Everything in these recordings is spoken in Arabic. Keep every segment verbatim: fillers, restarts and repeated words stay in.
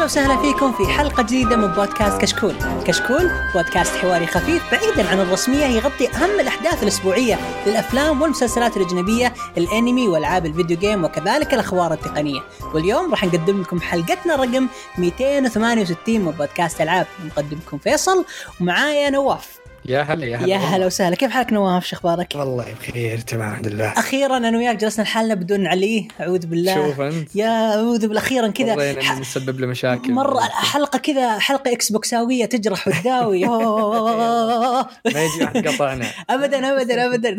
وسهلا فيكم في حلقة جديدة من بودكاست كشكول. كشكول بودكاست حواري خفيف بعيدا عن الرسمية، يغطي أهم الأحداث الأسبوعية للأفلام والمسلسلات الأجنبية، الأنمي والألعاب الفيديو جيم، وكذلك الأخبار التقنية. واليوم راح نقدم لكم حلقتنا رقم مئتين وثمانية وستين من بودكاست ألعاب. مقدمكم فيصل ومعايا نواف. يا هلا يا هلا يا هلا وسهلا. كيف حالك نواف؟ شو اخبارك؟ والله بخير تمام الحمد لله. اخيرا انا وياك جلسنا لحالنا بدون علي. اعوذ بالله. شوف انت يا اعوذ بالله اخيرا كذا والله ح... نسبب له مشاكل مره حلقه كذا، حلقه اكس بوكساويه تجرح وتداوي. ما يجي واحد قطعنا ابدا ابدا ابدا.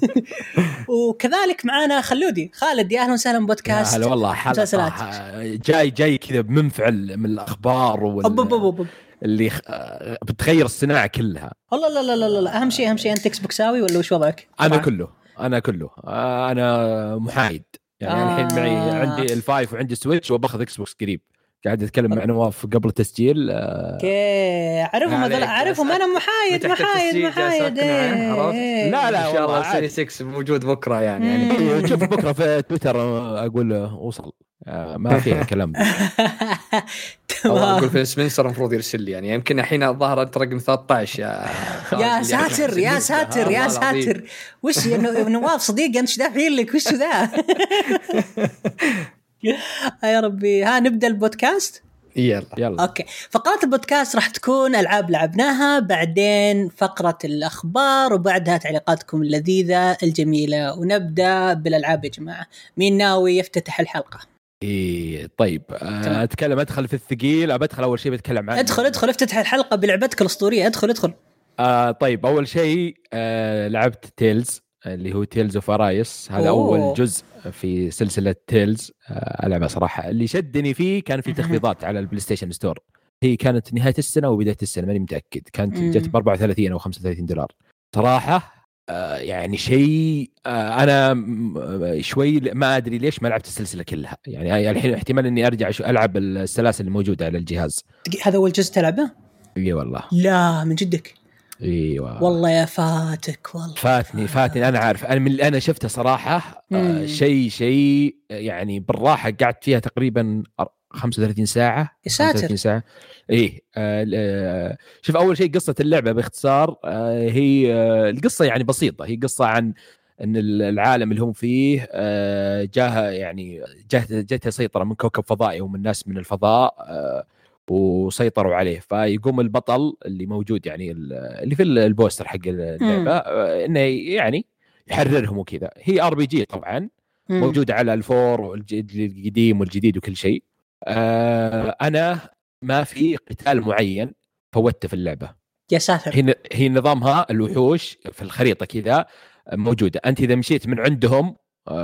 وكذلك معانا خلودي خالد. يا اهلا وسهلا بودكاست. هلا والله. حلقه جاي جاي كذا بمنفعل من الاخبار وال... اللي بتغير الصناعة كلها. والله لا لا لا لا. أهم شيء أهم شيء أنت إكس بوكساوي ولا وش وضعك؟ أنا كله أنا كله أنا محايد يعني. آه. الحين معي عندي الفايف وعندي سويتش وباخذ إكس بوكس قريب. قاعد أتكلم مع نواف قبل التسجيل. أوكي أعرفهم هذول أعرفهم. أنا محايد محايد محايد. إيه. لا لا إن شاء الله سيري ستة موجود بكرة يعني. يعني شوف بكرة في تويتر أقول وصل. ما فيها كلام. والله أقول في سبنسر المفروض يرسل لي يعني. يمكن الحين الظاهر أنت رقم ثلاثة عشر يا يا ساتر يا ساتر يا ساتر. وش يا نواف صديق أنت دافعين لك وش ذا؟ يا ربي. ها نبدأ البودكاست. يلا يلا أوكي. فقرات البودكاست راح تكون ألعاب لعبناها، بعدين فقرة الأخبار، وبعدها تعليقاتكم اللذيذة الجميلة. ونبدأ بالألعاب يا جماعة. مين ناوي يفتتح الحلقة؟ إيه طيب. أه أتكلم أدخل في الثقيل. أدخل أول شيء بتكلم عنه. ادخل ادخل افتتح الحلقة بلعبتك الأسطورية. ادخل ادخل. آه طيب أول شيء آه لعبت تيلز اللي هو تيلز اوف ارايس. هذا أوه. أول جزء في سلسلة تيلز. آه ألعبها صراحة. اللي شدني فيه كان في تخفيضات على البلاي ستيشن ستور. هي كانت نهاية السنة وبداية السنة ماني متأكد. كانت جت ب أربعة وثلاثين أو خمسة وثلاثين دولار صراحة. آه يعني شيء آه أنا شوي ما أدري ليش ما لعبت السلسلة كلها يعني. الحين احتمال إني أرجع ألعب السلاسل الموجودة على الجهاز. هذا أول جزء تلعبه؟ إيه والله. لا من جدك؟ ايوه والله يا فاتك. والله فاتني فاتني انا عارف. انا من اللي انا شفته صراحه آه شيء شيء يعني بالراحه. قعدت فيها تقريبا خمسة وثلاثين ساعه. يا ساتر. خمسة وثلاثين ساعه. ايه آه شوف اول شيء قصه اللعبه باختصار. آه هي آه القصه يعني بسيطه. هي قصه عن ان العالم اللي هم فيه آه جاها يعني جته سيطره من كوكب فضائي ومن ناس من الفضاء آه وسيطروا عليه. فيقوم البطل اللي موجود يعني اللي في البوستر حق اللعبة انه يعني يحررهم وكذا. هي ار بي جي طبعا. مم. موجودة على الفور والقديم والجديد وكل شيء. آه انا ما في قتال معين فوتته في اللعبة. يا ساتر. هي هي نظامها الوحوش في الخريطة كذا موجودة. انت اذا مشيت من عندهم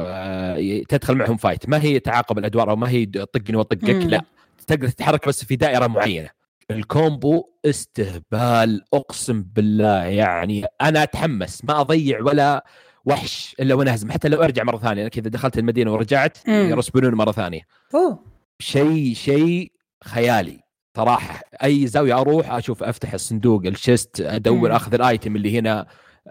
آه تدخل معهم فايت. ما هي تعاقب الادوار او ما هي طقني وطقك. لا تقدر تتحرك بس في دائرة معينة. الكومبو استهبال أقسم بالله يعني. أنا أتحمس ما أضيع ولا وحش إلا وأنا أهزم. حتى لو أرجع مرة ثانية. أنا كذا دخلت المدينة ورجعت يرسبونون مرة ثانية. أوه. شيء شيء خيالي صراحة. أي زاوية أروح أشوف أفتح الصندوق الشيست أدور أخذ الآيتم اللي هنا.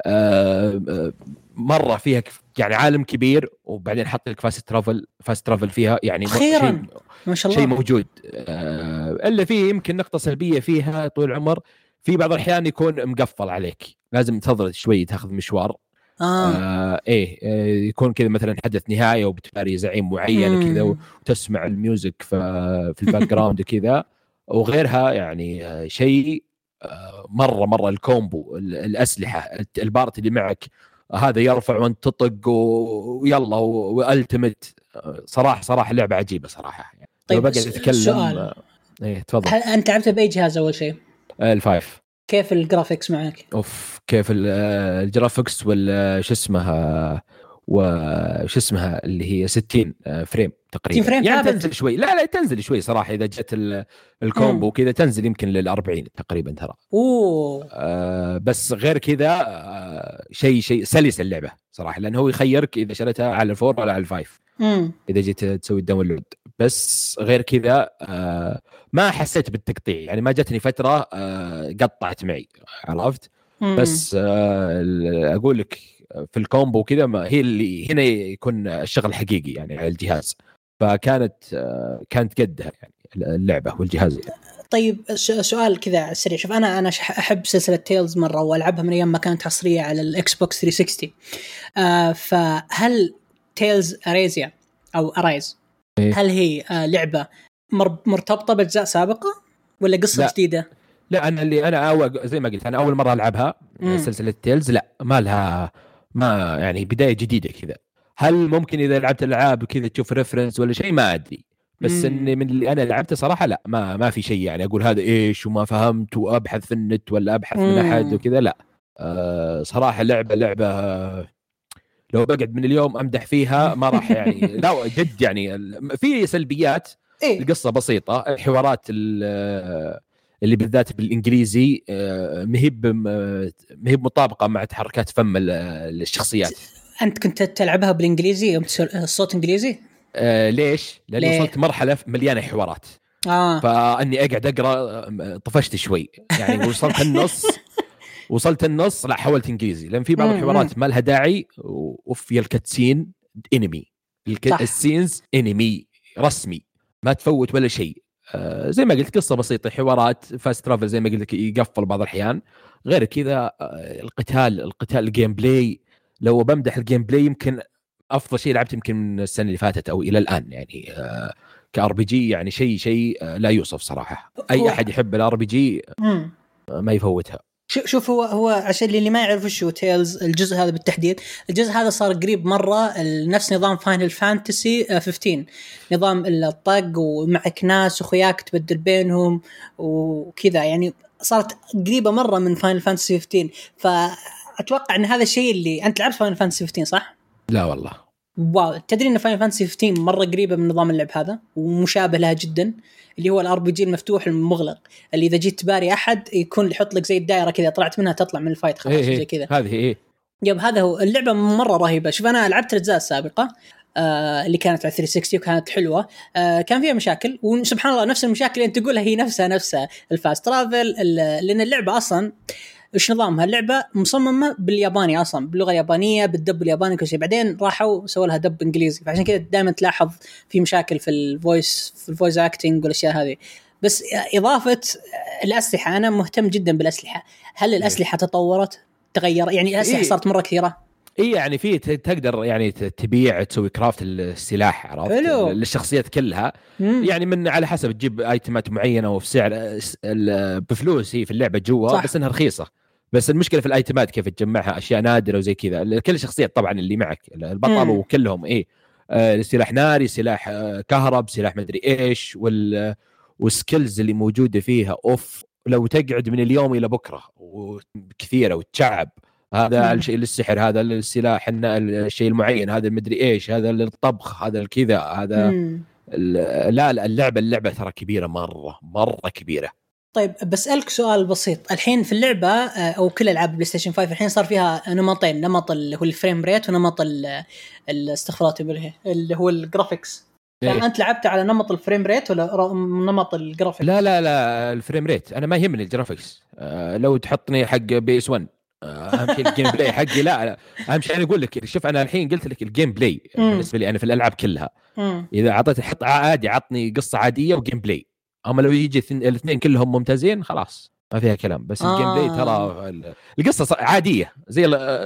آه آه مرة فيها يعني عالم كبير. وبعدين حط لك فاست ترافل فاست ترافل فيها يعني. شيء ما شاء الله شيء موجود. آه إلا فيه يمكن نقطة سلبية فيها طول العمر. في بعض الأحيان يكون مقفل عليك. لازم تنتظر شوي تاخذ مشوار. آه. آه إيه آه يكون كذا مثلا حدث نهاية وبتباري زعيم معين كذا وتسمع الميوزك في في الباك جراوند كذا وغيرها يعني. آه شيء آه مرة مرة الكومبو الأسلحة البارت اللي معك هذا يرفع وانت تطق ويلا والتمت. صراحة صراحة لعبة عجيبة صراحة يعني. طيب بقى تتكلم. سؤال. ايه تفضل. انت لعبت باي جهاز اول شيء؟ الفايف. كيف الجرافيكس معك؟ اوف كيف الجرافيكس ولا شو اسمها وش اسمها اللي هي ستين فريم تقريبا. فريم يعني تنزل شوي. لا لا تنزل شوي صراحة. إذا جت الكومبو كذا تنزل يمكن للأربعين تقريبا ترى. أوه. آه بس غير كذا آه شيء شيء سلس اللعبة صراحة. لأنه هو يخيرك إذا شريتها على الفور ولا على الفايف. مم. إذا جيت تسوي الداونلود. بس غير كذا آه ما حسيت بالتقطيع يعني. ما جتني فترة آه قطعت معي عرفت. مم. بس آه أقول لك في الكومبو كذا هي اللي هنا يكون الشغل حقيقي يعني على الجهاز. فكانت كانت قدها يعني اللعبه والجهاز يعني. طيب سؤال كذا سريع، شوف انا انا احب سلسله تيلز مره والعبها من ايام ما كانت حصريه على الاكس بوكس ثلاثمية وستين. آه فهل تيلز اريزيا او ارايز هل هي آه لعبه مرتبطه باجزاء سابقه ولا قصه لا. جديده؟ لا انا اللي انا أول زي ما قلت انا اول مره العبها مم. سلسله تيلز لا ما لها ما يعني بدايه جديده كذا. هل ممكن اذا لعبت العاب كذا تشوف ريفرنس ولا شيء ما ادري، بس اني من اللي انا لعبته صراحه لا ما ما في شيء يعني اقول هذا ايش وما فهمت وابحث في النت ولا ابحث من احد وكذا لا. أه صراحه لعبه لعبه لو بقعد من اليوم امدح فيها ما راح يعني لا جد يعني في سلبيات. إيه؟ القصه بسيطه، الحوارات اللي بالذات بالانجليزي مهب مهب مطابقه مع تحركات فم الشخصيات. انت كنت تلعبها بالانجليزي الصوت انجليزي؟ آه ليش؟ لأنه ليه؟ وصلت مرحلة مليانة حوارات آه. فأني أقعد أقرأ طفشت شوي يعني وصلت النص وصلت النص لا حولت إنجليزي لأن في بعض الحوارات ما لها داعي وفي الكاتسين إنمي السينز إنمي رسمي ما تفوت ولا شيء. آه زي ما قلت قصة بسيطة حوارات فاست ترافل زي ما قلت يقفل بعض الأحيان. غير كذا آه القتال القتال الجيم بلاي لو بمدح الجيم بلاي يمكن افضل شيء لعبت يمكن من السنه اللي فاتت او الى الان يعني آه كار بي جي يعني شيء شيء آه لا يوصف صراحه. اي احد يحب الار بي جي آه ما يفوتها. شوف هو هو عشان اللي ما يعرف شو تيلز الجزء هذا بالتحديد، الجزء هذا صار قريب مره نفس نظام فاينل فانتسي خمسة عشر، نظام الطق ومعك ناس وخياك تبدل بينهم وكذا يعني صارت قريبه مره من فاينل فانتسي خمسة عشر. فاتوقع ان هذا الشيء اللي انت لعبت فاينل فانتسي خمسة عشر صح؟ لا والله. واو تدري ان فاينل فانتسي خمسة عشر مره قريبه من نظام اللعب هذا ومشابه لها جدا، اللي هو الار بي جي المفتوح المغلق اللي اذا جيت تباري احد يكون يحط لك زي الدائره كذا طلعت منها تطلع من الفايت خلاص إيه زي كذا. هذه ايه يب هذا هو اللعبه مره رهيبه. شوف انا لعبت الاجزاء السابقه آه اللي كانت على ثلاثمية وستين وكانت حلوه. آه كان فيها مشاكل وسبحان الله نفس المشاكل اللي انت تقولها هي نفسها نفسها الفاست ترافل، لان اللعبه اصلا إيش نظامها اللعبة مصممة بالياباني أصلاً باللغة اليابانية بالدب الياباني كل شيء، بعدين راحوا سووا لها دب إنجليزي فعشان كده دائما تلاحظ في مشاكل في الفويس في الفويس أكتينج والأشياء هذه. بس إضافة الأسلحة أنا مهتم جدا بالأسلحة. هل الأسلحة تطورت تغير يعني الأسلحة صارت مرة كثيرة؟ إيه يعني في تقدر يعني تبيع تسوي كرافت السلاح عرفت للشخصيات كلها مم. يعني من على حسب تجيب ايتمات معينه وفي سعر بفلوس هي في اللعبه جوا بس انها رخيصه. بس المشكله في الايتمات كيف تجمعها اشياء نادره وزي كذا. كل الشخصيات طبعا اللي معك البطل مم. وكلهم ايه آه سلاح ناري سلاح آه كهرب سلاح مدري ايش وال والسكيلز اللي موجوده فيها اوف لو تقعد من اليوم الى بكره وكثيره وتشعب هذا الشيء للسحر هذا السلاح الشيء المعين هذا المدري ايش هذا للطبخ هذا الكذا هذا لا اللعبه اللعبه ترى كبيره مره مره كبيره. طيب بسألك سؤال بسيط، الحين في اللعبه او كل العاب بلاي ستيشن خمسة الحين صار فيها نمطين، نمط اللي هو الفريم ريت ونمط الاستخفالات اللي هو الجرافيكس. فأنت لعبت على نمط الفريم ريت ولا نمط الجرافيكس؟ لا لا لا الفريم ريت انا ما يهمني الجرافيكس. أه لو تحطني حق بي اس واحد اهم شيء الجيم بلاي حقي. لا اهم شيء انا اقول لك شوف انا الحين قلت لك الجيم بلاي بالنسبه لي انا في الالعاب كلها مم. اذا اعطيت حط عادي عطني قصه عاديه وجيم بلاي، اما لو يجي الاثنين كلهم ممتازين خلاص ما فيها كلام. بس آه. الجيم بلاي ترى القصه عاديه زي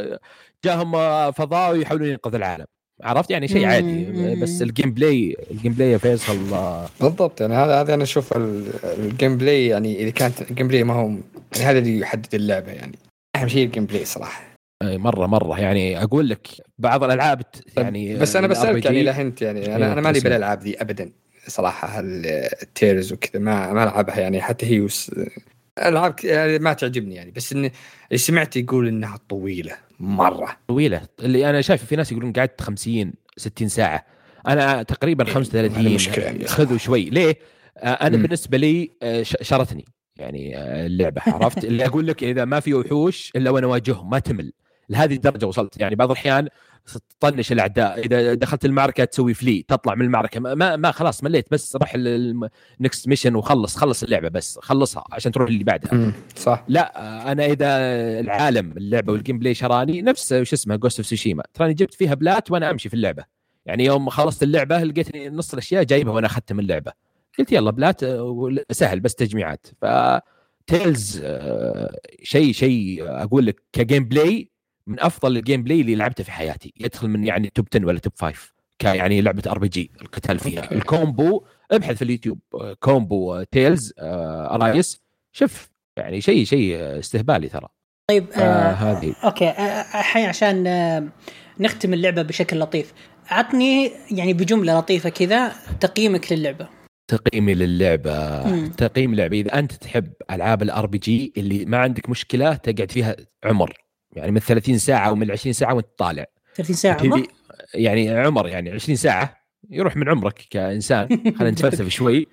جاهم فضاء ويحاولون ينقذ العالم عرفت يعني شيء عادي. بس الجيم بلاي الجيم بلاي يا فيصل بالضبط يعني هذا هذا انا اشوف الجيم بلاي يعني اذا كانت الجيم بلاي ما هو يعني هذا اللي يحدد اللعبه يعني اهم شيء الجيم بلاي صراحه. اي مره مره يعني اقول لك بعض الالعاب يعني بس انا بسالك يعني لهنت يعني انا انا ماني بالالعاب دي ابدا صراحه التيرز وكذا ما ما العبها يعني حتى هي وس... العاب ما تعجبني يعني. بس ان اللي سمعت يقول انها طويله مره طويله اللي انا شايف في ناس يقولون قعدت خمسين ستين ساعه انا تقريبا خمسة وثلاثين يعني خذوا شوي ليه انا م. بالنسبه لي شرتني يعني اللعبه عرفت اللي اقول لك اذا ما في وحوش الا وانا اواجههم ما تمل لهذه الدرجه وصلت يعني. بعض الاحيان تطنش الاعداء اذا دخلت المعركه تسوي فلي تطلع من المعركه ما ما خلاص مليت بس روح النكست ميشن وخلص خلص اللعبه بس خلصها عشان تروح اللي بعدها صح. لا انا اذا العالم اللعبه والجيم بلاي شراني نفس وش اسمها جوست اوف سوشيما تراني جبت فيها بلات وانا امشي في اللعبه يعني يوم خلصت اللعبه لقيتني نص الاشياء جايبها وانا اخذت من اللعبه، قلت يلا بلات سهل بس تجميعات. ف تيلز شيء شيء اقول لك كجيم بلاي من افضل الجيم بلاي اللي لعبته في حياتي، يدخل من يعني توب عشرة ولا توب خمسة ك يعني لعبه ار بي جي القتال فيها. أوكي. الكومبو ابحث في اليوتيوب كومبو تيلز ارايس، شوف يعني شيء شيء استهبالي ترى. طيب آه هذه اوكي الحين آه عشان آه نختم اللعبه بشكل لطيف، عطني يعني بجمله لطيفه كذا تقييمك للعبه. تقييمي للعبة مم. تقييم اللعبة إذا أنت تحب ألعاب الار بي جي اللي ما عندك مشكلة تقعد فيها عمر، يعني من ثلاثين ساعة أو من عشرين ساعة وأنت طالع. ثلاثين ساعة عمر؟ يعني عمر يعني عشرين ساعة يروح من عمرك كإنسان. خلينا نتفلسف شوي.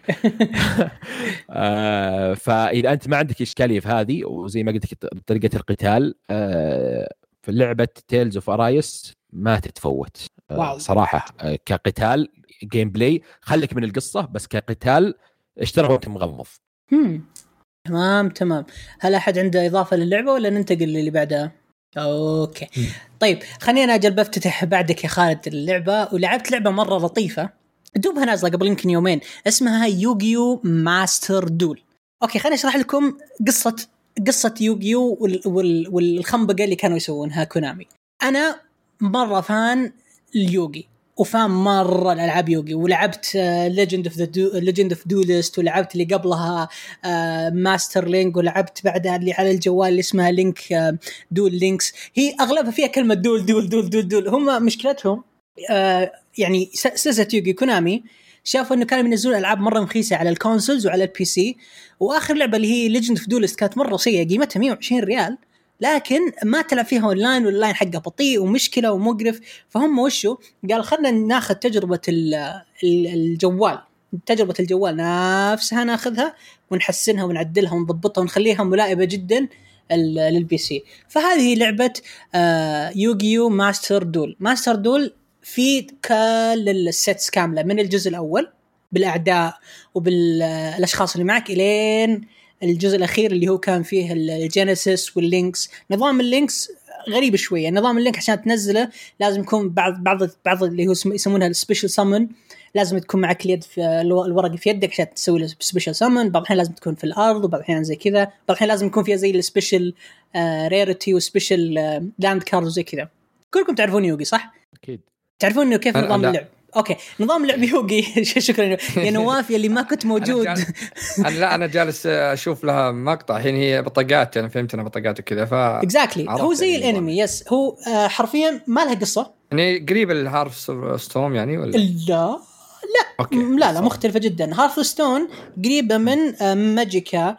آه فإذا أنت ما عندك إشكالية في هذه، وزي ما قلت طريقة القتال آه في لعبة تيلز اوف ارايس ما تتفوت آه صراحة. آه كقتال جيم بلاي خليك من القصة، بس كقتال اشترك وانت مغمض. هم. تمام تمام. هل أحد عنده إضافة للعبة ولا ننتقل للي بعدها؟ أوكي. م. طيب خلينا أجل بفتتح بعدك يا خالد اللعبة. ولعبت لعبة مرة لطيفة دوبها نازلة قبل يمكن يومين، اسمها يوغيو ماستر دول. أوكي خلينا أشرح لكم قصة قصة يوغيو وال... وال... والخنبقة اللي كانوا يسوونها كونامي. أنا مرة فان اليوغي وفان مرة الألعاب يوغي، ولعبت ليجند اوف ذا ليجند اوف دولست، ولعبت اللي قبلها ماستر لينك، ولعبت بعدها اللي على الجوال اللي اسمها لينك دول لينكس. هي أغلبها فيها كلمة دول دول دول دول دول. هم مشكلتهم يعني سلسلة يوغي كونامي شافوا إنه كانوا ينزلون ألعاب مرة رخيصة على الكونسولز وعلى البي سي، وآخر لعبة اللي هي ليجند اوف دولست كانت مرة سيئة قيمتها مية وعشرين ريال، لكن ما تلعب فيها أونلاين، واللاين حقه بطيء ومشكلة ومقرف. فهم وشو قال خلنا ناخذ تجربة الجوال تجربة الجوال نفسها ناخذها ونحسنها ونعدلها ونضبطها ونخليها ملائمة جدا للبي سي. فهذه لعبة يوغيو ماستر دول. ماستر دول في كل السيتس كاملة من الجزء الأول بالأعداء وبالأشخاص اللي معك إلين الجزء الأخير اللي هو كان فيه الجينيسيس واللينكس. نظام اللينكس غريب شوية. نظام اللينك عشان تنزله لازم يكون بعض بعض بعض اللي هو يسمونها السبيشال سامون، لازم تكون معك اليد في الورق في يدك عشان تسوي له سبيشال سامون. بعض الحين لازم تكون في الأرض، وبعض الحين زي كذا، بعض الحين لازم يكون فيها زي السبيشال ريرتي وسبيشال لاند كارد وزي كذا. كلكم تعرفون يوغي صح؟ أكيد تعرفون إنه كيف نظام اللعب. اوكي نظام لعب يوغي شكرا يا نواف اللي ما كنت موجود. أنا, أنا لا انا جالس اشوف لها مقطع الحين، هي بطاقات انا فهمت انها بطاقات وكذا. ف اكزاكتلي هو زي الانمي. يس هو حرفيا ما لها قصه، يعني قريب الهارث ستون يعني ولا لا لا أوكي. لا لا مختلفة جدا. هارث ستون قريبة من ماجيكا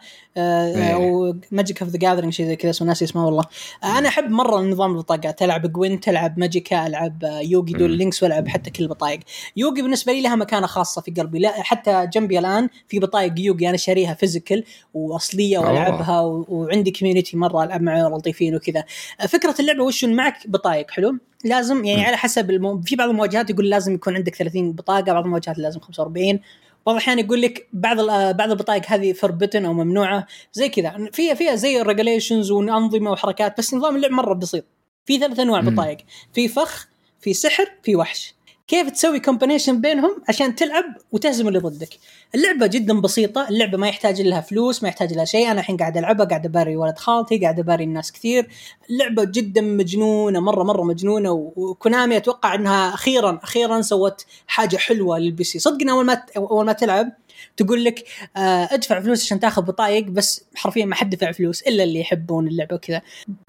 أو ماجيكا في ذا جاذرينج شيء زي كذا اسمه ناسي اسمه والله. أنا أحب مرة نظام البطاقات، تلعب جوين تلعب ماجيكا ألعب يوغي دول لينكس وألعب حتى كل البطايق. يوغي بالنسبة لي لها مكانة خاصة في قلبي، لا حتى جنبي الآن في بطايق يوغي أنا شاريها فيزيكال وأصلية وألعبها و... وعندي كوميونيتي مرة ألعب معي لطيفين وكذا. فكرة اللعبة وش معك بطايق حلو، لازم يعني م. على حسب المو... في بعض المواجهات يقول لازم يكون عندك ثلاثين بطاقة، بعض المواجهات لازم خمسة وأربعين، بعض الأحيان يقول لك بعض بعض البطايق هذه forbidden أو ممنوعة زي كذا. فيها فيها زي regulations وأنظمة وحركات، بس نظام اللعب مرة بسيط. في ثلاث أنواع بطايق، في فخ، في سحر، في وحش. كيف تسوي كومبينيشن بينهم عشان تلعب وتهزم اللي ضدك؟ اللعبة جدا بسيطة، اللعبة ما يحتاج لها فلوس، ما يحتاج لها شيء. أنا الحين قاعد ألعبها، قاعد أباري ولد خالتي، قاعد أباري الناس كثير. اللعبة جدا مجنونة، مرة مرة مجنونة. وكونامي أتوقع أنها أخيرا أخيرا سوت حاجة حلوة للبي سي. صدقنا أول ما أول ما تلعب تقول لك آه ادفع فلوس عشان تاخذ بطايق، بس حرفيا ما حد دفع فلوس إلا اللي يحبون اللعبة وكذا.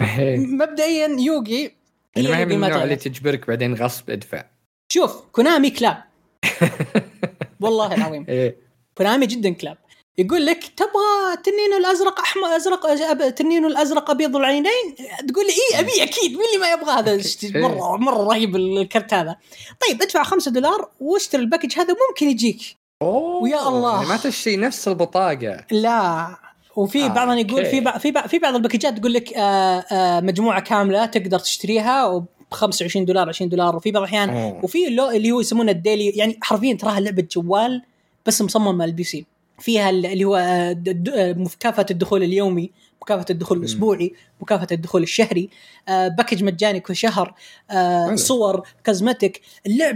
مبدئيا يوغي هي ما هي من النوع اللي تجبرك بعدين غصب ادفع. شوف كونامي كلاب والله العظيم كونامي جدا كلاب. يقول لك تبغى تنين الازرق احمر ازرق تنين الازرق ابيض العينين، تقول لي ايه ابي اكيد، مين اللي ما يبغى هذا مره مره رهيب الكرت هذا. طيب ادفع خمسة دولار واشتري الباكج هذا ممكن يجيك. ويا الله يعني ما تشتري نفس البطاقه لا. وفي آه بعضهم يقول في بعض في بعض في بعض الباكجات تقول لك آه آه مجموعه كامله تقدر تشتريها خمسة وعشرين دولار عشرين دولار. وفي بعض الأحيان أوه. وفي اللي هو يسمونه الديلي، يعني حرفيا تراها لعبة جوال بس مصممة للبي سي. فيها اللي هو مكافأة الدخول اليومي، مكافأة الدخول الأسبوعي، مكافأة الدخول الشهري، باكج مجاني كل شهر، صور كازمتك. اللعبة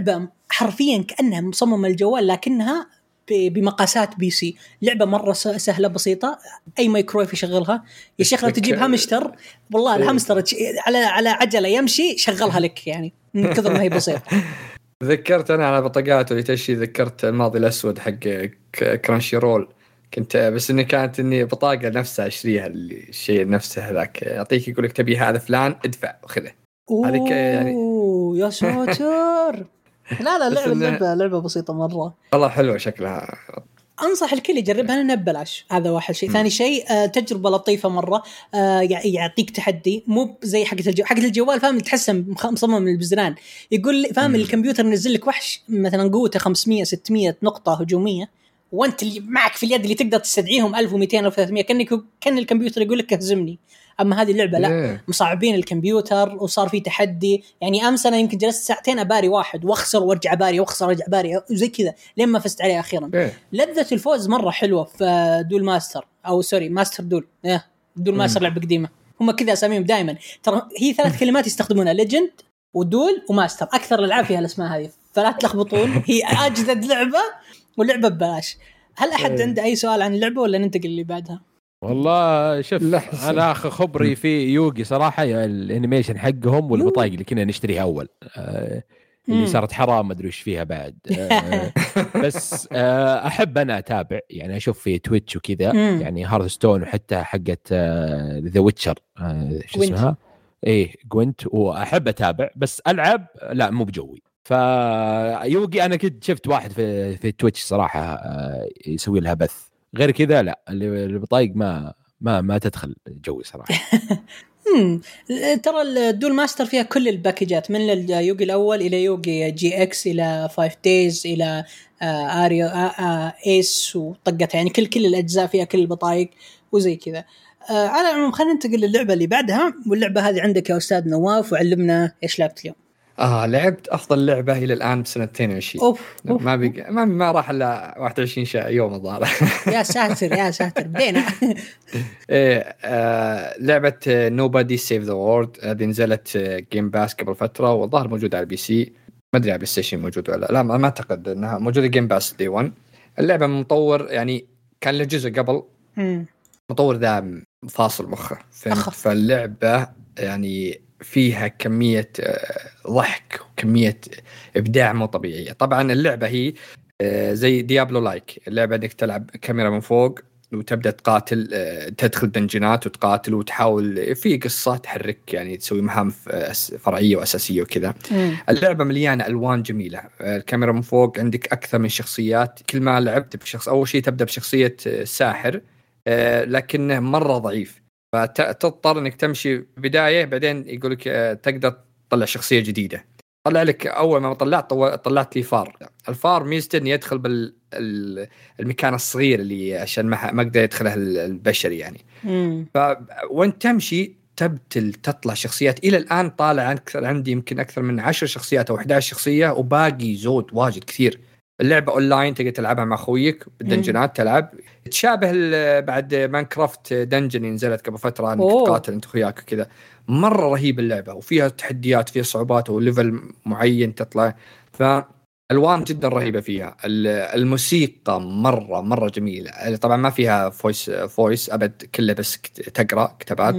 حرفيا كأنها مصممة الجوال لكنها بمقاسات بي سي. لعبة مرة سهلة بسيطة، أي مايكرويف يشغلها. يا شيخ لو تجيب هامستر والله الهامستر على على عجلة يمشي شغلها لك يعني من كثر ما هي بسيطة. ذكرت أنا على بطاقات اللي تشي، ذكرت الماضي الأسود حق كرانشي رول، كنت بس إني كانت إني بطاقة نفسها أشتريها الشيء نفسه هذاك، يعطيك يقولك تبي هذا فلان ادفع وخذه. هذيك يعني يا ساتر. لا لا لعبة لعبة لعبة بسيطة مرة والله حلوة شكلها، أنصح الكل يجربها لأنها ببلاش. هذا واحد شيء. م. ثاني شيء آه تجربة لطيفة مرة، آه يعطيك تحدي مو زي حقة الجوال. حقة الجوال فاهم تحسن مصمم من البزران، يقول لي فاهم م. الكمبيوتر نزل لك وحش مثلا قوته خمسمية ستمية نقطة هجومية، وانت اللي معك في اليد اللي تقدر تستدعيهم ألف ومئتين ألف وثلاثمية، كأنك كان الكمبيوتر يقول لك اهزمني. اما هذه اللعبه لا، مصعبين الكمبيوتر وصار في تحدي. يعني امس انا يمكن جلست ساعتين اباري واحد واخسر وارجع باري واخسر وارجع باري وزي كذا لين ما فزت عليه اخيرا. لذة الفوز مره حلوه في دول ماستر او سوري ماستر دول ايه دول ماستر لعبه قديمه، هم كذا اساميهم دائما ترى هي ثلاث كلمات يستخدمونها، ليجند ودول وماستر. اكثر الالعاب فيها الاسماء هذه، فلا تلخبطون. هي اجدد لعبه ولعبه ببلاش. هل احد عنده اي سؤال عن اللعبه ولا ننتقل اللي بعدها؟ والله شوف انا اخ خبري في يوغي صراحه، الانيميشن حقهم والبطايق اللي كنا نشتريها اول آه اللي صارت حرام ما ادري ايش فيها بعد آه بس آه احب انا اتابع يعني اشوف في تويتش وكذا يعني هارثستون وحتى حقت ذا ويتشر شو اسمها ايه جوينت، واحب اتابع بس العب لا مو بجوي. فيوغي انا كنت شفت واحد في في تويتش صراحه آه يسوي لها بث، غير كذا لا اللي بطايق ما ما ما تدخل جوي صراحه. امم ترى الدول ماستر فيها كل الباكجات من اليوغي الاول الى يوغي جي اكس الى فايف دايز الى اريو ايس وطقتها، يعني كل كل الاجزاء فيها كل البطايق وزي كذا. على العموم خلينا ننتقل للعبه اللي بعدها، واللعبه هذه عندك يا استاذ نواف، وعلمنا ايش لعبت اليوم. آه لعبت أفضل لعبة إلى الآن بسنة اثنين وعشرين. أوف أوف ما بيق... ما ما راح إلا واحد وعشرين شا... يوم الظاهر. يا ساتر يا ساتر بينا. إيه آه لعبة Nobody Save the World هذه نزلت جيم باس قبل فترة، والظاهر موجودة على البي سي، ما أدري على البلاي ستيشن موجود ولا لا، ما أعتقد أنها موجودة جيم باس دي ون. اللعبة مطور يعني كان له جزء قبل م. مطور ذا فاصل مخه، فاللعبة يعني فيها كمية ضحك وكمية إبداع مو طبيعية. طبعا اللعبة هي زي ديابلو لايك، اللعبة انك تلعب كاميرا من فوق وتبدأ تقاتل، تدخل دنجنات وتقاتل وتحاول في قصة تحرك يعني تسوي مهام فرعية وأساسية وكذا. اللعبة مليانة ألوان جميلة، الكاميرا من فوق عندك أكثر من شخصيات، كل ما لعبت بشخص أول شيء تبدأ بشخصية ساحر لكنه مرة ضعيف، فتضطر انك تمشي بدايه، بعدين يقولك تقدر تطلع شخصيه جديده. طلع لك اول ما طلعت طلعت لي فار. الفار ميزته انه يدخل بالمكان الصغير اللي عشان ما ما يقدر يدخله البشري يعني. ف وانت تمشي تبتل تطلع شخصيات. الى الان طالع اكثر عندي يمكن اكثر من عشر شخصيات او إحدى عشرة شخصيه، وباقي زود واجد كثير. اللعبة أونلاين تقدر تلعبها مع خويك بالدنجنات، تلعب تشابه بعد ماينكرافت دنجن نزلت قبل فترة انك تقاتل انت خوياك كذا. مرة رهيب اللعبة وفيها تحديات، فيها صعوبات وليفل معين تطلع، فالوان جدا رهيبة فيها. الموسيقى مرة مرة جميلة، طبعا ما فيها فويس فويس أبد، كله بس تقرأ كتابات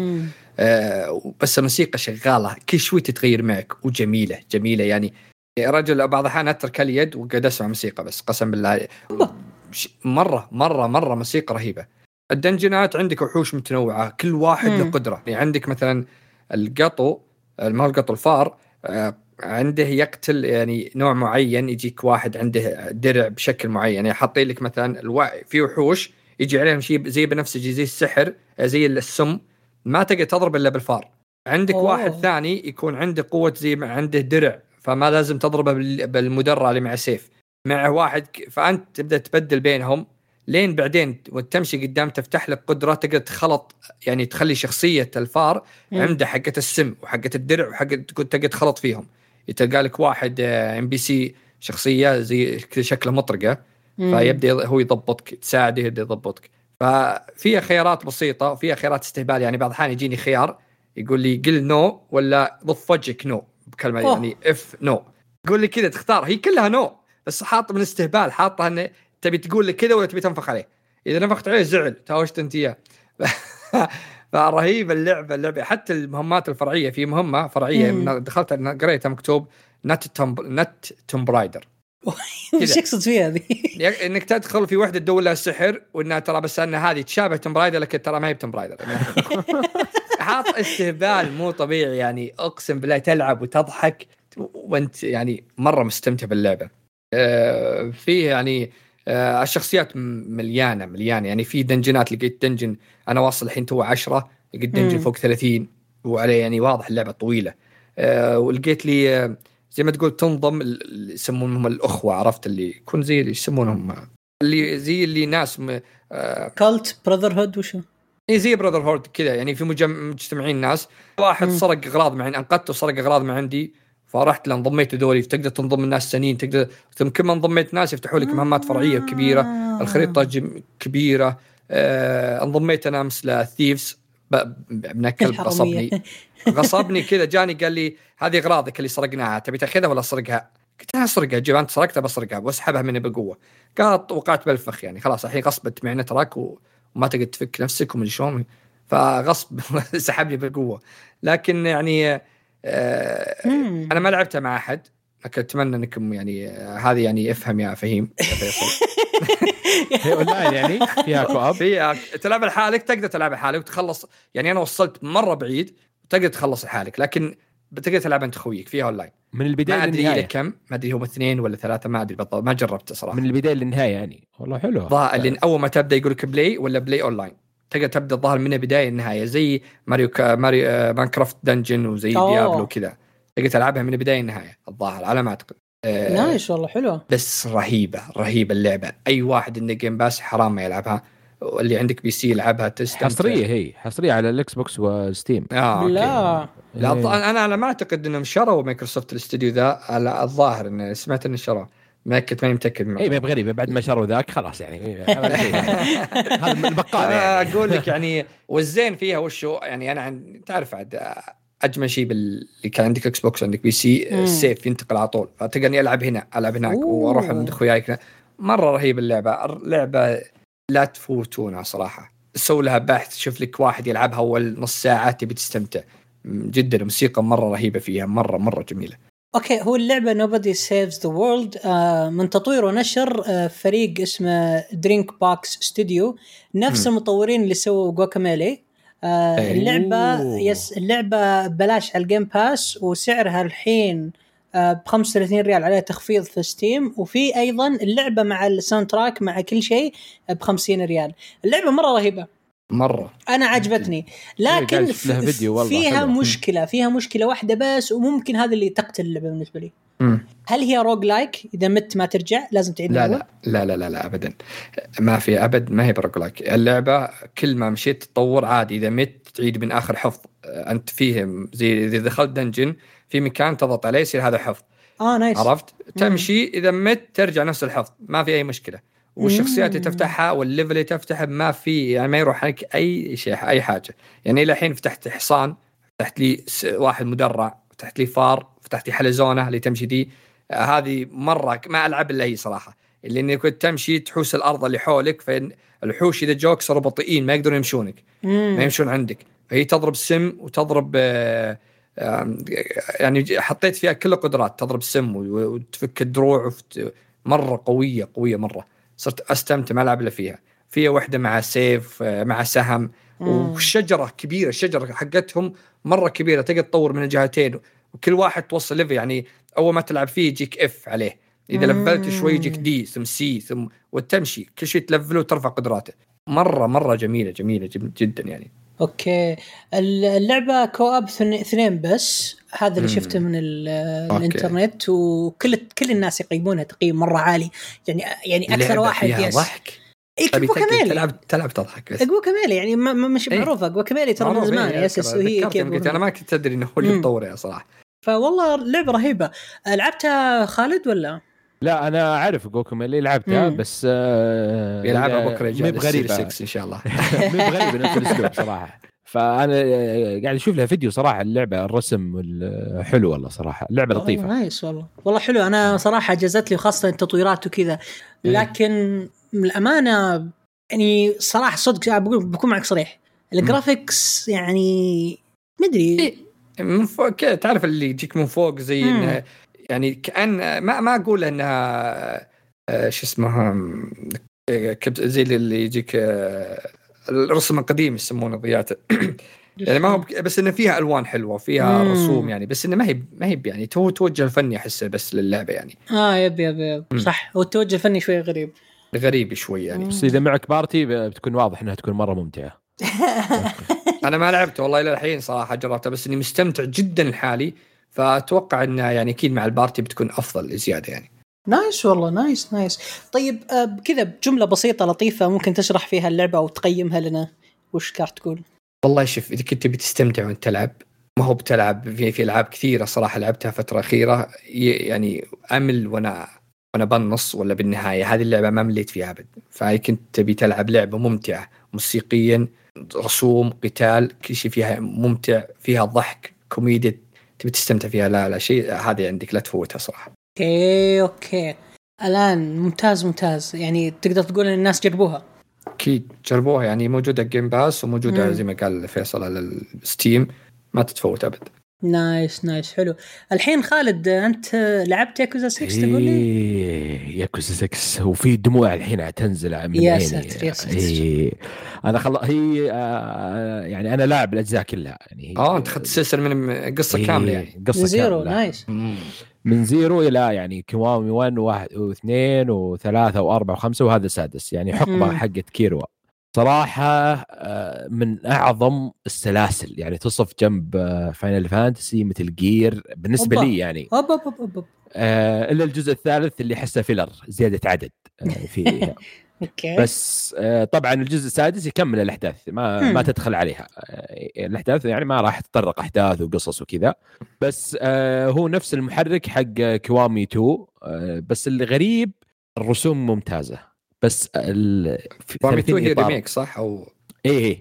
آه بس الموسيقى شغالة كل شوي تتغير معك وجميلة جميلة يعني. رجل بعض الأحيان أترك اليد وقاعد أسمع موسيقى بس قسم بالله مرة مرة مرة موسيقى رهيبة. الدنجنات عندك وحوش متنوعة كل واحد له قدرة، يعني عندك مثلا القطو ما القطو الفار عنده يقتل يعني نوع معين، يجيك واحد عنده درع بشكل معين، يعني حاطين لك مثلا الوعي في وحوش يجي عليهم شيء زي بنفسجي زي السحر زي السم، ما تقدر تضرب إلا بالفار. عندك أوه. واحد ثاني يكون عنده قوة زي ما عنده درع، فما لازم تضربه بالمدرع اللي مع سيف مع واحد، فأنت تبدأ تبدل بينهم لين بعدين وتمشي قدام تفتح لك قدرة تقدر تخلط، يعني تخلي شخصية الفار م. عنده حقة السم وحقة الدرع وحقة تقدر تخلط فيهم. يتلقى لك واحد ام بي سي شخصية زي شكله مطرقة م. فيبدأ هو يضبطك تساعده يضبطك. ففيها خيارات بسيطة وفيها خيارات استهبال، يعني بعض الحين يجيني خيار يقول لي قل نو ولا ضف وجهك نو بكلمة أوه. يعني اف نو تقول لي كذا تختار، هي كلها نو بس حاط من استهبال، حاطها انه تبي تقول لي كذا ولا تبي تنفخ عليه، اذا نفخت عليه زعل تهاوشت انت اياه. فرهيب اللعبه اللعبه حتى المهمات الفرعيه، في مهمه فرعيه من دخلت قريتها مكتوب نت تومب نت تومب رايدر. وش يقصد فيها هذه؟ انك تدخل في وحده تدور لها السحر، وانها ترى بس ان هذه تشابه تومب رايدر لكن ترى ما هي تومب رايدر. حاط استهبال مو طبيعي يعني، اقسم بالله تلعب وتضحك وانت يعني مره مستمتع باللعبه. آه فيه يعني آه الشخصيات مليانه مليانه يعني، في دنجنات لقيت دنجن انا واصل الحين تو عشرة، لقيت دنجن فوق ثلاثين وعليه يعني واضح اللعبه طويله. آه ولقيت لي آه زي ما تقول تنضم يسمونهم الاخوه، عرفت اللي يكون زي اللي يسمونهم اللي زي اللي ناس كالت براذر هود وشو اي زي براذر هود كذا يعني، في مجتمعين ناس. واحد م. سرق اغراض معي، انقذته وسرق اغراض من عندي فرحت لانضميت دوري، فتقدر تنضم الناس ثانيين، تقدر ثم كل ما انضميت ناس يفتحوا لك مهمات فرعيه كبيره. الخريطه جم... كبيره. آه... انضميت انا مثل ثيفز ابن كلب غصبني غصبني كذا، جاني قال لي هذه اغراضك اللي سرقناها تبي تاخذها ولا اسرقها؟ قلت انا اسرقها، جيب انت سرقتها بسرقها واسحبها مني بقوه. قال وقعت بالفخ يعني خلاص الحين غصبت معناتك و... وما تقدر تفك نفسك ومن شلون، فغصب سحبني بقوه. لكن يعني آه انا ما لعبتها مع احد، لكن اتمنى انكم يعني آه هذه يعني افهم يا فهيم هي اونلاين يعني فيها كواب، فيها تلعب لحالك، تقدر تلعب لحالك وتخلص يعني. انا وصلت مره بعيد وتقدر تخلص لحالك، لكن بتقدر تلعب انت خويك فيها اونلاين من البدايه للنهايه. كم ما ادري هم اثنين ولا ثلاثه ما ادري بالضبط، ما جربت صراحه. من البدايه للنهايه يعني والله حلو. ظاهر لان اول ما تبدا يقول لك بلاي ولا بلاي اونلاين، تقدر تبدا الظاهر من البدايه للنهايه زي ماريو كا ماريو آه ماينكرافت دنجن وزي أوه. ديابلو كذا، تقدر تلعبها من البدايه للنهايه الظاهر على ما اعتقد. آه نايس والله حلوه، بس رهيبه رهيبه اللعبه. اي واحد انه جيم باس حرام ما يلعبها، واللي عندك بي سي يلعبها تستمتع. حصريه هي حصريه على الاكس بوكس وستيم. اه لا لا إيه. انا على ما اعتقد انهم شروا مايكروسوفت الاستوديو ذا، على الظاهر ان سمعت انه شروا، ما كنت ماني متاكد منه. اي بغريبه بعد ما شروا ذاك خلاص يعني هذا البقال يعني. اقول لك يعني والزين فيها وشو يعني، انا عن... تعرف عاد اجمل شيء بال... اللي كان عندك اكس بوكس عندك بي سي السيف ينتقل على طول، فتقدر العب هنا العب هناك أوه. واروح عند اخوياي. مره رهيب اللعبه، اللعبه لا تفوتونها صراحه. سووا لها بحث، شوف لك واحد يلعبها اول نص ساعه تبي تستمتع جدا. الموسيقى مره رهيبه فيها، مره مره جميله. اوكي، هو اللعبه Nobody Saves the World آه من تطوير ونشر آه فريق اسمه درينك بوكس ستوديو، نفس م. المطورين اللي سووا جوكاميلي. آه اللعبه يس اللعبه بلاش على الجيم باس، وسعرها الحين آه ب خمسة وثلاثين ريال، عليها تخفيض في ستيم. وفي ايضا اللعبه مع الساوند تراك مع كل شيء ب خمسين ريال. اللعبه مره رهيبه مرة، أنا عجبتني، لكن فيها مشكلة فيها مشكلة واحدة بس، وممكن هذا اللي تقتل اللعبة بالنسبة لي. م. هل هي روج لايك؟ إذا مت ما ترجع لازم تعيد لا لا, لا لا لا لا أبدا، ما في أبد، ما هي بروج لايك. اللعبة كل ما مشيت تطور عادي، إذا مت تعيد من آخر حفظ. أنت فيهم زي إذا دخلت دنجن في مكان تضغط عليه يصير هذا حفظ. آه نايس. عرفت؟ تمشي إذا مت ترجع نفس الحفظ، ما في أي مشكلة. والشخصيات اللي تفتحها والليفل اللي تفتحها ما في يعني ما يروح عليك أي شيء أي حاجة. يعني إلى الحين فتحت حصان، فتحت لي واحد مدرع، فتحت لي فار، فتحت لي حلزونة اللي تمشي دي. آه هذه مرة ما ألعب إلا هي صراحة، اللي إنك كنت تمشي تحوس الأرض اللي حولك، فإن الوحوش إذا جوك صاروا بطيئين ما يقدرون يمشونك، ما يمشون عندك، فهي تضرب سم وتضرب آه آه يعني حطيت فيها كل القدرات، تضرب سم وتفك الدروع وفت... مرة قوية قوية مرة. صرت أستمتع ما ألعب إلا فيها. فيها واحدة مع سيف مع سهم، والشجرة كبيرة، الشجرة حقتهم مرة كبيرة، تقدر تطور من الجهتين، وكل واحد توصل ليفل. يعني أول ما تلعب فيه يجيك إف عليه، إذا لفلت شوي يجيك دي ثم سي ثم وتمشي كل شيء تلفله وترفع قدراته. مرة مرة جميلة جميلة جدا يعني. أوكي، اللعبة كواب اثنين بس، هذا اللي شفته من الانترنت، وكل كل الناس يقيمونها تقييم مرة عالي يعني يعني أكثر واحد يس ضحك. جوكاميلي تلعب تلعب تضحك بس. جوكاميلي يعني ما مش معروفة جوكاميلي ترى من زمان يس وهي كيف أنا ما كنت أدري إنه هو اللي مطور يا صراحة. فوالله لعبة رهيبة. لعبتها خالد ولا؟ لا أنا أعرف جوكاميلي لعبتها، بس آه يلعبها بكرة جاي بغريبة إن شاء الله. مو بغريبة نفس الأسلوب صراحة. فانا قاعد اشوف لها فيديو صراحه. اللعبه الرسم حلو والله صراحه، اللعبه لطيفه نايس والله والله حلو. انا صراحه جازت لي خاصه التطويرات وكذا، لكن الامانه يعني صراحه صدق بقول بكون معك صريح، الجرافيكس يعني مدري من فوق كذا، تعرف اللي يجيك من فوق زي إنه يعني كأن ما ما اقول انها شو اسمها زي اللي يجيك الرسم القديم يسمونه ضياته يعني ما هو بس انه فيها الوان حلوه فيها مم. رسوم يعني، بس انه ما هي ما هي يعني تو توجه الفني احسه بس للعبه يعني. اه يب يب, يب. صح، والتوجه الفني شوي غريب غريب شوي يعني. بس اذا معك بارتي بتكون واضح انها تكون مره ممتعه. انا ما لعبت والله الى الحين صراحه، جربتها بس اني مستمتع جدا لحالي، فاتوقع ان يعني اكيد مع البارتي بتكون افضل زياده يعني. نايس والله نايس نايس. طيب آه كذا بجمله بسيطه لطيفه ممكن تشرح فيها اللعبه او تقيمها لنا، وش كار تقول؟ والله شوف، اذا كنت بتستمتع وانت تلعب، ما هو بتلعب في في العاب كثيره صراحه لعبتها فتره اخيره يعني امل وانا وانا بالنص ولا بالنهايه، هذه اللعبه ما مليت فيها ابد. فهي كنت تبي تلعب لعبه ممتعه موسيقيا، رسوم، قتال، كل شيء فيها ممتع، فيها ضحك، كوميديا، تبي تستمتع فيها، لا لا شيء هذه عندك لا تفوتها صراحه. اوكي اوكي الان ممتاز ممتاز، يعني تقدر تقول ان الناس جربوها. اكيد جربوها يعني، موجوده جيم باس وموجوده مم. زي ما قال فيصل على الستيم، ما تتفوت ابد. نايس نايس حلو. الحين خالد انت لعبت ياكوزا ستة تقول لي؟ ايه ياكوزا ستة وفي دموع الحين تنزل من عيني. يا ساتر يا ساتر. إيه انا خل... هي آه يعني انا لاعب الاجزاء كلها يعني. اه انت اخذت السلسله من قصه إيه كامله يعني، قصه زيرو كامله. نايس. من زيرو الى يعني كيوامي واحد وواحد واثنين وثلاثة وأربعة وخمسة وهذا السادس يعني، حقبة حقت كيروا صراحة من أعظم السلاسل يعني، تصف جنب فاينل فانتسي مثل جير بالنسبة أوبا. لي يعني أوبا أوبا أوبا. آه إلا الجزء الثالث اللي حسه فيلر زيادة عدد فيه بس آه طبعا الجزء السادس يكمل الأحداث، ما ما تدخل عليها آه الأحداث يعني، ما راح تطرق أحداث وقصص وكذا، بس آه هو نفس المحرك حق كيوامي تو آه بس اللي غريب الرسوم ممتازة، بس كيوامي تو هي ريميك صح أو إيه إيه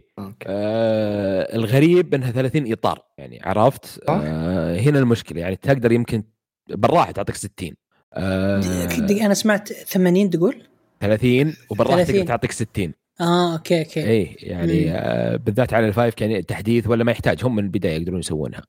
آه الغريب إنها ثلاثين إطار يعني، عرفت آه هنا المشكلة يعني، تقدر يمكن بالراحة تعطيك ستين آه دي أنا سمعت ثمانين تقول ثلاثين وبالراحة تقدر تعطيك ستين. اه اوكي اوكي ايه يعني آه بالذات على الفايف كان تحديث ولا ما يحتاج، هم من البدايه يقدرون يسوونها.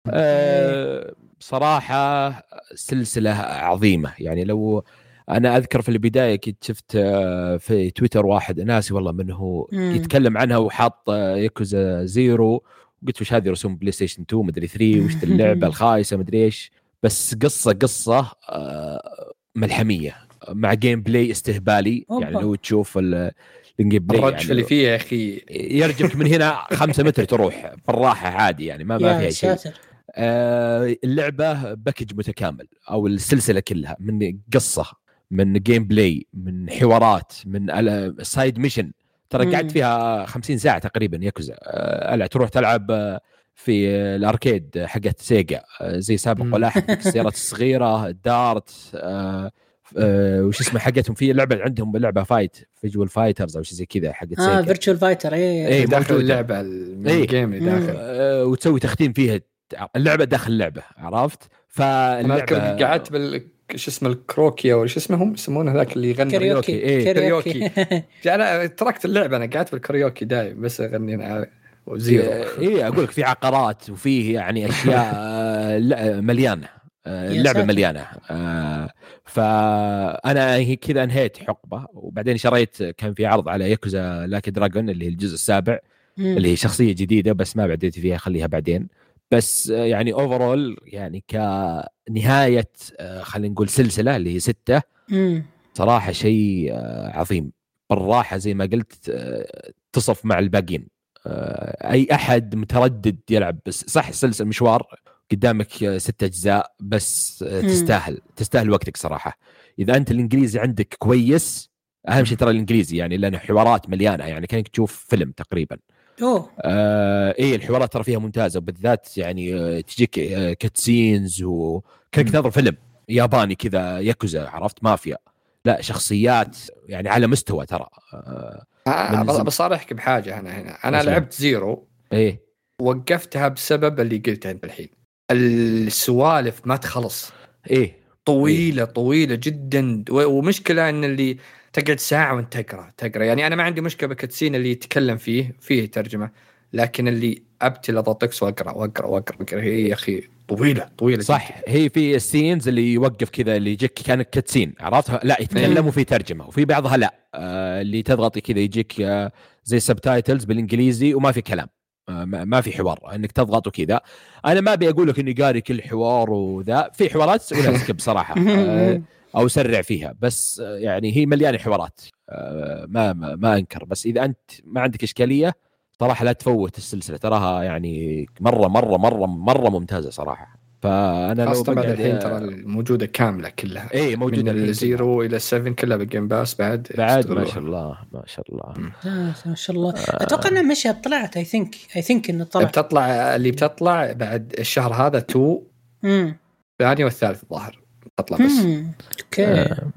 آه صراحه سلسله عظيمه يعني، لو انا اذكر في البدايه كنت شفت آه في تويتر واحد ناسي والله من هو يتكلم عنها وحاط آه ياكوزا زيرو، قلت وش هذه رسوم بلاي ستيشن تو مدري ثري وش اللعبه الخايسه مدري ايش، بس قصه قصه آه ملحميه مع جيم بلاي استهبالي يعني. لو تشوف ال الرجل يعني اللي فيه يا أخي يرجمك من هنا خمسة متر تروح بالراحة عادي يعني، ما ما فيها شيء. آه اللعبة باكج متكامل أو السلسلة كلها، من قصة من جيم بلاي من حوارات من سايد ميشن، ترى قعدت فيها خمسين ساعة تقريبا ياكوزا. آه تروح تلعب في الأركيد حقت سيجا زي سابق ولاحق، السيارات الصغيرة دارت آه أه وش اسمه حقتهم في لعبه عندهم لعبه فايت فيجوال فايترز او شيء زي كذا حقت اه فيرتشوال فايتر ايه ايه داخل اللعبه الجيم اللي داخل أه وتسوي تختيم فيها اللعبه داخل اللعبه، عرفت؟ فاللعبه قعدت بال شو اسمه الكروكيا ولا شو اسمهم يسمونه هذاك اللي يغني كاريوكي ايه كاريوكي انا تركت اللعبه، انا قعدت بالكاريوكي دايم بس اغني انا وزيرو. ايه اقول لك في عقارات وفيه يعني اشياء مليانه اللعبة مليانة. آه فأنا كذا انهيت حقبة، وبعدين شريت كان في عرض على ياكوزا لاكي دراجون اللي هي الجزء السابع مم. اللي هي شخصية جديدة بس ما بعديت فيها، خليها بعدين. بس يعني اوفرول يعني كنهاية آه خلينا نقول سلسلة اللي هي ستة مم. صراحة شيء آه عظيم بالراحة، زي ما قلت آه تصف مع الباقين. آه أي أحد متردد يلعب، بس صح سلسلة مشوار قدامك ستة أجزاء بس تستاهل تستاهل وقتك صراحة. إذا أنت الإنجليزي عندك كويس، أهم شيء ترى الإنجليزي يعني، لأنه حوارات مليانة يعني كأنك تشوف فيلم تقريبا. أوه. آه إيه الحوارات ترى فيها ممتازة، وبالذات يعني آه تجيك آه كاتسينز وكأنك تنظر فيلم ياباني كذا ياكوزا، عرفت؟ مافيا، لا شخصيات يعني على مستوى ترى. آه آه بصارحك بحاجة هنا هنا أنا لعبت زيرو ايه وقفتها بسبب اللي قلته انت الحين، السوالف ما تخلص، ايه طويله إيه؟ طويله جدا. ومشكله ان اللي تقعد ساعه وانت تقرا تقرا يعني انا ما عندي مشكله بكتسين اللي يتكلم فيه فيه ترجمه، لكن اللي ابتل اضغطكس واقرا واقرا واقرا هي يا اخي طويله طويله صح جدا. هي في السينز اللي يوقف كذا اللي يجيك كان كتسين عرفتها، لا يتكلموا في ترجمه، وفي بعضها لا آه اللي تضغطي كذا يجيك آه زي سبتايتلز بالانجليزي وما في كلام، آه ما في حوار انك تضغط وكذا. انا ما ابي اقول لك اني قاري كل حوار وذا، في حوارات ولا سكيب صراحه آه او سرع فيها، بس آه يعني هي مليانه حوارات آه ما, ما ما انكر. بس اذا انت ما عندك اشكاليه صراحه لا تفوت السلسله، تراها يعني مره مره مره مره ممتازه صراحه. فانا لو خاصة بعد الحين ترى الموجودة كاملة كلها، ايه موجودة من الزيرو إلى السفن كلها بالجيم باس بعد بعد ما شاء الله ما شاء الله ما شاء الله. أتوقع أنها مشي طلعت اي ثينك اي ثينك إنه طلع بتطلع اللي بتطلع بعد الشهر هذا تو الثاني والثالث الظاهر تطلع بس. اوكي آه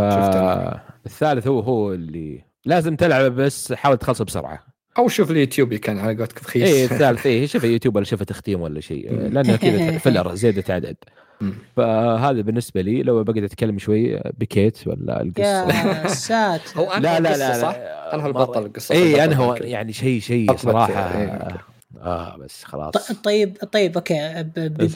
فالثالث هو هو اللي لازم تلعب، بس حاول تخلصه بسرعة او شوف اليوتيوب كان على قولتك رخيص. ايه الثالث ايه شوف اليوتيوب ولا شوف تختيم ولا شيء، لانه كذا فلر زيادة عدد. فهذا بالنسبه لي. لو بقيت اتكلم شوي بكيت ولا القصه يا ساتر هو أنا لا لا لا صح انا هو البطل القصه اي انا هو يعني شيء شيء صراحه إيه. اه بس خلاص. طيب طيب اوكي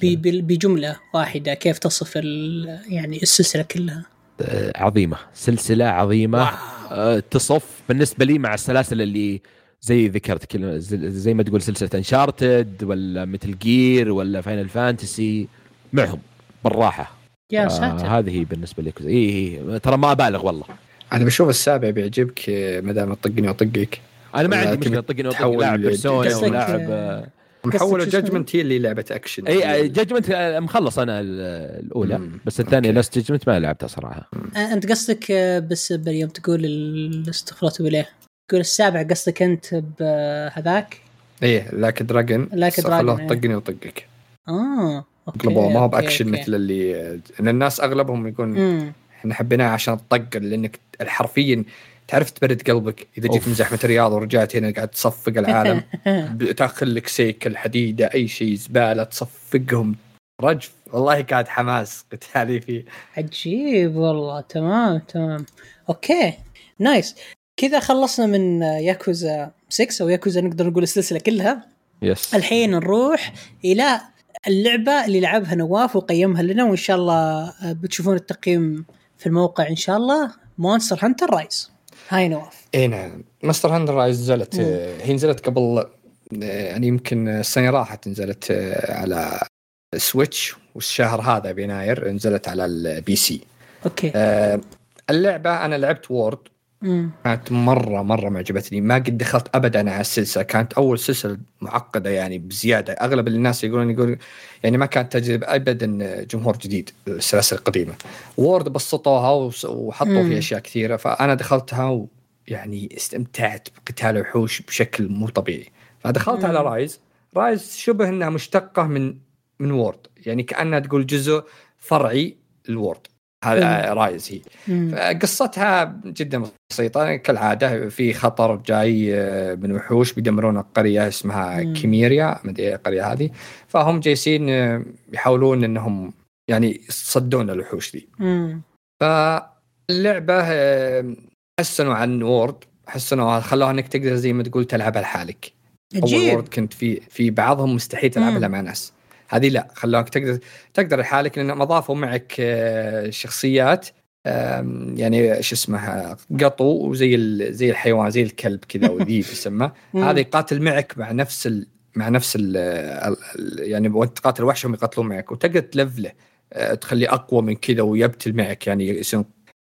بجمله واحده كيف تصف يعني السلسله كلها؟ عظيمه، سلسله عظيمه. آه تصف بالنسبه لي مع السلاسل اللي زي ذكرت كل زي ما تقول سلسله انشارتد ولا ميتل جير ولا فاينل فانتسي معهم بالراحه. يا ساتر آه هذه بالنسبه لك اي إيه ترى ما ابالغ والله. انا بشوف السابع بيعجبك ما دام طقني وطقك. انا ما عندي مشكله طقني وطق لاعب بيرسونا ولاعب محول جادجمنت هي اللي لعبه اكشن. اي جادجمنت مخلص انا الاولى مم. بس الثانيه لاست جادجمنت ما لعبتها صراحه. مم. انت قصدك بس اليوم تقول الاستغفرت بالله تقول السابع قصدك انت بهذاك ايه لاك دراجون لاك دراجون طقني وطقك اه اوكي ما هو باكشن مثل اللي ان الناس اغلبهم يقول احنا حبيناه عشان الطق لانك حرفيا تعرف تبرد قلبك اذا جيت من زحمه الرياض ورجعت هنا قاعد تصفق العالم تاخذ لك سيكل حديده اي شيء زباله تصفقهم رجف. والله قاعد حماس قتالي فيه عجيب والله. تمام تمام اوكي نايس. كذا خلصنا من ياكوزا ستة او ياكوزا نقدر نقول السلسله كلها. يس. الحين نروح الى اللعبه اللي لعبها نواف وقيمها لنا، وان شاء الله بتشوفون التقييم في الموقع ان شاء الله. مونستر هانتر رايز. هاي نواف. اي نعم مونستر هانتر رايز نزلت هي نزلت قبل يعني يمكن السنه راحت نزلت على سويتش، والشهر هذا بيناير نزلت على البي سي. اوكي. آه اللعبه انا لعبت وورد مم. كانت مرة مرة معجبتني، ما قد دخلت أبدا على السلسلة، كانت أول سلسلة معقدة يعني بزيادة. أغلب الناس يقولون يقول يعني ما كانت تجرب أبدا جمهور جديد السلاسل القديمة. وورد بسطوها وحطوا فيها أشياء كثيرة، فأنا دخلتها ويعني استمتعت بقتال وحوش بشكل مو طبيعي. فدخلت مم. على رايز. رايز شبه أنها مشتقة من من وورد، يعني كأنها تقول جزء فرعي الوورد. هذا رايز هي قصتها جدا بسيطة كالعادة. في خطر جاي من وحوش بيدمرون قرية اسمها مم. كيميريا مدري القرية هذه، فهم جايسين يحاولون انهم يعني يصدون الوحوش دي. مم. فاللعبة حسنوا عن وورد، حسنوا خلوها انك تقدر زي ما تقول تلعبها لحالك. اول وورد كنت في في بعضهم مستحيل تلعبها مع ناس، هذه لا خلاك تقدر تقدر لحالك لأن أضافوا معك شخصيات يعني شو اسمها قطو وزي زي الحيوان زي الكلب كذا وذيب يسمى هذا يقاتل معك مع نفس ال مع نفس ال يعني وانت تقاتل وحشهم يقاتلون معك وتقدر تلفله تخليه أقوى من كذا ويبتل معك يعني يسون.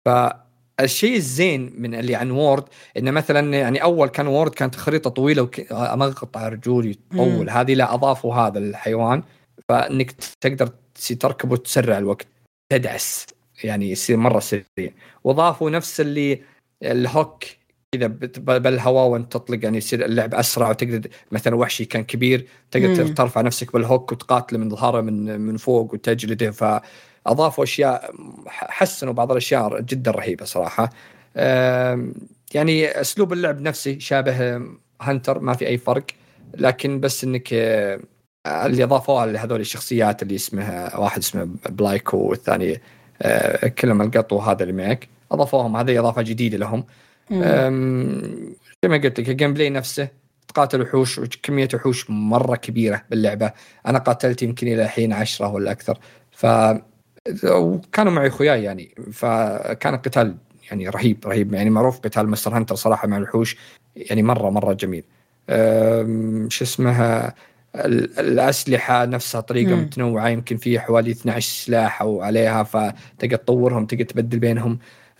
فالشيء الزين من اللي عن وورد إنه مثلا يعني أول كان وورد كانت خريطة طويلة ومقطع رجولي طول، هذه لا أضافوا هذا الحيوان فإنك تقدر تركب وتسرع الوقت تدعس يعني يصير مرة سريع. وضافوا نفس اللي الهوك إذا بالهواء وانت تطلق يعني يصير اللعب أسرع وتقدر مثلا وحشي كان كبير تقدر مم. ترفع نفسك بالهوك وتقاتل من ظهره من من فوق وتجلده. فأضافوا أشياء حسنوا بعض الأشياء جدا رهيبة صراحة. يعني أسلوب اللعب نفسه شابه هانتر ما في أي فرق، لكن بس انك اللي اضافوها لهذول الشخصيات اللي اسمها واحد اسمه بلايكو والثاني كلهم القطو هذا اللي معك اضافوهم، هذه اضافه جديده لهم. زي ما قلت لك الجيم بلاي نفسه تقاتل وحوش وكميه وحوش مره كبيره باللعبه. انا قاتلت يمكن الى الحين عشرة ولا اكثر، ف وكانوا معي اخوياي يعني، فكان القتال يعني رهيب رهيب يعني معروف قتال مستر هانتر صراحه مع الوحوش يعني مره مره جميل. شو اسمها الأسلحة نفسها طريقة مم. متنوعة، يمكن فيه حوالي اثنا عشر سلاح أو عليها، فتقدر تطورهم تقدر تبدل بينهم.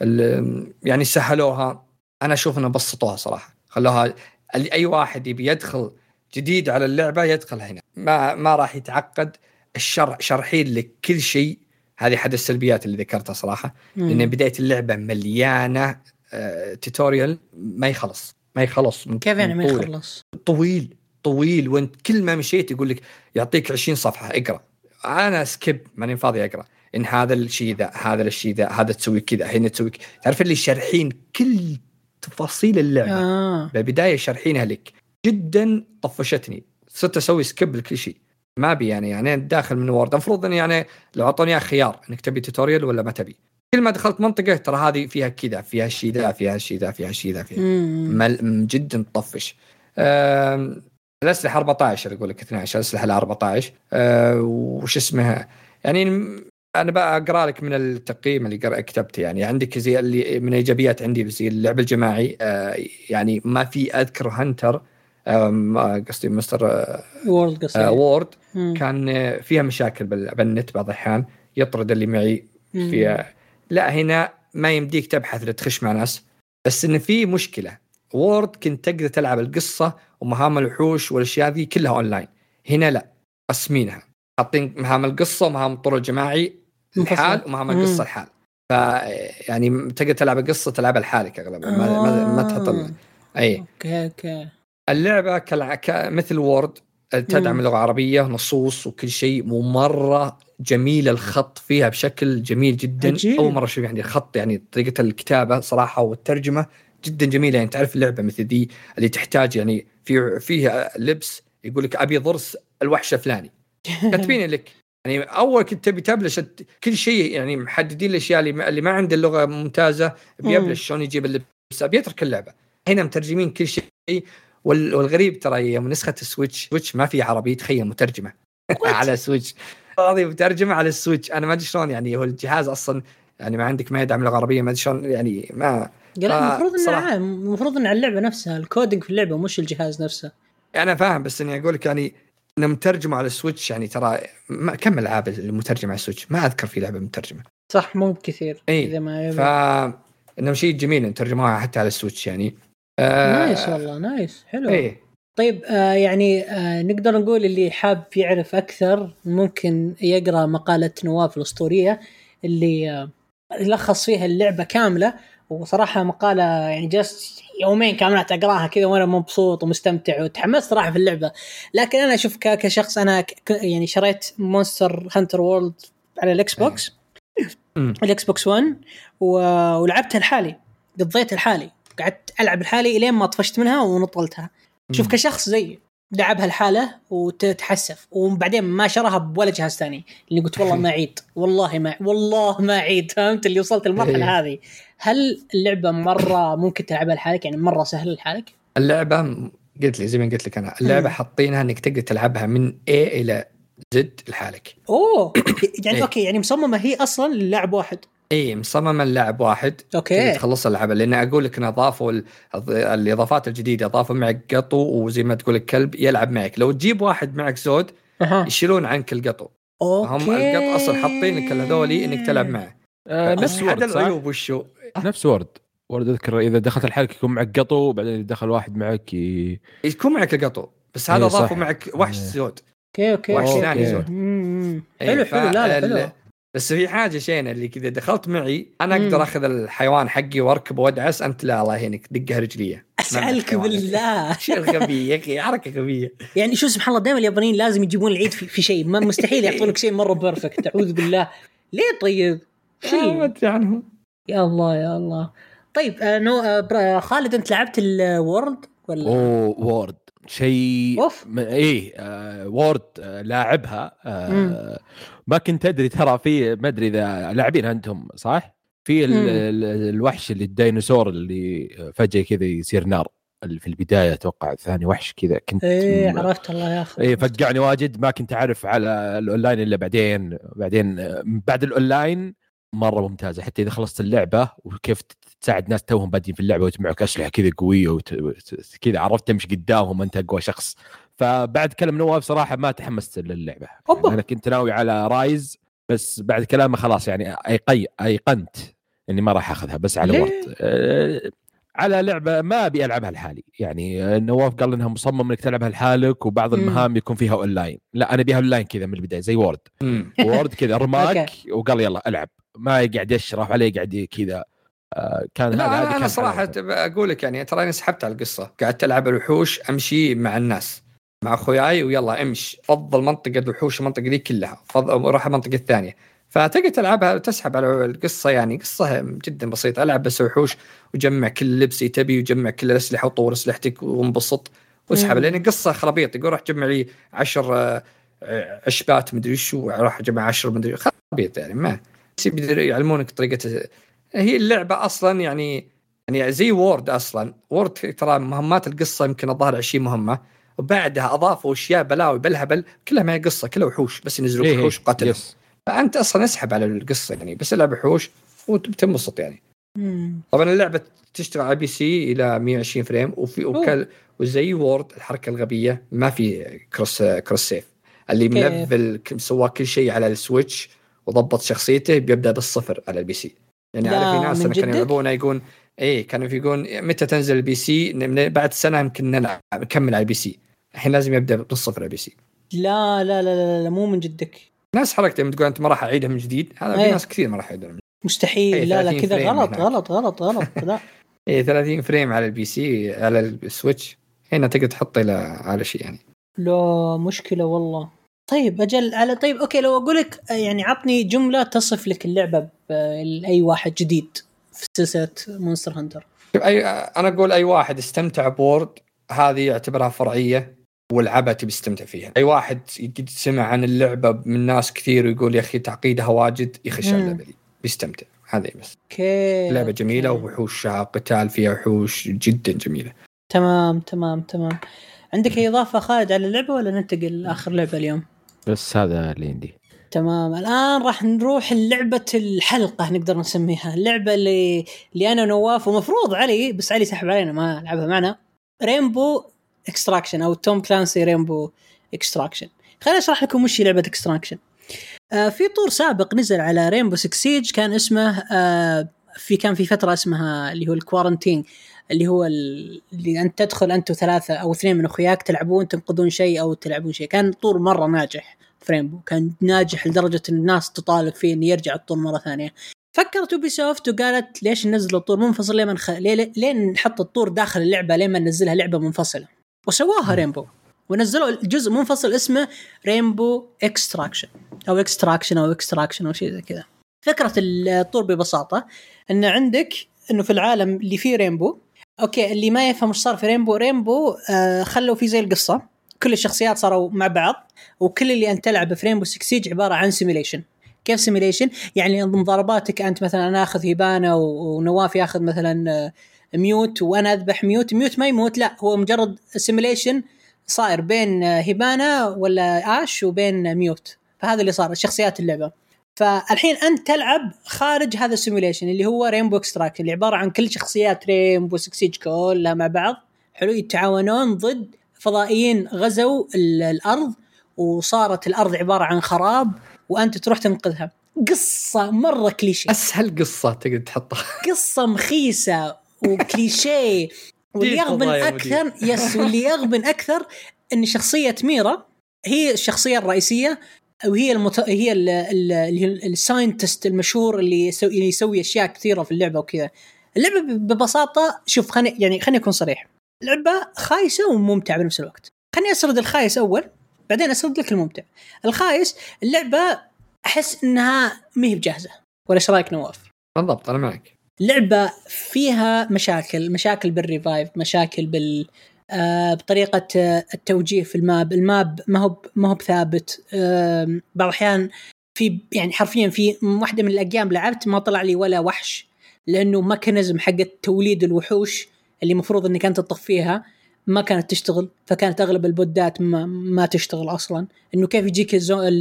يعني سهلوها، أنا أشوف أنه بسطوها صراحة، خلوها أي واحد يبي يدخل جديد على اللعبة يدخل هنا، ما ما راح يتعقد. الشرح شرحين لك كل شيء، هذه حد السلبيات اللي ذكرتها صراحة. مم. لأن بداية اللعبة مليانة آه توتوريال ما يخلص ما يخلص من كيف يعني ما يخلص؟ طويل طويل، وانت كل ما مشيت يقول لك يعطيك عشرين صفحة اقرأ. انا سكيب ماني فاضي اقرأ، ان هذا الشيء ذا هذا الشيء ذا هذا تسوي كذا هنا تسوي، تعرف اللي شارحين كل تفاصيل اللعبة آه. بالبداية شارحينها لك جدا، طفشتني صرت اسوي سكيب لكل شيء ما بي يعني يعني داخل من وورد. المفروض اني يعني لو اعطوني خيار انك تبي توتوريال ولا ما تبي، كل ما دخلت منطقة ترى هذه فيها كذا فيها الشيء ذا فيها الشيء ذا فيها الشيء ذا فيها مل... جدا طفش. أه... الأسلحة أربعة عشر يقول لك اثنا عشر الأسلحة ل أربعة عشر. أه... وش اسمها يعني أنا بقى أقرأ لك من التقييم اللي قرأ كتبته. يعني عندك زي اللي من إيجابيات عندي زي اللعب الجماعي، أه... يعني ما في أذكر هانتر أه... قصدي مستر وورد قصدي أه... وورد كان فيها مشاكل بالنت بعض الأحيان يطرد اللي معي فيها. لا هنا ما يمديك تبحث لتخش مع ناس، بس إن في مشكلة وورد كنت تقدر تلعب القصة ومهام الوحوش والأشياء ذي كلها أونلاين. هنا لا، قسمينها حاطين مهام القصة ومهام الطور الجماعي الحال ومهام القصة الحال. فيعني تقدر تلعب القصة تلعبها لحالك أغلب آه. ما ما تحط أي أوكي أوكي. اللعبة كالع... مثل وورد تدعم اللغة العربية نصوص وكل شيء، ومرة جميل الخط فيها بشكل جميل جدا عجيب. أول مرة شوف يعني الخط يعني طريقة الكتابة صراحة والترجمة جدا جميلة. يعني تعرف اللعبة مثل دي اللي تحتاج يعني في فيها لبس يقول لك أبي ضرس الوحش الفلاني كاتبين لك يعني أول كنت تبي تبلش كل شيء يعني محددين الأشياء اللي اللي ما عنده اللغة ممتازة بيبلش شلون يجيب اللبس بيترك اللعبة. هنا مترجمين كل شيء. والغريب ترى يوم نسخة السويتش سويتش ما في عربي، تخيل مترجمة على سويتش قاضي مترجمة على السويتش. أنا ما أدري شلون يعني هو الجهاز أصلا يعني ما عندك ما يدعم اللغة العربية ما أدري شلون يعني ما قال المفروض إنه المفروض إن اللعبة نفسها الكودينج في اللعبة مش الجهاز نفسه. أنا فاهم بس إني أقول لك يعني إنه مترجم على السويتش يعني ترى ما كم الألعاب المترجمة على السويتش ما أذكر في لعبة مترجمة صح مو كثير إذا ما يبقى. فإنه شيء جميل إن ترجموها حتى على السويتش يعني آه نايس والله نايس حلو. إيه. طيب آه يعني آه نقدر نقول اللي حاب يعرف أكثر ممكن يقرأ مقالة نواف الأسطورية اللي آه يلخص فيها اللعبة كاملة، وصراحة مقالة يعني جست يومين كاملات أقرأها كذا وأنا مبسوط ومستمتع وتحمست صراحة في اللعبة. لكن أنا أشوف كشخص أنا يعني شريت مونستر هانتر وورلد على الإكس بوكس الإكس بوكس ون ولعبتها الحالي قضيت الحالي قعدت ألعب الحالي إلين ما طفشت منها ونطلتها. شوف كشخص زي لعبها الحالة وتتحسف وبعدين ما شراها بولا جهاز ثاني اللي قلت والله ما عيد والله ما والله ما عيد فهمت اللي وصلت المرحلة هذه. هل اللعبة مرة ممكن تلعبها لحالك يعني مرة سهلة لحالك؟ اللعبة قلت لي زي ما قلت لك أنا اللعبة حاطينها إنك تقدر تلعبها من A إلى Z لحالك. أوه يعني أوكي يعني مصممة هي أصلا للاعب واحد. ايه مصمم اللاعب واحد اوكي تخلص اللعبه. لان اقول لك ان اضافوا الاضافات الجديده اضافوا معك قطو وزي ما تقول الكلب يلعب معك. لو تجيب واحد معك زود أه. يشيلون عنك القطو. هم القط اصلا حاطين لك هذولي انك تلعب معه آه نفس وورد العيوب وشو نفس وورد وورد اذكر اذا دخلت الحلقه يكون معك قطو وبعدين دخل واحد معك ي... يكون معك القطو بس هذا اضافوا معك وحش زود. اوكي اوكي وحش ثاني زود. حلو حلو لا لا حلو. بس في حاجة شيء اللي كذا دخلت معي أنا أقدر مم. أخذ الحيوان حقي وأركب وأدعس أنت لا الله يهينك دقها رجلية أسألك بالله شيء غبي يا أخي حركة غبية يعني شو سبحان الله دائما اليابانيين لازم يجيبون العيد في, في شيء ما مستحيل يعطون لك شيء مرة بيرفكت. أعوذ بالله ليه طيب شيء ما أدري عنهم يا الله يا الله. طيب آه نو آه خالد أنت لعبت الورد ولا؟ أوه وورد شيء م... ايه آه وورد آه لاعبها آه ما كنت ادري ترى في ما ادري اذا لاعبين انتم صح في ال... ال... الوحش اللي الديناصور اللي فجاه كذا يصير نار في البدايه اتوقع ثاني وحش كذا كنت ايه عرفت الله يا اخي ايه فقعني واجد ما كنت اعرف على الاونلاين الا بعدين بعدين بعد الاونلاين مره ممتازه حتى اذا خلصت اللعبه وكيف تساعد ناس توهم بادين في اللعبه وتجمعك اسلحه كذا قويه وت... كذا عرفت تمشي قدامهم انت اقوى شخص. فبعد كلام نواف صراحه ما تحمست للعبه يعني انا كنت ناوي على رايز بس بعد كلامه خلاص يعني ايقي ايقنت اني ما راح اخذها بس على ورد أه... على لعبه ما ابي العبها لحالي يعني نواف قال انها مصمم انك تلعبها لحالك وبعض المهام يكون فيها اونلاين لا انا بيها اونلاين كذا من البدايه زي وورد وورد كذا رماك وقال يلا العب ما يقعد يشرح عليه قاعد كذا آه كان هذا هذا انا صراحه اقول لك يعني ترى انا سحبت على القصه قعدت العب الوحوش امشي مع الناس مع اخوياي ويلا امشي فضل منطقه الوحوش المنطقه دي كلها فضل اروح المنطقه الثانيه فتقدر تلعبها وتسحب على القصه يعني قصه جدا بسيطه العب بس وحوش وجمع كل لبس تبي وجمع كل الاسلحه وطور اسلحتك وانبسط واسحب لان القصه خرابيط يقول راح جمع لي عشر عشبات مدري شو راح اجمع عشر مدري خرابيط يعني ما يبدأ يعلمونك طريقه هي اللعبه اصلا يعني يعني زي وورد اصلا وورد ترى مهمات القصه يمكن الظاهر عشرين مهمه وبعدها اضافوا اشياء بلاوي بالهبل كلها ما هي قصه كلها وحوش بس ينزلوا إيه وحوش قتل فانت اصلا اسحب على القصه يعني بس العب وحوش وتنبسط يعني. مم. طبعا اللعبه تشتغل على بي سي الى مية وعشرين فريم وفي وكل وزي وورد الحركه الغبيه ما في كروس كروس سيف اللي منفل سوى كل شيء على السويتش وضبط شخصيته بيبدا بالصفر على البي سي يعني على في ناس كانوا يلعبون يقول ايه كانوا يقولون متى تنزل البي سي بعد سنه يمكن نلعب نكمل على البي سي الحين لازم يبدا بالصفر على البي سي. لا لا لا لا, لا مو من جدك ناس حركتهم تقول انت ما راح اعيدها من جديد هذا ايه. في ناس كثير ما راح يعيدون مستحيل ايه لا لا كذا غلط غلط غلط غلط لا ايه ثلاثين فريم على البي سي على السويتش هنا تقدر تحط الى على شيء يعني لا مشكله والله. طيب اجل على طيب اوكي لو اقول لك يعني عطني جمله تصف لك اللعبه لاي واحد جديد في سلسله مونستر هانتر. اي انا اقول اي واحد استمتع بورد هذه يعتبرها فرعيه والعبها تبي تستمتع فيها. اي واحد يقد سمع عن اللعبه من ناس كثير ويقول يا اخي تعقيدها واجد يخش على اللعبه دي بيستمتع هذه بس. اوكي لعبه جميله ووحوش قتال فيها وحوش جدا جميله. تمام تمام تمام. عندك اي اضافه خالد على اللعبه ولا ننتقل لاخر لعبه اليوم؟ بس هذا اللي عندي. تمام الآن راح نروح للعبة الحلقة نقدر نسميها اللعبة اللي اللي أنا ونواف ومفروض علي بس علي سحب علينا ما لعبها معنا رينبو اكستراكشن أو توم كلانسي رينبو اكستراكشن. خليني أشرح لكم وش لعبة اكستراكشن. آه في طور سابق نزل على رينبو سيكس سيج كان اسمه آه في كان في فترة اسمها اللي هو الكوارنتين اللي هو اللي أنت تدخل أنت وثلاثة أو اثنين من أخوياك تلعبون تنقذون شيء أو تلعبون شيء. كان طور مرة ناجح فريمبو كان ناجح لدرجة أن الناس تطالب فيه أن يرجع الطور مرة ثانية. فكرت يوبيسوفت وقالت ليش ننزل الطور منفصل ليه, منخ... ليه... ليه نحط الطور داخل اللعبة ليه ما ننزلها لعبة منفصلة وسواها رينبو ونزلوا الجزء منفصل اسمه رينبو اكستراكشن أو اكستراكشن أو اكستراكشن أو شيء زي كذا. فكرة الطور ببساطة أن عندك أنه في العالم اللي فيه رينبو أوكي اللي ما يفهم وش صار في رينبو رينبو آه خلوا فيه زي القصة كل الشخصيات صاروا مع بعض وكل اللي أنت تلعب في رينبو سيكس سيج عبارة عن سيميليشن. كيف سيميليشن؟ يعني مضارباتك أنت مثلا أنا أخذ هيبانا ونواف يأخذ مثلا ميوت وأنا أذبح ميوت ميوت ما يموت لا هو مجرد سيميليشن صاير بين هيبانا ولا آش وبين ميوت. فهذا اللي صار الشخصيات اللعبة. فالحين أنت تلعب خارج هذا السيميليشن اللي هو رينبو اكستراكشن اللي عبارة عن كل شخصيات رينبو سيكس سيج كلها مع بعض حلو يتعاونون ضد فضائيين غزوا الأرض وصارت الأرض عبارة عن خراب وأنت تروح تنقذها. قصة مرة كليشيه أسهل قصة تقدر تحطها قصة مخيسة وكليشيه واللي يغبن أكثر يس واللي يغبن أكثر إن شخصية ميرا هي الشخصية الرئيسية وهي المت... هي ال ال ال الساينتست المشهور اللي يسوي اللي يسوي أشياء كثيرة في اللعبة وكذا. اللعبة ببساطة شوف خلني يعني خلني أكون صريح لعبة خايسة وممتعة بنفس الوقت. خلني أسرد الخايس أول بعدين أسرد لك الممتع. الخايس اللعبة أحس إنها مهي بجاهزة ولا إيش رأيك نواف؟ بالضبط أنا معك. لعبة فيها مشاكل مشاكل بالريفايف مشاكل بال آه بطريقة آه التوجيه في الماب الماب ما هو ما هو ثابت. آه بعض الأحيان في يعني حرفيا في واحدة من الأيام لعبت ما طلع لي ولا وحش، لأنه ميكانيزم حق توليد الوحوش اللي مفروض إنك أنت تطفيها ما كانت تشتغل، فكانت أغلب البودات ما, ما تشتغل أصلا. إنه كيف يجيك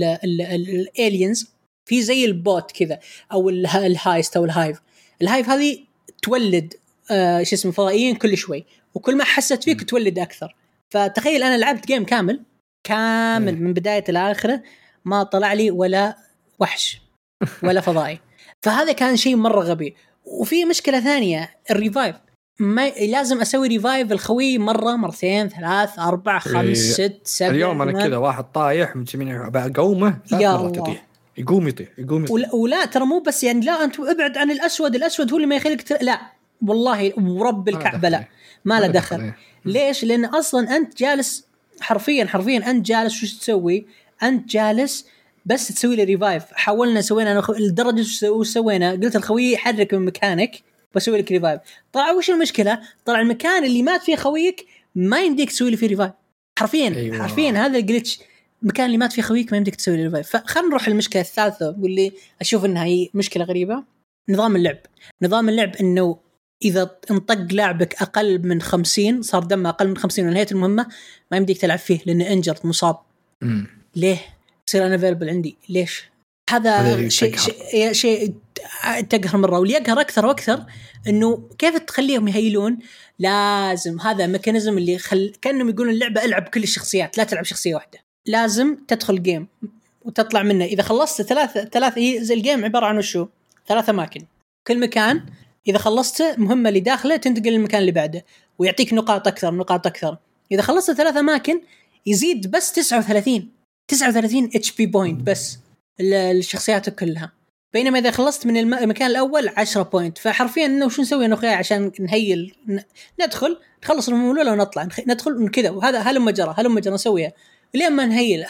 الالينز في زي البوت كذا أو الهايست أو الهايف الهايف هذه تولد آه شو اسمه فضائيين كل شوي، وكل ما حست فيك تولد أكثر. فتخيل أنا لعبت جيم كامل كامل من بداية لآخره ما طلع لي ولا وحش ولا فضائي. فهذا كان شيء مرة غبي. وفي مشكلة ثانية الريفايف، ما لازم أسوي ريفايف الخوي مرة مرتين ثلاث أربع خمس ست سبع. اليوم أنا كذا واحد طايح متسمين بقومه ثلاث مرات يطيح يقوم يطيح يقوم يطيح. ولا, ولا ترى مو بس يعني لا أنت ابعد عن الأسود، الأسود هو اللي ما يخليك تر... لا والله ورب الكعبة لا ما له دخل. ليش؟ لأن أصلا أنت جالس حرفيا حرفيا أنت جالس شو تسوي؟ أنت جالس بس تسوي لي ريفايف. حاولنا سوينا أنا الدرجة وش سوينا، قلت الخوي حرك من مكانك بسوي لك ريفايف. طلع وش المشكلة؟ طلع المكان اللي مات فيه خويك ما يمديك تسوي له فيه ريفايف حرفيا. أيوة. حرفيا هذا الجليتش، مكان اللي مات فيه خويك ما يمديك تسوي له ريفايف. فخلنا نروح المشكلة الثالثة واللي أشوف إنها هي مشكلة غريبة، نظام اللعب. نظام اللعب إنه إذا انطق لاعبك أقل من خمسين، صار دم أقل من خمسين ونهاية المهمة ما يمديك تلعب فيه لأنه انجرت مصاب. م. ليه؟ يصير أنا available عندي ليش؟ هذا شيء شيء شيء تقهر مرة. واللي يقهر أكثر وأكثر إنه كيف تخليهم يهيلون. لازم هذا ميكانيزم اللي خل كأنهم يقولون اللعبة ألعب كل الشخصيات لا تلعب شخصية واحدة. لازم تدخل جيم وتطلع منه إذا خلصت ثلاثة ثلاثة زي الجيم عبارة عن وشو ثلاثة أماكن، كل مكان إذا خلصت مهمة اللي داخله تنتقل للمكان اللي بعده ويعطيك نقاط أكثر نقاط أكثر. إذا خلصت ثلاثة أماكن يزيد بس تسعة وثلاثين تسعة وثلاثين اتش بي بوينت بس الشخصيات كلها، بينما إذا خلصت من المكان الأول عشرة بوينت. فحرفيا إنه شو نسوي أنا وخيا عشان نهيل ندخل نخلص المهمة الأولى ونطلع ندخل كذا، وهذا هلم جرى هلم جرى نسويها لين ما نهيل.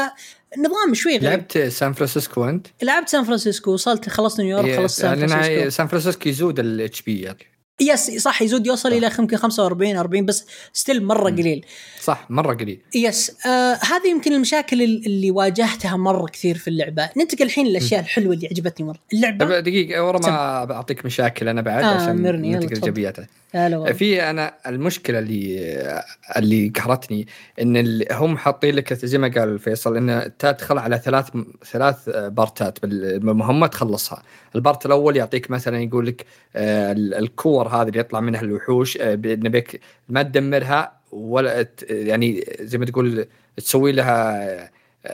فنظام شوي غير. لعبت سان فرانسيسكو أنت؟ لعبت سان فرانسيسكو وصلت خلصت نيويورك خلصت سان فرانسيسكو. يعني سان فرانسيسكو يزود الاتش بي يعني. يس صح يزود يوصل صح. إلى يمكن خمسة وأربعين أربعين بس ستيل مرة قليل. صح مرة قليل. يس آه هذه يمكن المشاكل اللي واجهتها مرة كثير في اللعبة. ننتقل الحين للأشياء الحلوة اللي عجبتني مرة اللعبة. دقيقة ورا ما بعطيك مشاكل أنا بعد آه عشان ننتقل إيجابياتها. في أنا المشكلة اللي اللي قهرتني إن هم حاطين لك زي ما قال فيصل إن تدخل على ثلاث ثلاث بارتات بالمهمة تخلصها. البارت الأول يعطيك مثلا يقول لك آه الكور هذه اللي يطلع منها الوحوش آه نبيك ما تدمرها ولا يعني زي ما تقول تسوي لها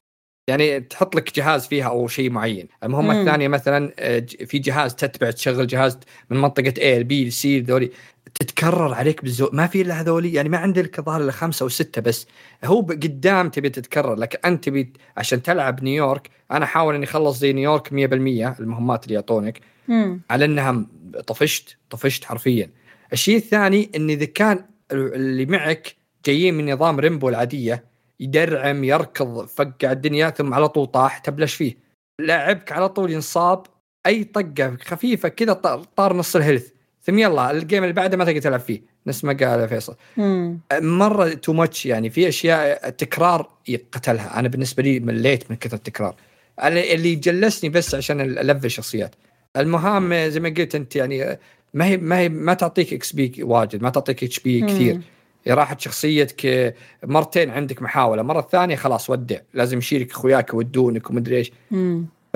يعني تحط لك جهاز فيها أو شيء معين. المهمة الثانية مثلا في جهاز تتبع تشغل جهاز من منطقة A B C ذولي تتكرر عليك بالزو ما في إلا هذولي يعني ما عندك ظاهر إلا خمسة أو ستة بس هو قدام تبي تتكرر لك أنت تبي عشان تلعب نيويورك. أنا حاول إني خلص زي نيويورك مية بالمية المهمات اللي يعطونك مم. على أنها طفشت طفشت حرفيا. الشيء الثاني إن إذا كان اللي معك جايين من نظام ريمبو العادية يدرعم يركض فقع الدنيا ثم على طول طاح تبلش فيه لاعبك على طول ينصاب أي طقة خفيفة كذا طار نص الهيلث ثم يلا الجيم اللي بعده ما تقدر تلعب فيه نفس ما قال فيصل. مم. مرة تو ماتش يعني في أشياء تكرار يقتلها. أنا بالنسبة لي مليت من كثر التكرار اللي جلسني بس عشان ألفل شخصيات. المهام زي ما قلت أنت يعني ما هي ما هي ما تعطيك إكس بي واجد ما تعطيك إتش بي كثير. راحت شخصيتك مرتين عندك محاولة مرة ثانية خلاص ودع لازم يشيلك أخوياك ودونك ومدري إيش. ف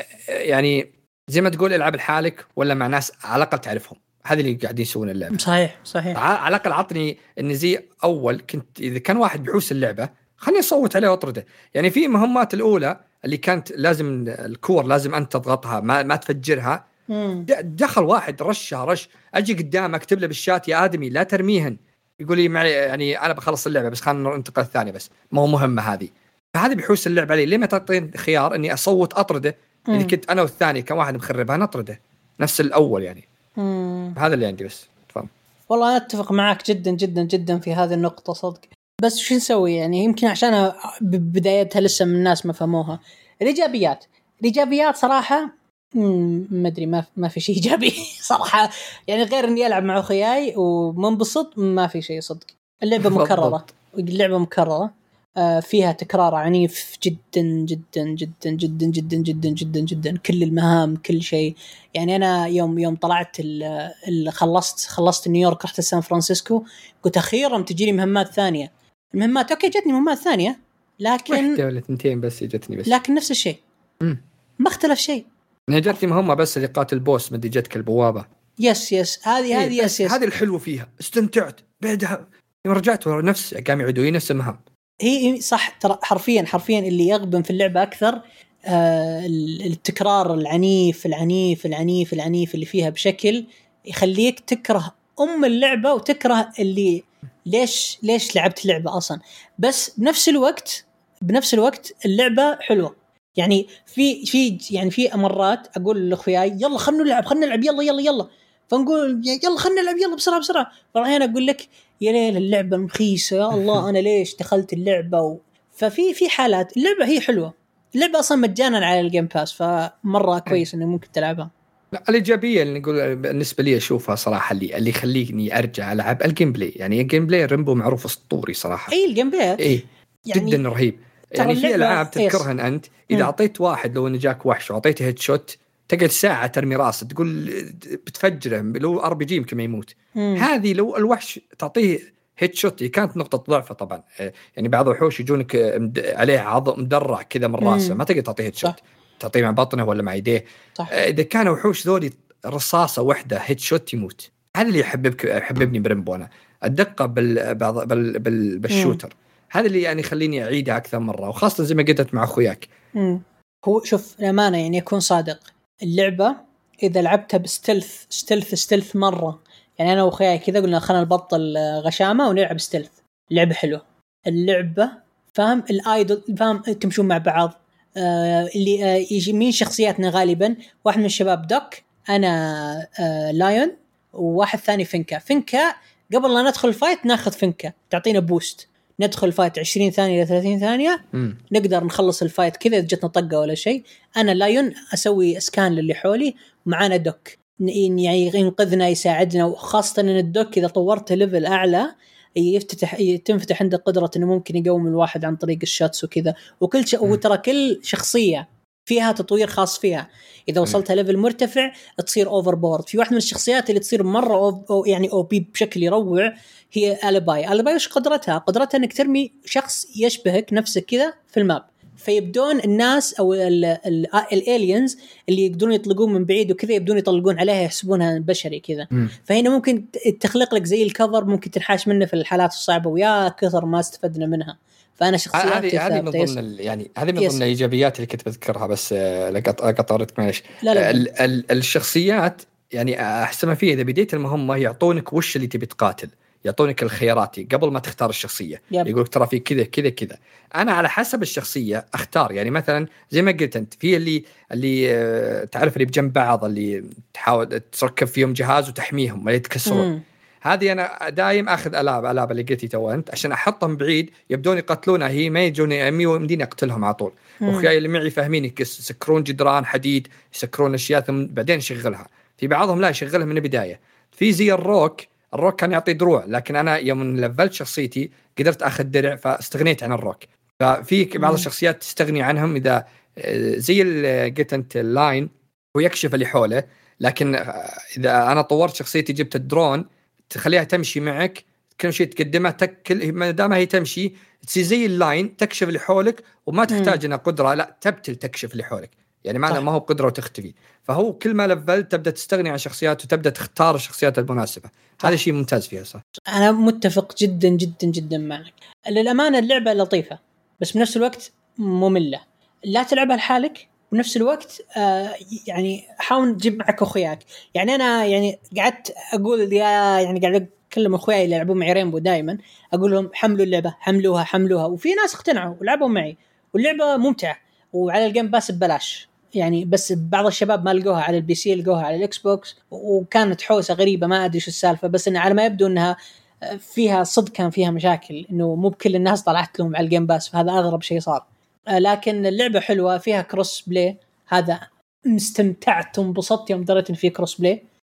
يعني زي ما تقول العب لحالك ولا مع ناس على الأقل تعرفهم. هذا اللي قاعدين يسوون اللعبة. صحيح صحيح. على الأقل عطني إن زي أول كنت إذا كان واحد بحوس اللعبة خلني أصوت عليه وأطرده. يعني في مهمات الأولى اللي كانت لازم الكور لازم أنت تضغطها ما ما تفجرها. دخل واحد رشها رش أجي قدامك أكتب له بالشات يا آدمي لا ترميهن يقول لي معي يعني أنا بخلص اللعبة بس خلنا ننتقل الثانية بس ما هو مهمة هذه. فهذه بحوس اللعبة علي ليه ما تعطين خيار إني أصوت أطرده إذا كنت أنا والثاني كم واحد مخربها نطرده نفس الأول يعني. مم. هذا اللي عندي بس تفهم. والله أنا أتفق معك جدا جدا جدا في هذه النقطة صدق. بس شو نسوي يعني يمكن عشان بدايتها لسه من الناس ما فهموها. الإيجابيات الإيجابيات صراحة ما أدري ما ما في شيء إيجابي صراحة يعني غير إني ألعب مع أخوياي ومنبسط ما في شيء صدق. اللعبة مكررة، اللعبة مكررة فيها تكرار عنيف جدا جدا جدا جدا جدا جدا جدا جدا، كل المهام كل شيء. يعني أنا يوم يوم طلعت ال خلصت خلصت نيويورك رحت سان فرانسيسكو، قلت أخيرا تجيني مهمات ثانية. المهمات أوكي جتني مهمات ثانية لكن واحدة ولا ثنتين بس جتني بس، لكن نفس الشيء ما اختلف شيء. أنا جتني مهمة بس اللي قاتل بوس مدي جتك البوابة. يس يس هذه هذه يس يس هذه الحلو فيها، استمتعت بعدها يوم رجعت ورا نفس قام يعيدوا نفس المهام. هي صح ترى، حرفيا حرفيا اللي يغبن في اللعبة أكثر آه التكرار العنيف العنيف العنيف العنيف اللي فيها بشكل يخليك تكره أم اللعبة وتكره اللي ليش ليش لعبت اللعبة أصلا. بس بنفس الوقت بنفس الوقت اللعبة حلوة. يعني في في يعني في مرات أقول لأخوياي يلا خلنا نلعب خلنا نلعب يلا يلا يلا، فنقول يلا خلنا نلعب يلا بسرعة بسرعة. فالحين أقول لك يا ليل اللعبة مخيسة يا الله أنا ليش دخلت اللعبة و... ففي في حالات اللعبة هي حلوة، اللعبة أصلا مجانا على الجيم باس فمرة كويس إنه ممكن تلعبها. لا الإيجابية اللي نقول بالنسبة لي أشوفها صراحة اللي اللي يخليني أرجع ألعب الجيم بلاي. يعني الجيم بلاي ريمبو معروف أسطوري صراحة. أي الجيم بلاي إيه يعني جدا رهيب. يعني في ألعاب تذكرهن أنت إذا أعطيت واحد لو إنه جاك وحش وأعطيته هيد شوت تقعد ساعة ترمي راسه تقول بتفجره لو ار بي جي يمكن ما يموت. هذه لو الوحش تعطيه هيد شوت كانت نقطة ضعفه طبعا. يعني بعض الوحوش يجونك عليه عظم مدرع كذا من راسه ما تقدر تعطيه هيد شوت، تعطيه مع بطنه ولا مع يديه. إذا كان وحوش ذولي رصاصة واحدة هيد شوت يموت. هذا اللي يحببك يحببني بريمبو أنا الدقة بال بال بال بالشوتر. هذا اللي يعني يخليني أعيدها أكثر مرة، وخاصة زي ما قلت مع أخوياك. مم. هو شوف الأمانة يعني يكون صادق، اللعبة إذا لعبتها بستلث ستلث ستلث مرة، يعني أنا وأخوياي كذا قلنا خلنا نبطل غشامة ونلعب ستلث، اللعبة حلوة اللعبة فاهم الآيدول فاهم تمشون مع بعض. آه اللي آه يجي مين شخصياتنا غالبا واحد من الشباب دوك، أنا آه لايون، وواحد ثاني فينكا. فينكا قبل لا ندخل الفايت ناخذ فينكا تعطينا بوست، ندخل الفايت عشرين ثانية إلى ثلاثين ثانية م. نقدر نخلص الفايت كذا إذا جتنا طقة ولا شيء. أنا لايون أسوي اسكان للي حولي، ومعانا دوك يعني ينقذنا يساعدنا، وخاصة أن الدوك إذا طورت ليفل أعلى يفتتح تنفتح عنده قدرة إنه ممكن يقوم الواحد عن طريق الشاتس وكذا وكل شيء. وترى كل شخصية فيها تطوير خاص فيها، إذا وصلتها ليفل مرتفع تصير أوفر بورد. في واحد من الشخصيات اللي تصير مرة أو أو يعني أو بي بشكل يروع هي أليباي. أليباي وش قدرتها؟ قدرتها إنك ترمي شخص يشبهك نفسك كذا في الماب، فيبدون الناس أو الالينز اللي يقدرون يطلقون من بعيد وكذا يبدون يطلقون عليها يحسبونها بشري كذا. فهنا ممكن تخلق لك زي الكفر، ممكن تنحاش منه في الحالات الصعبة، ويا كثر ما استفدنا منها. فأنا شخصياتي هذه من ضمن يعني هذه من ضمن الإيجابيات اللي كنت بذكرها، بس لقطرتك معلش. ال ال الشخصيات يعني أحسن ما فيه إذا بديت المهمة يعطونك وش اللي تبي تقاتل، يعطونك الخيارات قبل ما تختار الشخصية. يقولك ترى في كذا كذا كذا. أنا على حسب الشخصية أختار. يعني مثلا زي ما قلت أنت في اللي اللي تعرف اللي بجنب بعض اللي تحاول تركب فيهم جهاز وتحميهم ما يتكسرون. هذه أنا دايم أخذ ألعاب ألعاب اللي قلتي تو أنت عشان أحطهم بعيد يبدون يقتلونها، هي ما يجوني أمي ومديني أقتلهم على طول. وأخوياي اللي معي فاهمين يسكرون جدران حديد يسكرون أشياء ثم بعدين يشغلها. في بعضهم لا يشغلها من البداية. في زي الروك الروك كان يعطي دروع، لكن أنا يوم لفلت شخصيتي قدرت أخذ درع فاستغنيت عن الروك. ففي بعض الشخصيات تستغني عنهم إذا زي قلت أنت اللاين ويكشف اللي حوله، لكن إذا أنا طورت شخصيتي جبت الدرون تخليها تمشي معك كل شيء تقدمها تكل ما دام هي تمشي تصير زي اللاين تكشف اللي حولك وما تحتاج انها قدره لا تبتل تكشف اللي حولك. يعني معنى ما هو قدره وتختفي. فهو كل ما لفلت تبدا تستغني عن شخصيات وتبدا تختار الشخصيات المناسبه. هذا شيء ممتاز فيها صح. انا متفق جدا جدا جدا معك. للامانه اللعبه لطيفه بس بنفس الوقت ممله، لا تلعبها لحالك بنفس الوقت آه يعني حاول تجيب معك اخوياك. يعني انا يعني قعدت اقول يا يعني قاعد اكلم اخوياي اللي يلعبون معي ريمبو دائما اقول لهم حملوا اللعبه حملوها حملوها، وفي ناس اقتنعوا ولعبوا معي واللعبه ممتعه وعلى الجيم باس ببلاش. يعني بس بعض الشباب ما لقوها على البي سي لقوها على الاكس بوكس وكانت حوسه غريبه ما ادري شو السالفه، بس إن على ما يبدو انها فيها صدق كان فيها مشاكل انه مو بكل الناس طلعت لهم على الجيم باس، فهذا اغرب شيء صار. لكن اللعبة حلوة فيها كروس بلاي، هذا استمتعت وانبسطت يوم دريت إن في كروس بلاي.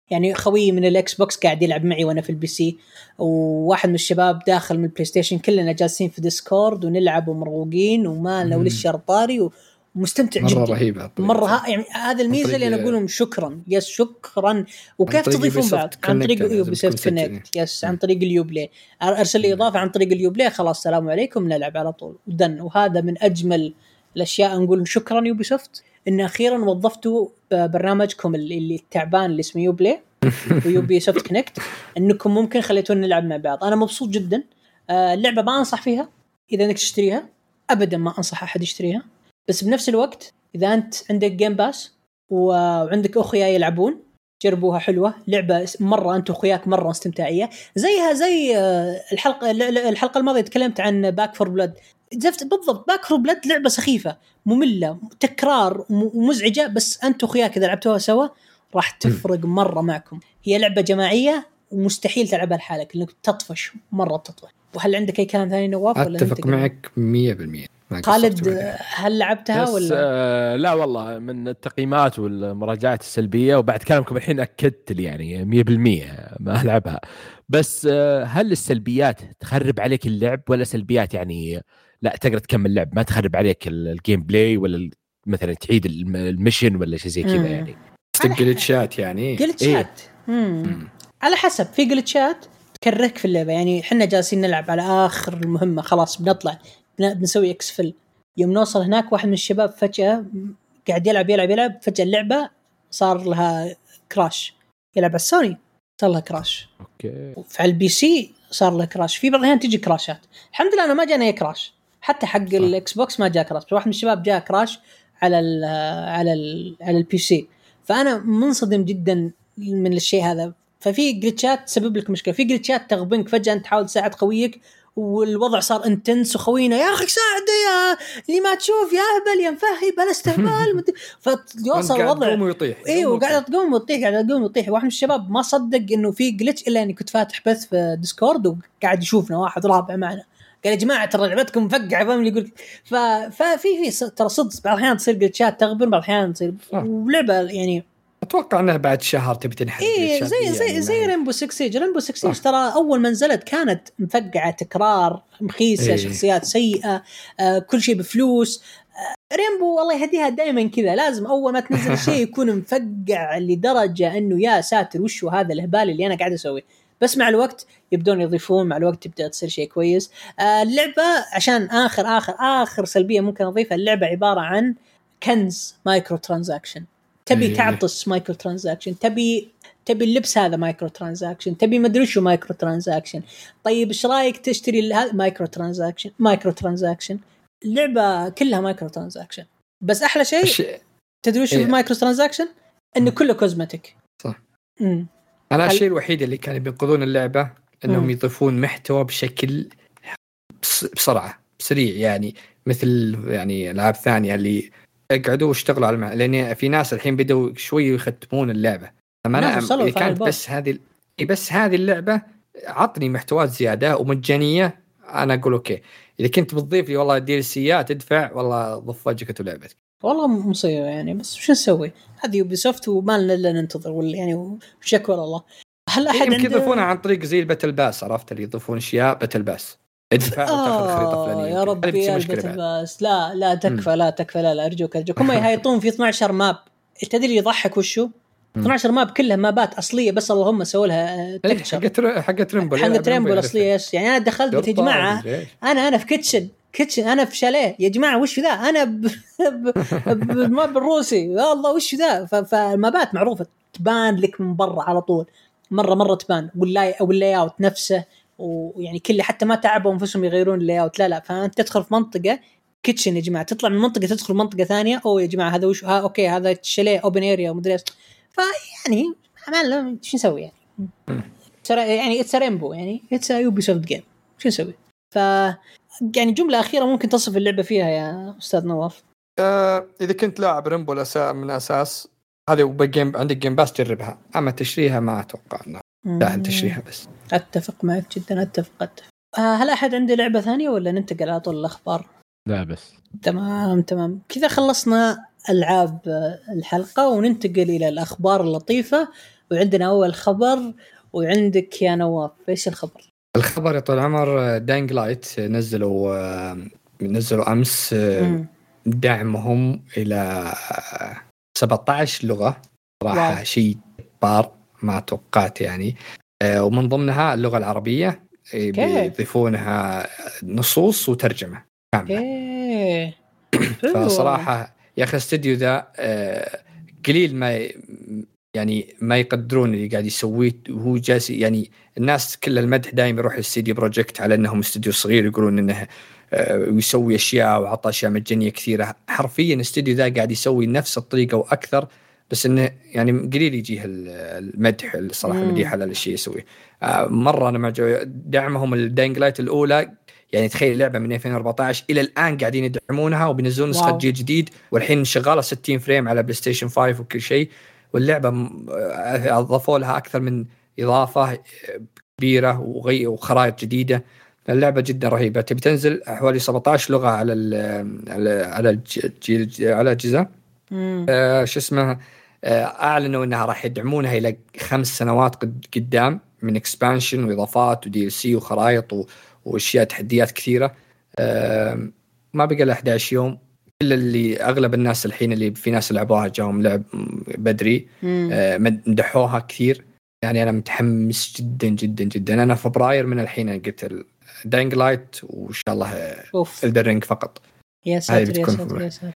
يعني خوي من الاكس بوكس قاعد يلعب معي وانا في البي سي، وواحد من الشباب داخل من البلاي ستيشن، كلنا جالسين في ديسكورد ونلعب ومروقين وما لنا ولا الشرطاري ومستمتع مرة جدا رهيبة مرة ها يعني هذا الميزة اللي أنا أقول لهم شكرا يس شكرا. وكيف تضيفون بعض عن طريق يوبيسوفت كونكت يس عن طريق اليوبلاي، أرسل لي إضافة عن طريق اليوبلاي خلاص السلام عليكم نلعب على طول ودن. وهذا من أجمل الأشياء نقول شكرا يوبيسوفت إن أخيرا وظفتوا برنامجكم اللي التعبان اللي اسمه يوبلاي ويوبيسوفت كونكت إنكم ممكن خليتونا نلعب مع بعض. أنا مبسوط جدا. اللعبة ما أنصح فيها إذا إنك تشتريها أبدا، ما أنصح أحد يشتريها، بس بنفس الوقت إذا أنت عندك جيم باس وعندك أخويا يلعبون جربوها حلوة لعبة مرة، أنت وأخوياك مرة استمتاعية زيها زي الحلقة الحلقة الماضية تكلمت عن باك فور بلاد زفت بالضبط. باك فور بلاد لعبة سخيفة مملة تكرار ومزعجة، بس أنت وأخوياك إذا لعبتوها سوا راح تفرق مرة معكم. هي لعبة جماعية ومستحيل تلعبها لحالك لأنك تطفش مرة تطفش. وهل عندك أي كلام ثاني نواف؟ أتفق معك مية بالمية. خالد هل لعبتها ولا؟ آه لا والله، من التقييمات والمراجعات السلبية وبعد كلامكم الحين أكدت لي يعني مية بالمية ما ألعبها. بس آه هل السلبيات تخرب عليك اللعب ولا سلبيات يعني لا تقدر تكمل لعب ما تخرب عليك الجيم بلاي ولا مثلا تعيد الميشن ولا شيء زي كذا؟ يعني جلتشات يعني جلتشات إيه؟ على حسب. في جلتشات تكرهك في اللعبة، يعني حنا جالسين نلعب على آخر المهمة خلاص بنطلع بنسوي اكسفل، يوم نوصل هناك واحد من الشباب فجأة قاعد يلعب يلعب يلعب فجأة اللعبة صار لها كراش، يلعب على السوني صار لها كراش اوكي، وفي البي سي صار لها كراش. في بعض الأحيان تيجي كراشات، الحمد لله أنا ما جاني كراش، حتى حق الاكس بوكس ما جاء كراش، واحد من الشباب جاء كراش على ال على ال على البي سي. فأنا منصدم جدا من الشيء هذا. ففي جلتشات تسبب لك مشكلة، في جلتشات تغبنك فجأة أنت تحاول تساعد خويك والوضع صار انتنس وخوينا يا أخي ساعده يا اللي ما تشوف يا هبل يا مفهي بلا استهبال فيوصل الوضع قوم ويطيح. ايوه قاعد تقوم وتطيح قاعد تقوم وتطيح. واحد من الشباب ما صدق انه في جلتش الا اني كنت فاتح بث في ديسكورد وقاعد يشوفنا واحد رابع معنا قال يا جماعه ترى لعبتكم مفقعه فاهم اللي يقول. ف ففي في ترى صدق بعض الاحيان تصير جلتشات تغبن، بعض الاحيان تصير ولعبه يعني اتوقع انها بعد شهر تبي تنحل. إيه زي زي يعني زي ريمبو سيكس سيج. ريمبو سيكس سيج ترى اول ما نزلت كانت مفقعه تكرار مخيسه إيه. شخصيات سيئه آه، كل شيء بفلوس. آه، ريمبو والله يهديها دائما كذا، لازم اول ما تنزل شيء يكون مفقع لدرجه انه يا ساتر وش هذا الهبال اللي انا قاعد اسويه. بس مع الوقت يبدون يضيفون، مع الوقت تبدا تصير شيء كويس. آه، اللعبه عشان اخر اخر اخر سلبيه ممكن اضيفها، اللعبه عباره عن كنز مايكرو ترانزاكشن. تبي إيه. تعطس مايكرو ترانزاكشن، تبي تبي اللبس هذا مايكرو ترانزاكشن، تبي مدري شو مايكرو ترانزاكشن. طيب ايش رايك تشتري مايكرو ترانزاكشن مايكرو ترانزاكشن اللعبه كلها مايكرو ترانزاكشن. بس احلى شيء أش... تدري شو إيه. المايكرو ترانزاكشن انه كله كوزمتيك صح. امم انا هل... الشيء الوحيد اللي كانوا بينقذون اللعبه انهم مم. يضيفون محتوى بشكل بس... بسرعه بسريع، يعني مثل يعني العاب ثانيه اللي اقعدوا واشتغلوا على المع... لان في ناس الحين بدوا شوي يختمون اللعبه. لما انا كانت بس هذه بس هذه اللعبه عطني محتويات زياده ومجانيه، انا اقول اوكي. اذا كنت بتضيف لي والله دي ال سيات ادفع والله ضف وجهك ولعبتك والله مصيبه يعني. بس شو نسوي، هذه يوبيسوفت وما لنا الا ننتظر ولا يعني شكوى الله. هل احد يمكن عنده يضيفونها عن طريق زي الباتل باس، عرفت اللي يضيفون اشياء باتل باس ادفع وتاخذ خريطه فلانيه. يا ربي يا الباتل باس لا لا تكفى م. لا تكفى لا لا ارجوك ارجوك. هم يهيطون في اثنا عشر ماب، تدري يضحك وشو اثنا عشر ماب كلها مابات اصليه بس اللهم سووا لها تكتشر حقت حقت ريمبو حقت ريمبو الاصليه. يعني انا دخلت قلت يا جماعه انا انا في كيتشن كيتشن انا في شاليه يا جماعه وش ذا انا بالماب الروسي يا الله وش ذا. فالمابات معروفه تبان لك من برا على طول، مره مره تبان واللاي او اللاي اوت نفسه، ويعني كل حتى ما تعبوا انفسهم يغيرون اللاي اوت لا لا. فانت تدخل في منطقه كيتشن يا جماعه، تطلع من منطقه تدخل منطقه ثانيه او يا جماعه هذا وش ها اوكي هذا شاليه اوبن اريا ومدري ايش. فيعني عملنا شو نسوي يعني ترى يعني اتس ريمبو يعني اتس يوبيسوفت جيم شو نسوي. ف يعني جمله اخيره ممكن تصف اللعبه فيها يا استاذ نواف. آه اذا كنت لاعب ريمبو الاساس من اساس هذه وبجيم عندك جيم باس جربها، اما تشريها ما اتوقع انه لا تشريها. بس اتفق معك جدا اتفق اتفق. آه هل احد عنده لعبه ثانيه ولا ننتقل على طول الاخبار؟ لا بس تمام تمام كذا خلصنا العاب الحلقه وننتقل الى الاخبار اللطيفه وعندنا أول خبر، وعندك يا نواف إيش الخبر؟ الخبر يا طويل العمر داينغ لايت نزلوا نزلوا أمس مم. دعمهم إلى سبعة عشر لغة صراحة. واو. شيء بار ما توقعت يعني. آه، ومن ضمنها اللغة العربية بيضيفونها نصوص وترجمة كاملة. إيه. فصراحة يا أخي استديو ذا آه، قليل ما يعني ما يقدرون اللي قاعد يسويه وهو جالس. يعني الناس كل المدح دائما يروح للسيدي بروجكت على أنهم استديو صغير، يقولون أنه ويسوي أشياء وعطى أشياء مجانية كثيرة. حرفيا استديو ذا قاعد يسوي نفس الطريقة وأكثر، بس إنه يعني قليل يجيه المدح الصراحة مديح على الشيء يسويه. مرة أنا مع دعمهم الداينغ لايت الأولى. يعني تخيل لعبة من ألفين وأربعة عشر إلى الآن قاعدين يدعمونها وبينزلون نسخة جيل جديد، والحين شغالة ستين فريم على بلاي ستيشن خمسة وكل شيء. واللعبة أضافوا لها أكثر من إضافة كبيرة وغي وخرائط جديدة. اللعبة جدا رهيبة. تبي تنزل حوالي سبعة عشر لغة على ال على على الجيل على الجزء. آه شو اسمه آه أعلنوا إنها راح يدعمونها إلى خمس سنوات قدام من إكسبانشن وإضافات ودي إل سي وخرائط و واشياء تحديات كثيره. أه ما بقى له أحد عشر يوم. كل اللي اغلب الناس الحين اللي في ناس لعبوها جاهم لعب بدري أه مدحوها كثير. يعني انا متحمس جدا جدا جدا. انا فبراير من الحين قلت داينغ لايت وان شاء الله إلدر رينج فقط. يا ساتر يا ساتر يا ساتر.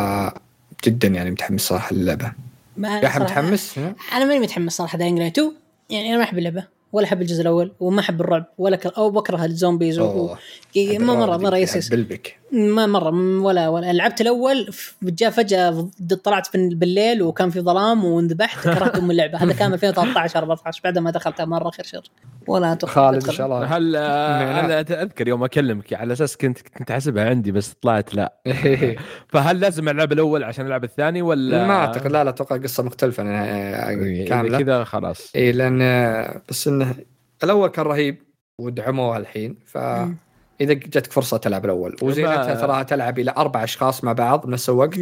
فجدا يعني متحمس صراحه اللعبه. يا احمد متحمس؟ انا ماني متحمس صراحه داينغ لايت. يعني انا ما احب اللعبه ولا أحب الجزء الأول وما أحب الرعب ولا ك... أو بكره الزومبيز و... ما مرة مرة يسيس ما مرة ولا ولا لعبت الأول جاء فجأة طلعت بالليل وكان في ظلام وانذبحت كرهت من اللعبة. هذا كان ألفين وثلاثة عشر أربعة عشر بعد ما دخلتها مرة خير شر ولا خالد إن شاء الله. هل أنا أذكر يوم أكلمك على أساس كنت كنت حسبها عندي بس طلعت لا. فهل لازم ألعب الأول عشان ألعب الثاني ولا ما أعتقد؟ لا لا أتوقع قصة مختلفة كاملة كذا خلاص. إيه لأن بس إنه الأول كان رهيب ودعموها الحين. فإذا جتك فرصة تلعب الأول وزينتها تراها تلعب إلى أربع أشخاص مع بعض بنفس الوقت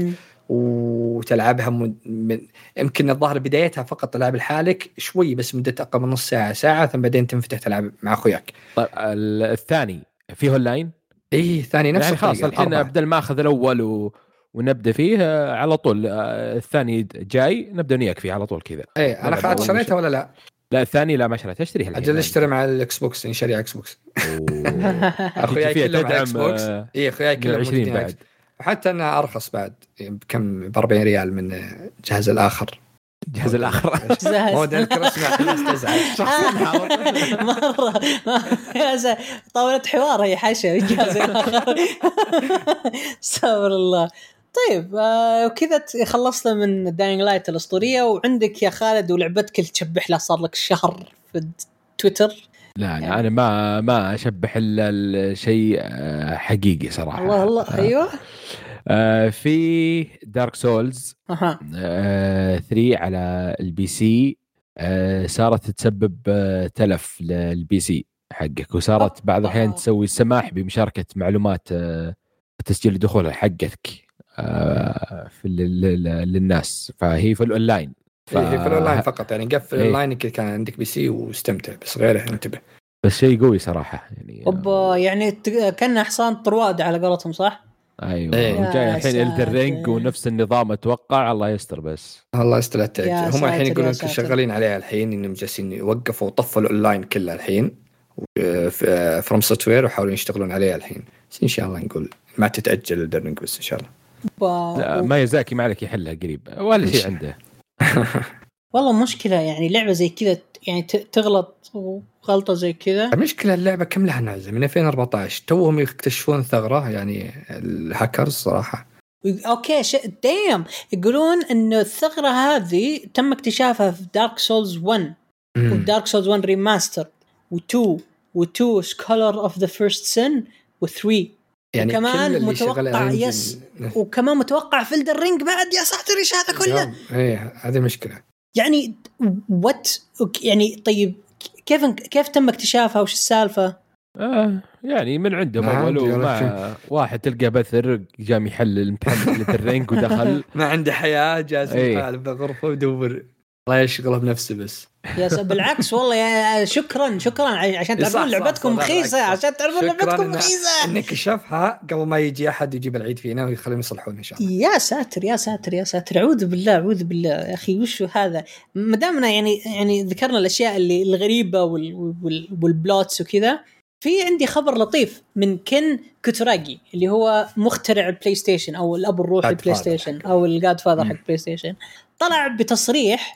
وتلعبها من يمكن الظاهر بدايتها فقط تلعب لحالك شوي بس مدة أقل من نص ساعة ساعة ثم بعدين تنفتح تلعب مع أخوياك. طيب الثاني فيه أونلاين؟ إيه الثاني نفس يعني خلاص الحين أبدأ ما أخذ الأول و... ونبدأ فيه على طول. الثاني جاي نبدأ نياك فيه على طول كذا. إيه أنا خلاص شريتها ولا لا؟ لا الثاني لا ما شريت اشتريها الحين. اجل اشتري مع الاكس بوكس ان شري اكس بوكس. اخوياي كلهم على اكس بوكس. اي اخوياي كلهم عشرين بعد وحتى انها ارخص بعد بكم ب أربعين ريال من الجهاز الاخر. الجهاز الاخر هو ده الكرسمه الناس تزعل شخصيا مره يا طاوله حوار هي حاشا الجهاز الاخر. استغفر الله. طيب آه وكذا خلصنا من داينغ لايت الأسطورية. وعندك يا خالد ولعبتك اللي تشبح لها صار لك شهر في تويتر. لا يعني أنا ما ما أشبح إلا الشيء حقيقي صراحة. الله الله آه أيوة. آه في دارك سولز آه ثري على البي سي آه صارت تسبب آه تلف للبي سي حقك وصارت بعض الأحيان تسوي سماح بمشاركة معلومات آه تسجيل الدخول حقتك في للناس. فهي في الاونلاين ف... هي في الاونلاين فقط يعني قفل الاونلاين كان عندك بي سي واستمتع بس غيره انتبه. بس شيء قوي صراحه يعني اوبا يعني كان حصان طرواد على قولتهم صح. ايوه وجاي الحين إلدر رينج ونفس النظام اتوقع. الله يستر بس الله يستر التأجيل. هم الحين يقولون شغالين عليها الحين انهم جالسين يوقفوا وطفوا الاونلاين كله الحين فروم سوفت وير وحاولوا يشتغلون عليها الحين. بس ان شاء الله نقول ما تتأجل إلدر رينج بس ان شاء الله. لا ما يزاكي ما عليك يحلها قريب ولا شيء عنده. والله مشكلة يعني لعبة زي كذا يعني تغلط وغلطة زي كذا. المشكلة اللعبة كم لها نازلة من ألفين وأربعة عشر توهم يكتشفون ثغرة يعني الهاكرز صراحة. أوكي ش دايم يقولون إنه الثغرة هذه تم اكتشافها في دارك سولز ون ودارك سولز ون ريماستر وتو وتو سكولر أوف ذا فيرست سن وثري يعني وكمان متوقع يس وكمان متوقع في إلدر رينج بعد. يا ساتر ايش هذا كله. ايه هذه مشكله يعني وات يعني. طيب كيف كيف تم اكتشافها وش السالفه؟ آه يعني من عندهم اول وما واحد تلقى بثر جام يحل الامتحان في إلدر رينج ودخل ما عنده حياه جالس يحل بغرفه ودور الله يشغله بنفسه بس. يا بالعكس والله يا شكرا شكرا عشان تعرفون لعبتكم رخيصة، عشان تعرفون لعبتكم رخيصة انك كشفها قبل ما يجي احد يجيب العيد فينا ويخليهم يصلحون ان شاء الله. يا ساتر يا ساتر يا ساتر، اعوذ بالله اعوذ بالله يا اخي. وش هذا؟ ما دامنا يعني يعني ذكرنا الاشياء اللي الغريبة وال وال والبلوتس وكذا، في عندي خبر لطيف من كين كوتوراغي اللي هو مخترع البلاي ستيشن او الاب الروحي البلاي ستيشن او الجاد فاذر حق البلاي ستيشن. طلع بتصريح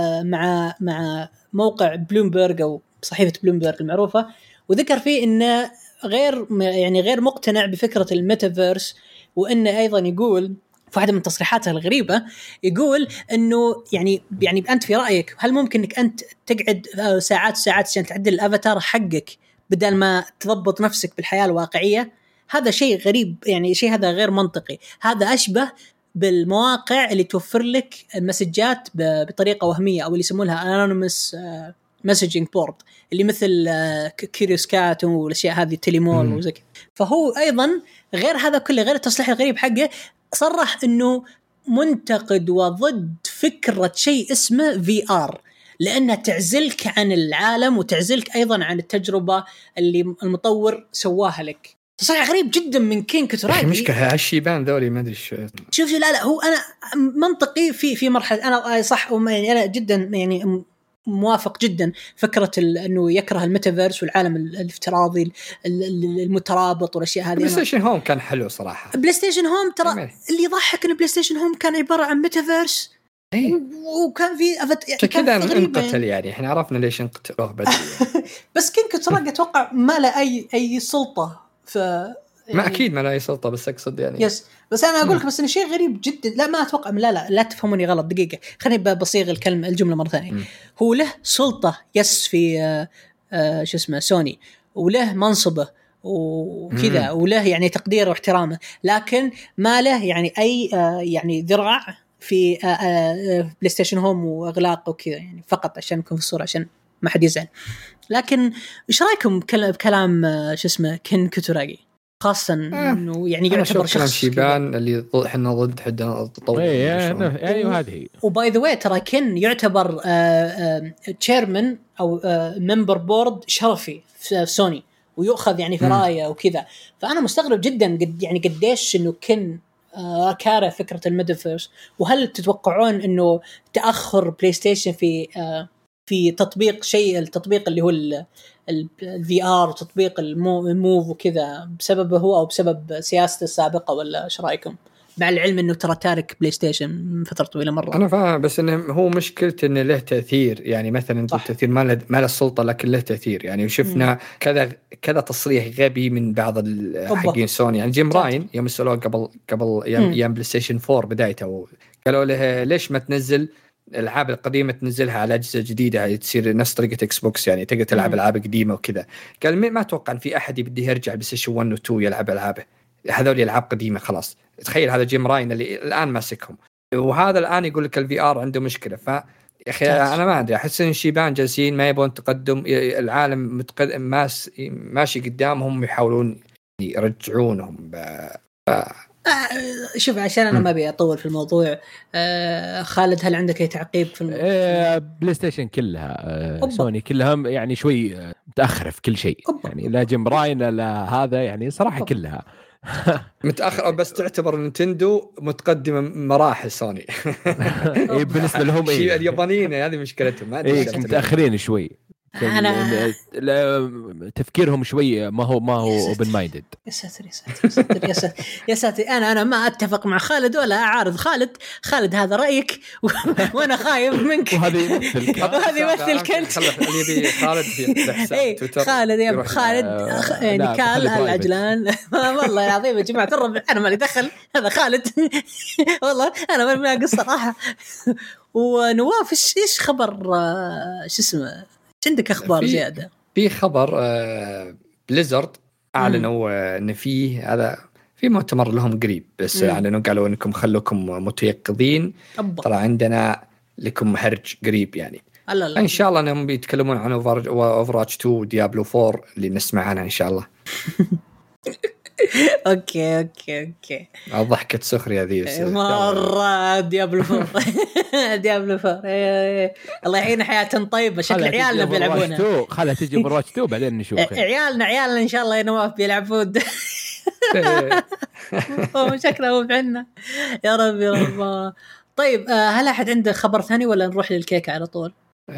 مع مع موقع بلومبرج او صحيفه بلومبرج المعروفه، وذكر فيه انه غير يعني غير مقتنع بفكره الميتافيرس، وانه ايضا يقول في واحده من تصريحاته الغريبه يقول انه يعني يعني انت في رايك هل ممكن انك انت تقعد ساعات ساعات عشان تعدل الافاتار حقك بدل ما تضبط نفسك بالحياه الواقعيه؟ هذا شيء غريب، يعني شيء هذا غير منطقي. هذا اشبه بالمواقع اللي توفر لك مسجات بطريقه وهميه او اللي يسمونها anonymous messaging board اللي مثل كيريوس كات والاشياء هذه تيليمول وزي كذا. فهو ايضا غير هذا كله، غير التصريح الغريب حقه، صرح انه منتقد وضد فكره شيء اسمه في آر لانها تعزلك عن العالم وتعزلك ايضا عن التجربه اللي المطور سواها لك. تصريح غريب جدا من كين كوتوراغي. مشكلة هالشيبان ذولي ما ادري شو. شوف لا لا هو انا منطقي في في مرحله انا صح، يعني انا جدا يعني موافق جدا فكره انه يكره الميتافيرس والعالم الافتراضي المترابط والاشياء هذه. بلاي ستيشن هوم كان حلو صراحه. بلاي ستيشن هوم ترى اللي يضحك ان بلاي ستيشن هوم كان عباره عن ميتافيرس ايه، وكان في أفت... كذا انقتل يعني احنا عرفنا ليش انقتلوه بدري يعني. بس كين كوتوراغي اتوقع ما له اي اي سلطه ف يعني ما اكيد ما له اي سلطه، بس اقصد يعني يس. بس انا اقول لك بس انه شيء غريب جدا. لا ما اتوقع، لا لا لا تفهموني غلط دقيقه، خليني بصيغ الكلمه الجمله مره ثانيه. م. هو له سلطه يس في آه آه شو اسمه سوني، وله منصبه وكذا، وله يعني تقديره واحترامه، لكن ما له يعني اي آه يعني ذراع في آه آه بلاي ستيشن هوم واغلاقه وكذا، يعني فقط عشان نكون في الصوره عشان ما حد يزعل. لكن ايش رايكم بكلام آه شو اسمه كين كوتوراغي، خاصة إنه يعني يعتبر شخص شيبان اللي إحنا ضد حد التطور. إيه يعني وهذه. وباي ذا واي ترى كين يعتبر تشيرمان أو ممبر بورد شرفي في سوني، ويؤخذ يعني في راية وكذا. فأنا مستغرب جدا قد يعني قديش إنه كين كاره فكرة الميتافيرس. وهل تتوقعون إنه تأخر بلاي ستيشن في في تطبيق شيء التطبيق اللي هو الفي ار وتطبيق الموف وكذا بسببه هو او بسبب سياسته السابقه، ولا ايش رايكم؟ مع العلم انه ترى تارك بلاي ستيشن من فتره طويله مره. انا فاهم، بس انه هو مشكلته انه له تاثير، يعني مثلا التاثير ما له ما له السلطه لكن له تاثير. يعني وشفنا كذا كذا تصريح غبي من بعض الحقين سوني. يعني جيم راين يوم سألوه قبل قبل ايام بلاي ستيشن فور بدايته، قالوا له ليش ما تنزل الالعاب القديمه تنزلها على اجهزه جديده تصير نفس طريقه اكس بوكس، يعني تقدر تلعب العاب قديمه وكذا. قال ما اتوقع ان في احد يبدي يرجع بلاي ستيشن واحد و اثنين يلعب العابه، هذول العاب قديمه خلاص. تخيل هذا جيم راين اللي الان ماسكهم، وهذا الان يقول لك الفي ار عنده مشكله. ف يا اخي انا ما ادري، احس ان شيبان جالسين ما يبون تقدم، العالم متقدم ماس ماشي قدامهم يحاولون يرجعونهم ب... آه شوف عشان أنا ما أبي أطول في الموضوع. آه خالد هل عندك أي تعقيب في الموضوع؟ آه بلاي ستيشن كلها آه سوني كلهم يعني شوي آه متأخرة في كل شيء. يعني لا جيم راين لا هذا، يعني صراحة أوبا. كلها متأخر، بس تعتبر نينتندو متقدمة مراحل سوني. بالنسبة لهم إيه اليابانيين هذه مشكلتهم، ما إيه متأخرين شوي. أنا تفكيرهم شوي ما هو ما هو اوبن مايندد. يا ساتر يا ساتر يا ساتر يا ساتر يا ساتر. انا انا ما اتفق مع خالد ولا اعارض خالد. خالد هذا رايك وانا خايف منك. وهذه يمثل وهذه يمثل كنت اللي خالد في حساب تويتر. خالد يا خالد يعني كال العجلان. والله العظيم يا جماعه الربع انا مالي دخل، هذا خالد. والله انا ما بناقص صراحه. ونواف ايش خبر شو اسمه عندك اخبار زياده؟ في خبر آه بليزرد اعلنوا آه ان فيه هذا في مؤتمر لهم قريب، بس اعلنوا قالوا انكم خلوكم متيقظين، ترى عندنا لكم هرج قريب. يعني الله الله. ان شاء الله انهم بيتكلمون عن اوفر اوفراج اثنين وديابلو فور اللي نسمع عنها ان شاء الله. اوكي اوكي اوكي ضحكة سخرية ذي مرة. ديابلو فور ديابلو فور الله يعين حياة طيبة. شكل عيالنا بيلعبونها. خلها تجي بروتش تو بعدين نشوف. عيالنا عيالنا ان شاء الله يا نواف بيلعبون. شكله هو بعنا يا رب يا رب. طيب هل أحد عنده خبر ثاني ولا نروح للكيكة على طول؟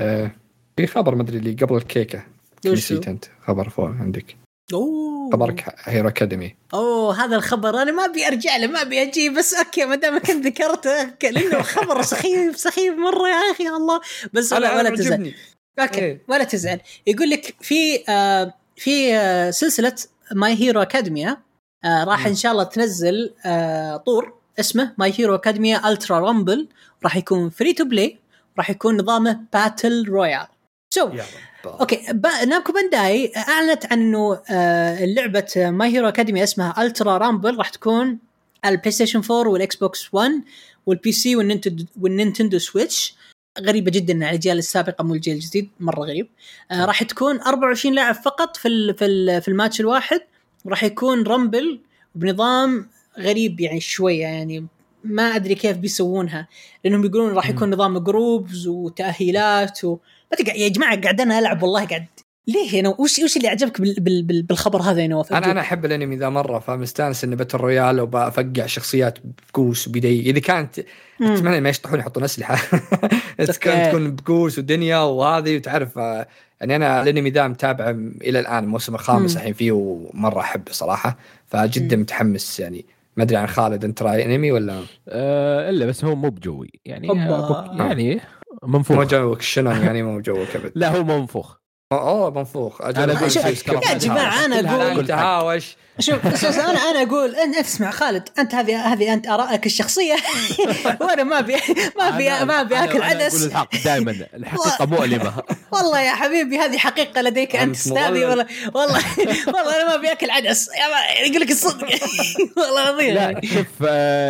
في خبر مدري اللي قبل الكيكة نسيت أنت خبر فوق عندك. أوه. خبرك هيرو أكاديمي. أوه هذا الخبر أنا ما أبي أرجع له ما أبي أجي بس أوكي ما دام كنت ذكرته لأنه خبر سخيف سخيف مرة يا أخي الله. بس ولا, ولا تزعل. أوكي ايه. ولا تزعل. يقول لك في آه في آه سلسلة ماي هيرو أكاديميا آه راح إن شاء الله تنزل آه طور اسمه ماي هيرو أكاديميا ألترا رامبل. راح يكون فري تو بلاي. راح يكون نظامه باتل رويال. سو so, اوكي نامكو بانداي اعلنت عن انه آه اللعبه ماي هيرو اكاديمي اسمها الترا رامبل راح تكون على البلاي ستيشن فور والاكس بوكس ون والبي سي والنينتندو والنينتندو سويتش. غريبه جدا على الاجيال السابقه مو الجيل الجديد مره غريب. آه راح تكون أربعة وعشرين لاعب فقط في ال في ال في الماتش الواحد. راح يكون رامبل بنظام غريب يعني شويه يعني ما ادري كيف بيسوونها لانهم يقولون راح يكون نظام جروبز وتاهيلات و يا جماعه قاعد انا العب والله قاعد ليه هنا. وش وش اللي عجبك بال بال بال بالخبر هذا يا نواف؟ انا انا احب الانمي ذا مره فمستانس انه باتل رويال وبفقع شخصيات بقوس وبدي. اذا كانت اتمنى ما يشطحون يحطون اسلحه كانت تكون بقوس ودنيا وهذه وتعرف يعني انا الانمي ذا متابع الى الان الموسم الخامس الحين فيه ومره احبه صراحه فجدا مم. متحمس يعني. ما ادري عن خالد انت راي انمي ولا أه الا بس هو مو بجوي يعني يعني منفوخ. مو جوك شنو يعني مو جوك ابد. لا هو منفوخ. اوه منفوخ. انا يا جماعه انا اقول تهاوش. شوف انا انا اقول ان اسمع خالد انت هذه هذه انت ارائك الشخصيه وانا ما بي ما بي ما بياكل عدس. اقول الحق دائما الحقيقه مؤلمه. والله يا حبيبي هذه حقيقه لديك انت استاذي والله والله والله انا ما بياكل عدس يقول لك الصدق والله العظيم. لا شوف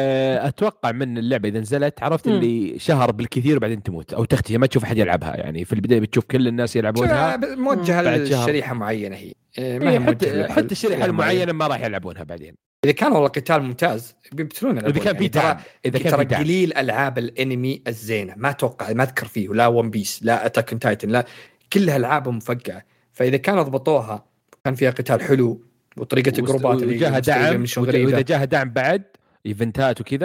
اتوقع من اللعبه اذا نزلت عرفت اللي شهر بالكثير وبعدين تموت او تختفي ما تشوف احد يلعبها يعني. في البدايه بتشوف كل الناس يلعبونها موجهه لشريحه معينه هي إيه حتى, حتى الشريحه المعينه ما راح يلعبونها بعدين. اذا كان والله قتال ممتاز بيبتلون اذا كان في تعب. اذا كان في قليل العاب الانمي الزينه ما اتوقع ما اذكر فيه لا ون بيس لا اتاك اون تايتن لا كلها العاب مفقعه. فاذا كانوا ضبطوها كان فيها قتال حلو وطريقه الجروبات اللي جاها دعم واذا جاها دعم بعد ايفنتات وكذا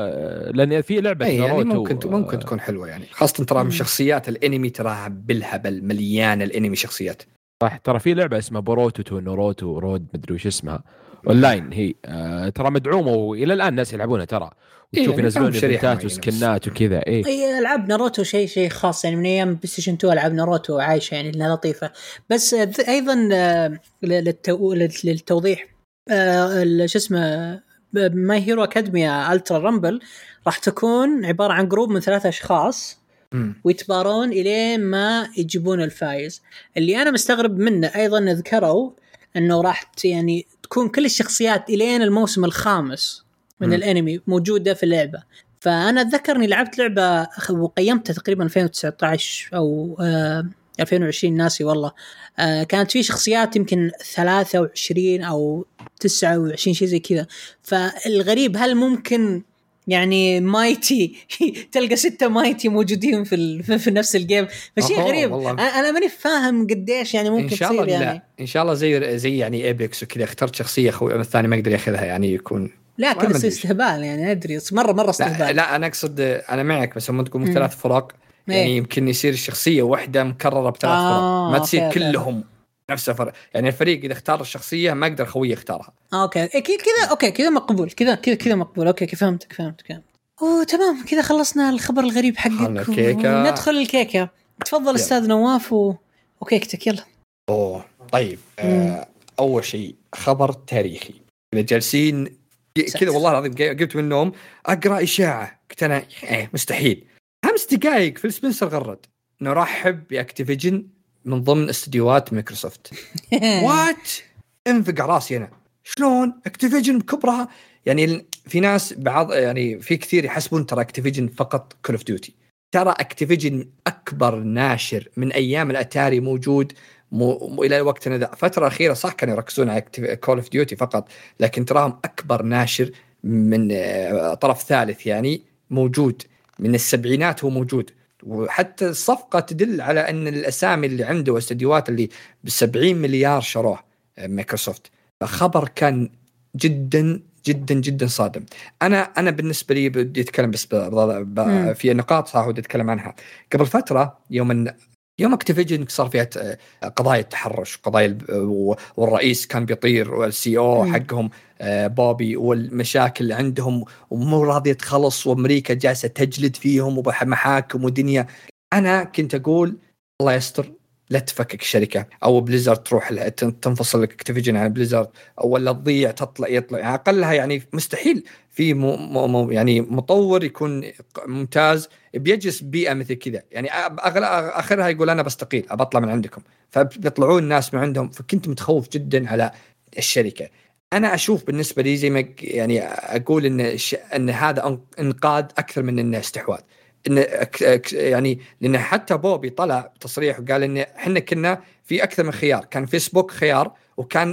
آه لان في لعبه يعني ممكن و... ممكن تكون حلوه يعني خاصه ترى من شخصيات الانمي ترى بالهبل مليان الانمي شخصيات. صح ترى في لعبه اسمها بوروتو تو نوروتو رود مدري وش اسمها اونلاين هي آه ترى مدعومه والى الان الناس يلعبونها ترى وتشوف إيه ينزلون ايفنتات وسكنات وكذا. ايه اي العاب ناروتو شيء شيء خاص يعني من ايام بلاي ستيشن تو العاب ناروتو عايشه يعني انها لطيفه. بس ايضا للتوضيح شو اسمه ماي هيرو أكاديميا ألترا رامبل راح تكون عبارة عن جروب من ثلاثة أشخاص ويتبارون إلين ما يجيبون الفايز. اللي أنا مستغرب منه أيضا ذكروا أنه راح يعني تكون كل الشخصيات إلين الموسم الخامس من م. الأنمي موجودة في اللعبة. فأنا أتذكرني لعبت لعبة وقيمتها تقريبا ألفين وتسعة عشر أو آه ألفين وعشرين ناسي والله آه كانت في شخصيات يمكن ثلاثة وعشرين أو تسعة وعشرين شيء زي كذا. فالغريب هل ممكن يعني مايتي تلقى ستة مايتي موجودين في في نفس الجيم فشيء غريب. أنا ماني فاهم قديش يعني ممكن تصير يعني لا. إن شاء الله زي زي يعني إيبكس وكذا اخترت شخصية خوي الثاني ما يقدر ياخذها يعني يكون لا كذا يصير استهبال يعني أدري مرة مرة استهبال. لا, لا أنا أقصد أنا معك بس هم تقول ثلاث فرق يعني يمكن يصير الشخصية واحدة مكررة بثلاث آه فرق ما تصير كلهم نفس الفرق يعني الفريق إذا اختار الشخصية ما يقدر خويه يختارها. أوكي أكيد كذا أوكي كذا مقبول كذا كذا كذا مقبول أوكي فهمتك فهمتك فهمت. أوه تمام كذا خلصنا الخبر الغريب حقك ندخل الكيكة. تفضل أستاذ نواف و... وكيكتك يلا. أوه طيب آه أول شيء خبر تاريخي إذا جالسين كذا والله العظيم قمت من النوم أقرأ إشاعة قلت أنا إيه مستحيل خمس دقائق في سبنسر غرد نرحب بأكتيفيجن من ضمن استديوهات مايكروسوفت. وات انفقع راسي أنا شلون أكتيفيجن بكبرها يعني في ناس بعض يعني في كثير يحسبون ترى أكتيفيجن فقط كول اوف ديوتي. ترى أكتيفيجن أكبر ناشر من أيام الأتاري موجود مو الى وقتنا ذا. فتره اخيره صح كانوا يركزون على كول اوف ديوتي فقط، لكن تراهم اكبر ناشر من طرف ثالث يعني موجود من السبعينات، هو موجود. وحتى الصفقه تدل على ان الاسامي اللي عنده واستديوهات اللي بسبعين مليار شروه مايكروسوفت. فخبر كان جدا جدا جدا صادم. انا انا بالنسبه لي بدي اتكلم بس في نقاط صح ودي اتكلم عنها. قبل فتره يوم يوم اكتيفيجن صار فيها قضايا التحرش، قضايا والرئيس كان بيطير والسي او حقهم بوبي، والمشاكل اللي عندهم ومو راضي تخلص، وامريكا جالسه تجلد فيهم وبمحاكم ودنيا. انا كنت اقول الله يستر لا تفكك الشركه او بليزرد تروح تنفصل اكتيفيجن عن بليزرد، او ولا تضيع تطلع يطلع يعني اقلها. يعني مستحيل في م م يعني مطور يكون ممتاز بيجلس بيئه مثل كذا. يعني اخرها يقول انا بستقيل ابطلع من عندكم، فبيطلعون الناس من عندهم. فكنت متخوف جدا على الشركه. انا اشوف بالنسبه لي زي ما يعني اقول ان ان هذا انقاذ اكثر من انه استحواذ. إن يعني لأن حتى بوبي طلع تصريح وقال إن إحنا كنا في أكثر من خيار، كان فيسبوك خيار، وكان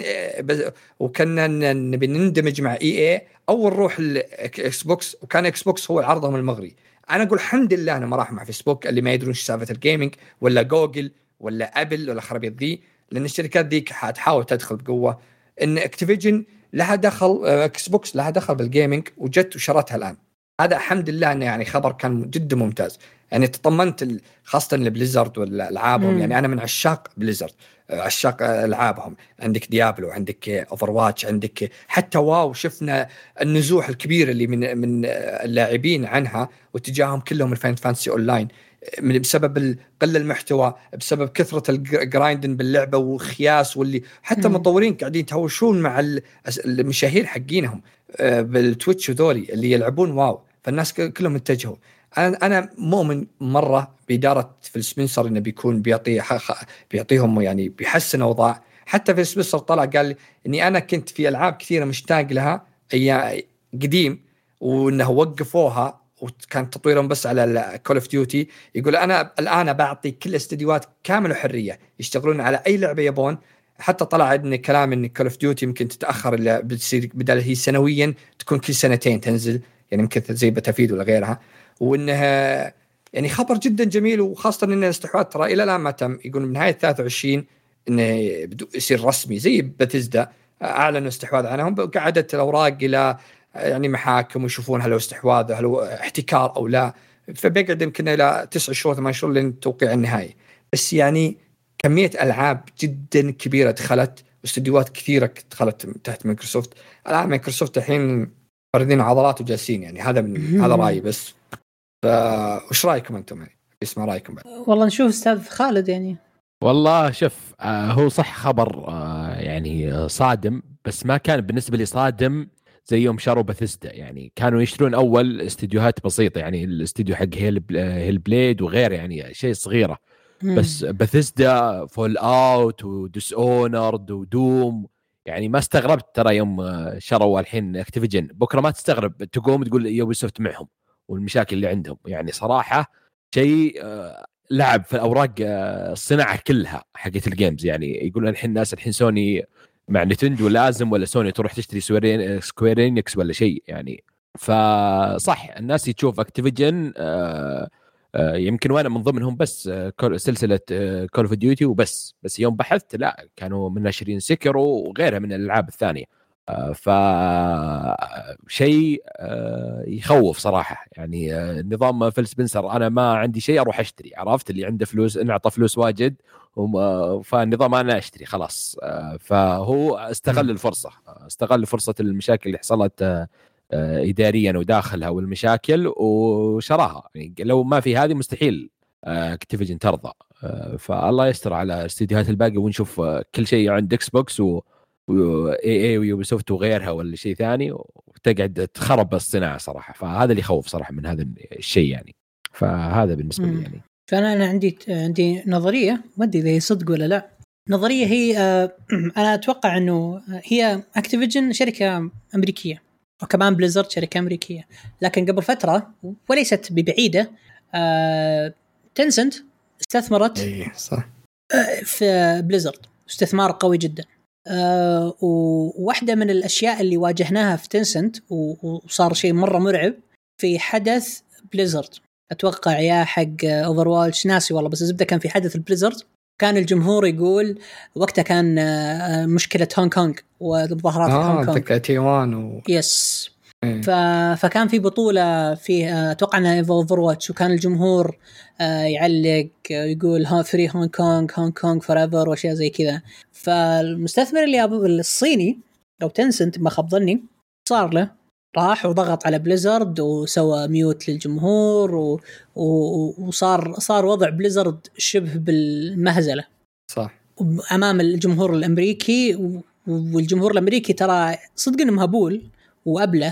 وكنا نبي نندمج مع إي إيه أو نروح الإكس بوكس، وكان إكس بوكس هو عرضهم المغري. أنا أقول الحمد لله أنا ما راح مع فيسبوك اللي ما يدرون إيش سالفة الجيمينج، ولا جوجل ولا أبل ولا خرابيط ذي، لأن الشركات ذيك حتحاول تدخل بقوة. إن أكتيفيجن لها دخل، إكس بوكس لها دخل بالجيمينج وجت وشرتها الآن. هذا الحمد لله انه يعني خبر كان جدا ممتاز. يعني تطمنت خاصه لبليزرد والالعابهم. يعني انا من عشاق بليزرد، عشاق العابهم. عندك ديابلو، عندك اوفر واتش، عندك حتى واو. شفنا النزوح الكبير اللي من من اللاعبين عنها واتجاههم كلهم الفاينل فانتسي اونلاين، بسبب قله المحتوى، بسبب كثره الجرايندن باللعبه وخياس، واللي حتى المطورين قاعدين يتهاوشون مع المشاهير حقينهم بالتويتش وذولي اللي يلعبون واو. فالناس كلهم اتجهوا. انا انا مؤمن مره باداره في سبنسر انه بيكون بيعطي بيعطيهم يعني بيحسن اوضاع. حتى في سبنسر طلع قال لي اني انا كنت في العاب كثيره مشتاق لها ايام قديم وانه وقفوها وكان تطويرهم بس على كول اوف ديوتي. يقول انا الان بعطي كل الاستديوهات كامل حريه يشتغلون على اي لعبه يبون. حتى طلع ان كلام ان كول اوف ديوتي يمكن تتاخر، الا بتصير بدل هي سنويا تكون كل سنتين تنزل، يعني يمكن زي بتافيد ولا غيرها. وانها يعني خبر جدا جميل، وخاصه ان الاستحواذ ترى الى الان ما تم. يقول من نهايه ثلاثة وعشرين انه يصير رسمي زي باتيزدا، اعلنوا استحواذ عنهم. قعدت الاوراق الى يعني محاكم ويشوفون هل هو استحواذ هل هو احتكار او لا. فبيقعد يمكن الى تسع شهور ثمان شهور لين توقيع النهائي. بس يعني كميه العاب جدا كبيره دخلت واستديوهات كثيره دخلت تحت مايكروسوفت. الان مايكروسوفت الحين فردين عضلات وجالسين. يعني هذا من هذا رايي بس. فايش رايكم انتم؟ يعني اسمع رايكم بعد. والله نشوف استاذ خالد. يعني والله شوف، آه هو صح خبر آه يعني صادم، بس ما كان بالنسبه لي صادم زي يوم شاروا باثيسدا. يعني كانوا يشترون اول استديوهات بسيطه، يعني الاستديو حق هيل هيل بليد وغير، يعني شيء صغيره. بس باثيسدا فول اوت وديس اونرد ودوم، يعني ما استغربت ترى يوم شروا الحين اكتيفيجن. بكره ما تستغرب تقوم تقول يوبيسوفت معهم والمشاكل اللي عندهم. يعني صراحه شيء لعب في الاوراق الصناعه كلها حقت الجيمز. يعني يقولون الحين الناس الحين سوني مع نينتندو لازم، ولا سوني تروح تشتري سكوير إنكس ولا شيء. يعني فصح الناس تشوف اكتيفيجن آه يمكن وانا من ضمنهم، بس سلسله كول اوف ديوتي وبس. بس يوم بحثت لا، كانوا من ناشرين سكرو وغيرها من الالعاب الثانيه. ف شيء يخوف صراحه. يعني نظام فيل سبنسر انا ما عندي شيء اروح اشتري، عرفت اللي عنده فلوس نعطى فلوس واجد، فالنظام انا اشتري خلاص. فهو استغل الفرصه، استغل فرصه المشاكل اللي حصلت إداريا وداخلها والمشاكل وشراها. يعني لو ما في هذه مستحيل اكتيفيجن ترضى. فالله يستر على استديوهات الباقي ونشوف كل شيء عند اكس بوكس و اي اي ويوبيسوفت وغيرها ولا شيء ثاني، وتقعد تخرب الصناعة صراحة. فهذا اللي يخوف صراحة من هذا الشيء. يعني فهذا بالنسبة لي. يعني فأنا أنا عندي عندي نظرية، ما أدري إذا هي صدق ولا لا. نظرية هي أنا أتوقع إنه هي اكتيفيجن شركة أمريكية، وكمان بليزرد شركة أمريكية، لكن قبل فترة وليست ببعيدة تنسنت استثمرت اي صح في بليزرد استثمار قوي جدا. أه وواحدة من الأشياء اللي واجهناها في تنسنت وصار شيء مرة مرعب في حدث بليزرد، أتوقع يا حق أوفرواتش ناسي والله، بس الزبدة كان في حدث البليزرد كان الجمهور يقول وقتها كان مشكلة هونغ كونغ ومظاهرات آه هونغ كونغ آه تايوان و... يس إيه. ف... فكان في بطولة في أتوقع أنها أوفرواتش، وكان الجمهور يعلق يقول ها فري هونغ كونغ هونغ كونغ فوريفر وأشياء زي كذا. فالمستثمر اللي أبو الصيني لو تنسنت ما خاب ظني صار له راح وضغط على بليزرد وسوى ميوت للجمهور و... و... وصار صار وضع بليزرد شبه بالمهزلة صح أمام الجمهور الأمريكي. و... والجمهور الأمريكي ترى صدق إنه مهبول وأبله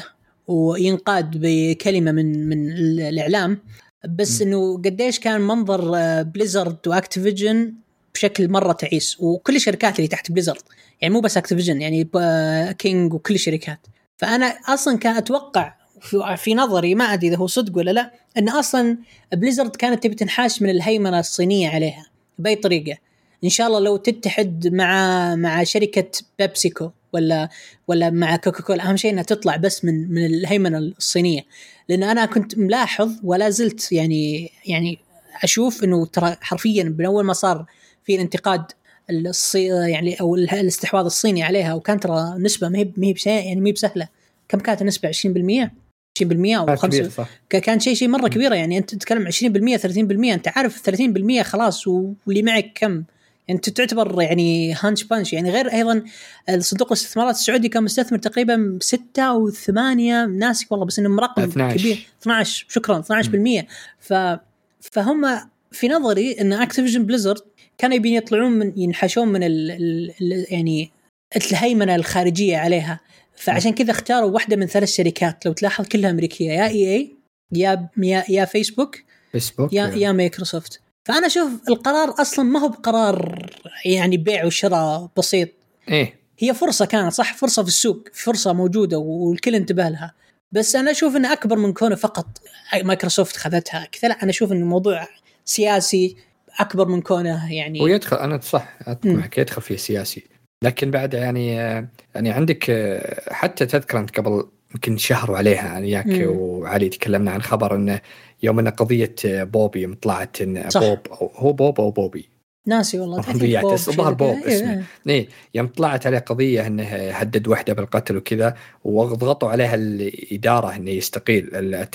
وينقاد بكلمة من من الإعلام، بس م. إنه قديش كان منظر بليزرد وأكتيفيجن بشكل مرة تعيس، وكل الشركات اللي تحت بليزرد يعني مو بس أكتيفيجن يعني كينج وكل الشركات. فأنا أصلاً كان أتوقع في نظري ما أدري إذا هو صدق ولا لا أن أصلاً بليزرد كانت تبي تنحاش من الهيمنة الصينية عليها بأي طريقة. إن شاء الله لو تتحد مع مع شركة بيبسيكو ولا ولا مع كوكاكولا، أهم شيء أنها تطلع بس من من الهيمنة الصينية، لأن أنا كنت ملاحظ ولا زلت يعني يعني أشوف إنه ترى حرفياً من أول ما صار في انتقاد الصي يعني أو الاستحواذ الصيني عليها، وكان ترى نسبة ما هي ما هي بشيء يعني ما هي بسهلة. كم كانت النسبة؟ عشرين بالمئة عشرين بالمئة أو خمسة بالمئة كان شيء شيء مرة كبيرة. يعني أنت تتكلم عشرين بالمئة ثلاثين بالمئة، أنت عارف ثلاثين بالمئة خلاص واللي معك كم يعني أنت تعتبر يعني هانش بانش. يعني غير أيضا الصندوق الاستثمارات السعودي كان مستثمر تقريبا ستة أو ثمانية ناسي والله، بس إنه مرقم اثناشر كبير اثناشر شكرا اثناشر بالمئة. ف فهم في نظري إن أكتيفيجن بليزرد كانوا يبين يطلعون من ينحشون من ال ال يعني الهيمنة الخارجية عليها، فعشان كذا اختاروا واحدة من ثلاث شركات لو تلاحظ كلها أمريكية، يا إي إي يا يا, يا فيسبوك فيسبوك يا يا مايكروسوفت. فأنا أشوف القرار أصلا ما هو بقرار يعني بيع وشراء بسيط، إيه هي فرصة كانت صح، فرصة في السوق، فرصة موجودة والكل انتبه لها. بس أنا أشوف إنه أكبر من كونه فقط مايكروسوفت خذتها كذا، لا أنا أشوف إنه موضوع سياسي أكبر من كونه يعني. ويدخل أنا صح أتفق معك يدخل فيه سياسي، لكن بعد يعني يعني عندك حتى تذكر أنت قبل يمكن شهر عليها يعني ياك وعلي تكلمنا عن خبر إنه يوم أن قضية بوبي يوم طلعت إن بوب أو هو بوب أو بوبي ناسي والله ضيعت الظهر بوب اسمه إيه يوم طلعت عليه قضية إنه هدد وحدة بالقتل وكذا، وضغطوا عليها الإدارة إنه يستقيل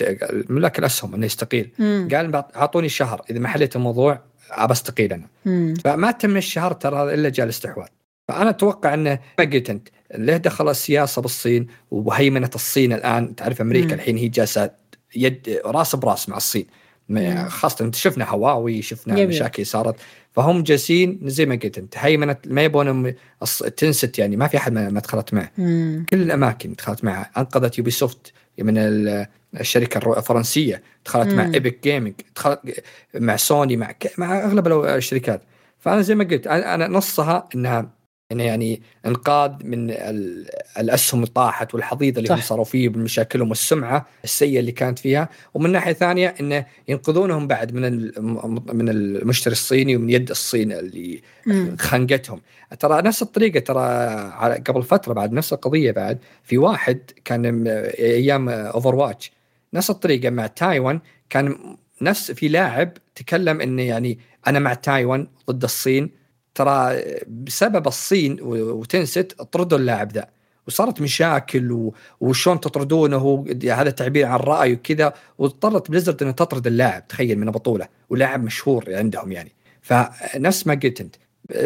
الملاك الأسهم إنه يستقيل. مم. قال أعطوني شهر إذا ما حليت الموضوع أبستقيل أنا. مم. فما تم الشهر ترى إلا جاء الاستحواذ. فأنا أتوقع أنه بقيت أنت له دخل السياسة بالصين وهيمنة الصين الآن، تعرف أمريكا مم. الحين هي جالسة يد راس براس مع الصين، خاصة أنت شفنا هواوي شفنا يبي. مشاكل صارت، فهم جالسين زي ما قلت أنت هيمنة ما يبون تنست يعني ما في أحد ما دخلت معه. مم. كل الأماكن دخلت معه، أنقذت يوبي سوفت من الشركة الفرنسية، دخلت مم. مع إيبك جيمينج، دخلت مع سوني مع مع أغلب الشركات. فأنا زي ما قلت أنا نصها إنها إنه يعني انقاذ من الأسهم طاحت والحضيض اللي هم صاروا فيه بالمشاكلهم والسمعة السيئة اللي كانت فيها، ومن ناحية ثانية إنه ينقذونهم بعد من من المشتري الصيني ومن يد الصين اللي م. خنقتهم. ترى نفس الطريقة ترى قبل فترة بعد نفس القضية بعد في واحد كان أيام أوفرواتش نفس الطريقة مع تايوان، كان نفس في لاعب تكلم إنه يعني أنا مع تايوان ضد الصين، ترى بسبب الصين وتنست طردوا اللاعب ذا وصارت مشاكل وشون تطردونه، هذا تعبير عن رأي وكذا، واضطرت بليزرد أن تطرد اللاعب تخيل من بطولة ولاعب مشهور عندهم يعني. فنفس ما قلت أنت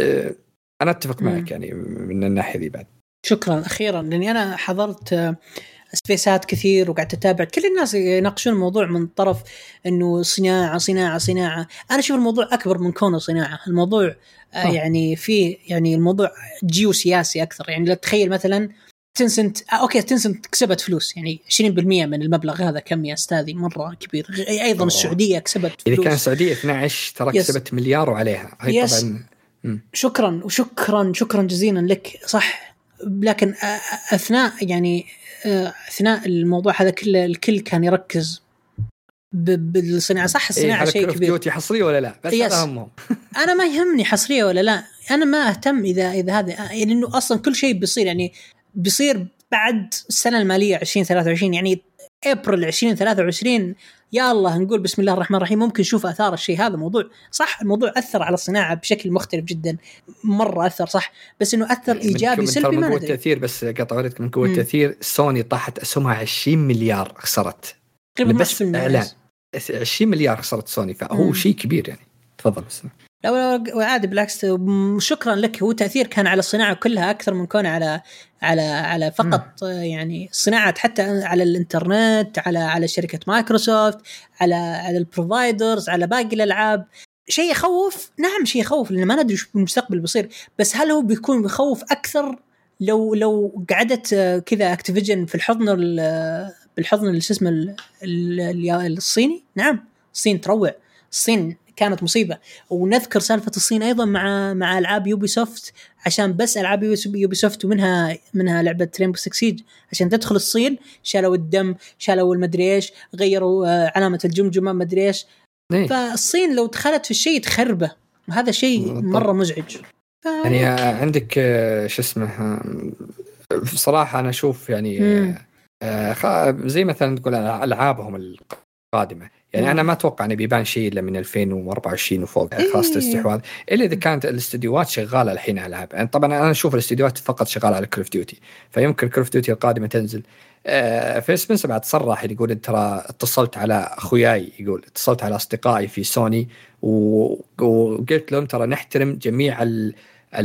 أنا أتفق م. معك يعني من الناحية دي بعد. شكرا أخيرا، لأني أنا حضرت سبيسات كثير وقعدت أتابع كل الناس يناقشون الموضوع من طرف إنه صناعة صناعة صناعة. أنا أشوف الموضوع أكبر من كونه صناعة، الموضوع آه. يعني في يعني الموضوع جيوسياسي أكثر. يعني لا تخيل مثلا تنسنت آه أوكي تنسنت كسبت فلوس يعني عشرين بالمئة من المبلغ هذا، كم يا أستاذي مرة كبير. أيضا أوه. السعودية كسبت فلوس، إذا كان السعودية اثنا عشر ترى كسبت مليار وعليها هي طبعا. شكرا وشكرا شكرا جزيلا لك صح. لكن أثناء يعني أثناء الموضوع هذا كله الكل كان يركز بالصناعه. صح الصناعه إيه شيء كبير. ديوتي حصريه ولا لا؟ بس هذا همهم. انا ما يهمني حصريه ولا لا، انا ما اهتم اذا اذا هذا يعني انه اصلا كل شيء بيصير يعني بيصير بعد السنه الماليه عشرين ثلاثة وعشرين يعني ابريل عشرين ثلاثة وعشرين. يا الله نقول بسم الله الرحمن الرحيم ممكن نشوف اثار الشيء هذا. موضوع صح الموضوع اثر على الصناعه بشكل مختلف جدا مره اثر صح، بس انه اثر ايجابي سلبي ما ندري. التاثير بس قطع وريتك من قوه التاثير. سوني طاحت اسهمها عشرين مليار خسرت بس اعلان عشرين مليار خسرت سوني، فهو مم. شيء كبير يعني. تفضل بس. لا لا عادي بالعكس، شكرا لك. هو تأثير كان على الصناعة كلها أكثر من كونه على على على فقط م. يعني صناعة، حتى على الإنترنت، على على شركة مايكروسوفت، على على البروفايدرز، على باقي الألعاب. شيء يخوف، نعم شيء يخوف لأن ما ندري شو المستقبل بيصير، بس هل هو بيكون بيخوف أكثر لو لو قعدت كذا أكتيفيجن في الحضن بالحضن اللي اسمه الصيني؟ نعم الصين تروع، الصين كانت مصيبة. ونذكر سالفة الصين أيضا مع مع ألعاب يوبي سوفت، عشان بس ألعاب يوبي سوفت ومنها منها لعبة ريمبو سيكس سيج، عشان تدخل الصين شالوا الدم، شالوا المدري إيش، غيروا علامة الجمجمة مدري إيش. فالصين لو دخلت في الشيء تخربه، وهذا شيء مرة مزعج. ف... يعني عندك شو اسمه بصراحة أنا أشوف يعني زي مثلا تقول ألعابهم القادمة يعني. أنا ما أتوقع أن بيبان شيء إلا من ألفين وأربعة وعشرين وفوق خاصة الاستحواذ، إلا إذا كانت الاستديوهات شغالة الحين على ألعاب. يعني طبعا أنا أشوف الاستديوهات فقط شغالة على كول اوف ديوتي، فيمكن كول اوف ديوتي القادمة تنزل. آه فيل سبنسر بعد صرح يقول ترى اتصلت على أخوياي، يقول اتصلت على أصدقائي في سوني وقلت لهم ترى نحترم جميع ال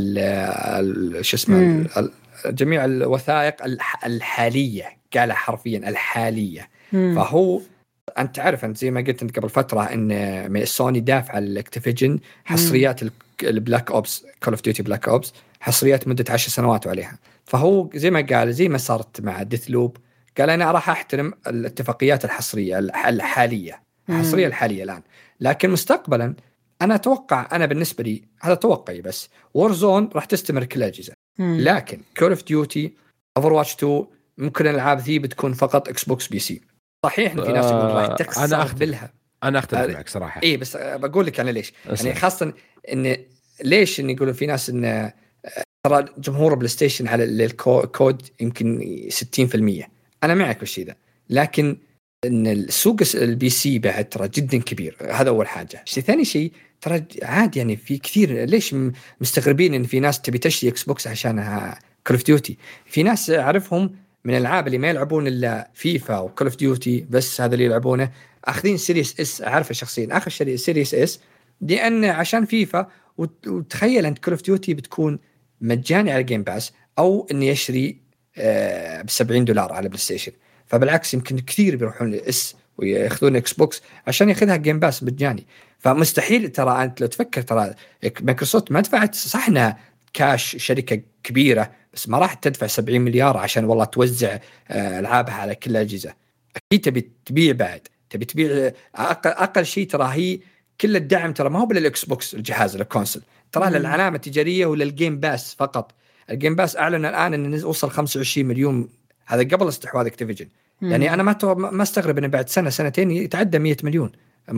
ال شو اسمه جميع الوثائق الحالية، قالها حرفيا الحالية. مم. فهو أنت تعرف أنت زي ما قلت أنت قبل فترة إن سوني دافع على الأكتيفيجن حصريات البلاك أوبس كول اوف ديوتي بلاك أوبس حصريات مدة عشر سنوات عليها. فهو زي ما قال زي ما صارت مع ديث لوب، قال أنا راح أحترم الاتفاقيات الحصرية الحالية الحصرية الحالية الآن، لكن مستقبلا أنا أتوقع أنا بالنسبة لي هذا توقعي بس وورزون راح تستمر كل الأجهزة، لكن كول اوف ديوتي اوفرواتش تو ممكن الألعاب ذي بتكون فقط اكس بوكس بي سي. صحيح إن في ناس يقولون راح تكسر بالها، أنا أختلف معك صراحة. إيه بس بقول لك أنا ليش أصلاً. يعني خاصة إن ليش إن يقولون في ناس إن ترى جمهور بلاي ستيشن على الكود يمكن ستين بالمية. أنا معك بالشيء ذا، لكن إن السوق البي سي بعد ترى جدا كبير، هذا أول حاجة. شيء ثاني شيء ترى عادي يعني في كثير ليش مستغربين إن في ناس تبي تشتري إكس بوكس عشانها كول اوف ديوتي. في ناس أعرفهم من الألعاب اللي ما يلعبون إلا فيفا وكول اوف ديوتي بس، هذا اللي يلعبونه أخذين سيريس اس، أعرفه شخصيا أخذ سيريس اس لأن عشان فيفا، وتخيل أنت كول اوف ديوتي بتكون مجاني على جيم باس أو إني يشتري آه بسبعين دولار على بلاي ستيشن. فبالعكس يمكن كثير بيروحون لإس ويأخذون إكس بوكس عشان يأخذها جيم باس مجاني. فمستحيل ترى أنت لو تفكر ترى مايكروسوفت ما دفعت صحنا كاش، شركة كبيرة بس ما راح تدفع سبعين مليار عشان والله توزع ألعابها على كل الأجهزة. أكيد تبي تبيع، بعد تبي تبيع أقل, أقل شيء ترى هي كل الدعم ترى ما هو بالإكس بوكس الجهاز الكونسل، ترى للعلامة التجارية ولا الجيم باس فقط. الجيم باس أعلن الآن أنه وصل خمسة وعشرين مليون، هذا قبل استحواذ اكتيفيجن. يعني أنا ما ما استغرب أن بعد سنة سنتين يتعدى مية مليون.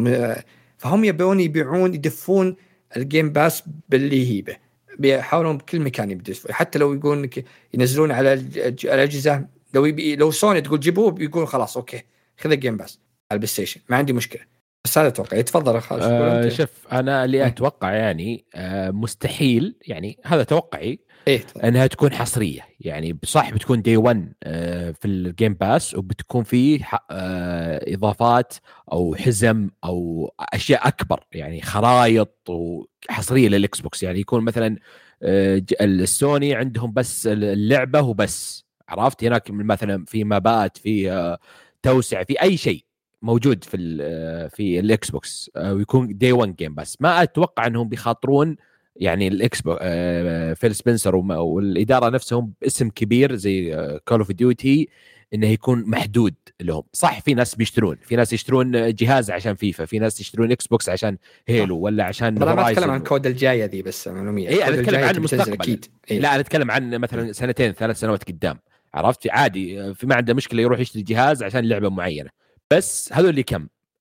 فهم يبون يبيعون يدفون الجيم باس باللي هي به، بيحاولون بكل مكان يبدأ، حتى لو يقولون ينزلون على الأجهزة، لو يبي لو سوني تقول جيبوه بيقول خلاص أوكي خذ الجيم باس على البلاي ستيشن ما عندي مشكلة. بس هذا أتوقع. يتفضل خالد. أه شوف أنا اللي أتوقع يعني أه مستحيل، يعني هذا توقعي إيه أنها تكون حصرية. يعني صح بتكون دي ون أه في الجيم باس، وبتكون فيه أه إضافات أو حزم أو أشياء أكبر، يعني خرائط وحصرية للإكس بوكس. يعني يكون مثلا أه السوني عندهم بس اللعبة وبس، عرفت؟ هناك مثلا في مابات، في أه توسع، في أي شيء موجود في في الاكس بوكس ويكون دي ون جيم. بس ما اتوقع انهم بيخاطرون يعني الاكس بوكس فيل سبنسر والاداره نفسهم باسم كبير زي كول اوف ديوتي انه يكون محدود لهم. صح في ناس بيشترون، في ناس يشترون جهاز عشان فيفا، في ناس يشترون اكس بوكس عشان هيلو ولا عشان انا ما اتكلم عن كود الجايه ذي بس معلوميه. اي انا اتكلم عن المستقبل. إيه؟ لا انا اتكلم عن مثلا سنتين ثلاث سنوات قدام، عرفت؟ عادي في ما عنده مشكله يروح يشتري جهاز عشان لعبه معينه. بس هذول اللي كم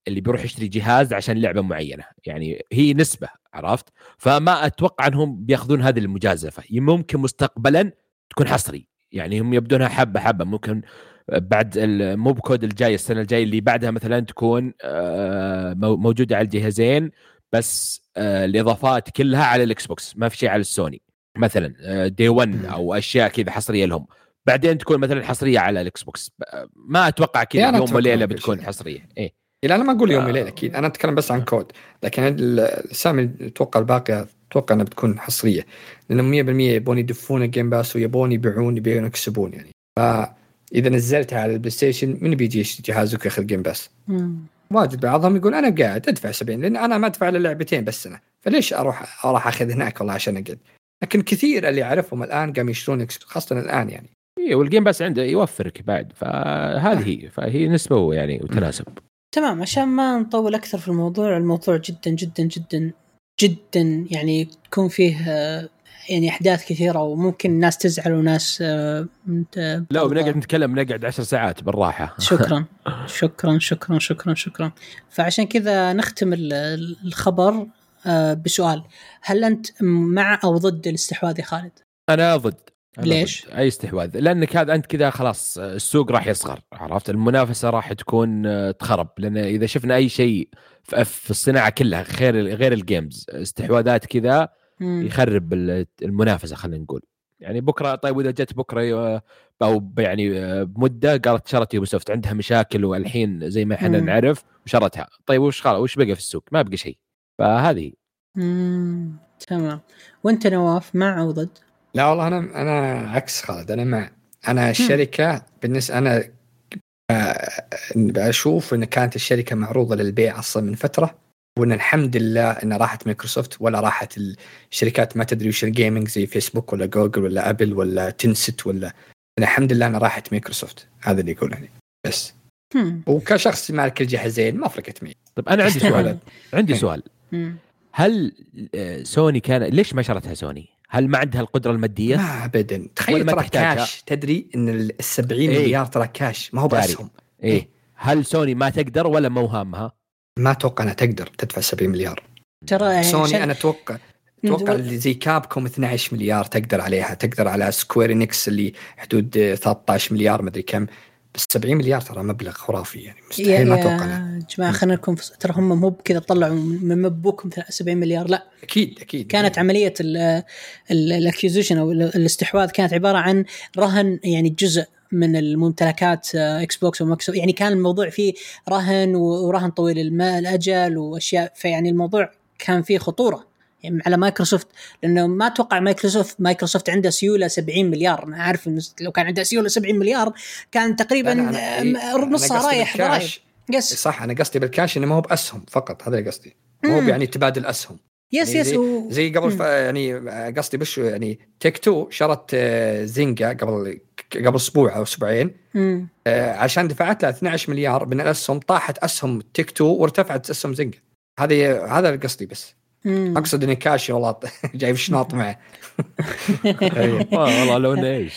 اللي بيروح يشتري جهاز عشان لعبه معينه، يعني هي نسبه، عرفت؟ فما اتوقع انهم بياخذون هذه المجازفه. ممكن مستقبلا تكون حصري، يعني هم يبدونها حبه حبه، ممكن بعد مو بكود الجاي السنه الجايه اللي بعدها مثلا تكون موجوده على الجهازين، بس الاضافات كلها على الاكس بوكس، ما في شيء على السوني مثلا دي واحد او اشياء كذا حصريه لهم، بعدين تكون مثلا حصريه على الاكس بوكس. ما اتوقع كذا يوم وليله بتكون حصريه. ايه لا انا ما اقول يوم وليله اكيد، انا اتكلم بس عن كود، لكن السامي اتوقع الباقي اتوقع انها بتكون حصريه، لانهم مية بالمية يبون يدفون الجيم باس ويبون يبيعون يبيعون يكسبون يعني. فاذا نزلتها على البلاي ستيشن من بيجي يشتري جهازك ياخذ جيم باس؟ واجد بعضهم يقول انا قاعد ادفع سبعين لان انا ما ادفع للعبتين بس انا، فليش اروح اروح اخذ هناك والله عشان اقعد. لكن كثير اللي اعرفهم الان قام يشترون خاصه الان يعني. ايه والجيم باس عنده يوفرك بعد، فهذه هي فهي نسبه يعني وتناسب. تمام، عشان ما نطول أكثر في الموضوع، الموضوع جدا جدا جدا جدا يعني تكون فيه يعني أحداث كثيرة وممكن الناس تزعل وناس لا، بنقعد نتكلم بنقعد عشر ساعات بالراحة. شكرا شكرا شكرا شكرا شكرا. فعشان كذا نختم الخبر بسؤال: هل أنت مع أو ضد الاستحواذ يا خالد؟ أنا ضد. ليش؟ أي استحواذ، لأنك هذا أنت كذا خلاص السوق راح يصغر، عرفت؟ المنافسة راح تكون تخرب، لأن إذا شفنا أي شيء في الصناعة كلها غير غير الجيمز استحواذات كذا يخرب المنافسة. خلينا نقول يعني بكرة، طيب وإذا جت بكرة أو يعني بمدة قالت شرت يوبيسوفت عندها مشاكل والحين زي ما احنا نعرف وشرتها، طيب وش خلاص وش بقى في السوق؟ ما بقى شيء. فهذه امم تمام. وأنت نواف مع أو ضد؟ لا والله أنا أنا عكس خالد، أنا مع. أنا الشركة بالنسبة أنا بشوف إن كانت الشركة معروضة للبيع أصلا من فترة، وإن الحمد لله إن راحت مايكروسوفت ولا راحت الشركات ما تدري وش الجيمينج زي فيسبوك ولا جوجل ولا أبل ولا تنست، ولا إن الحمد لله أنا راحت مايكروسوفت. هذا اللي يقول يعني بس. وكشخص مالك الجهازين ما فرقت معي. طب أنا عندي سؤال عندي سؤال هل سوني كان ليش ما شرتها سوني؟ هل ما عندها القدرة المادية؟ ما أبدا. تخيل ترى كاش، تدري إن السبعين إيه؟ مليار ترى كاش ما هو بأسهم. إيه؟ إيه؟ هل سوني ما تقدر ولا مو هامها؟ ما أتوقع أنها تقدر تدفع سبعين مليار. ترى سوني شل... أنا أتوقع أتوقع اللي زي كابكوم اثنا عشر مليار تقدر عليها، تقدر على سكوير إنكس اللي حدود ثلاثة عشر مليار مدري كم، بس سبعين مليار ترى مبلغ خرافي يعني مستحيل ما أتوقع. يا جماعة خلينا نكون ترى هم مو بكذا طلعوا من مبوكم سبعين مليار، لا أكيد أكيد كانت يعني. عملية الاكيوزيشن أو الاستحواذ كانت عبارة عن رهن يعني جزء من الممتلكات اكس بوكس ومايكروسوفت، يعني كان الموضوع فيه رهن ورهن طويل الماء الأجل وأشياء، فيعني الموضوع كان فيه خطورة يعني على مايكروسوفت، لأنه ما أتوقع مايكروسوفت مايكروسوفت عنده سيولة سبعين مليار. أنا عارف إنه لو كان عنده سيولة سبعين مليار كان تقريبا نصها رايح ضرائب. يس صح، أنا قصدي بالكاش إنه ما هو بأسهم فقط، هذا اللي قصدي، مو يعني تبادل أسهم. يس يعني يس زي, و... زي قبل ف... يعني قصدي بش يعني تيك تو شرت زينجا قبل قبل أسبوع أو أسبوعين آه عشان دفعت له اثنا عشر مليار من الأسهم، طاحت أسهم تيك تو وارتفعت أسهم زينجا. هذه هذا القصدي بس. مم. أقصد إن كاش والله جايب شناط معه. والله لو إيش.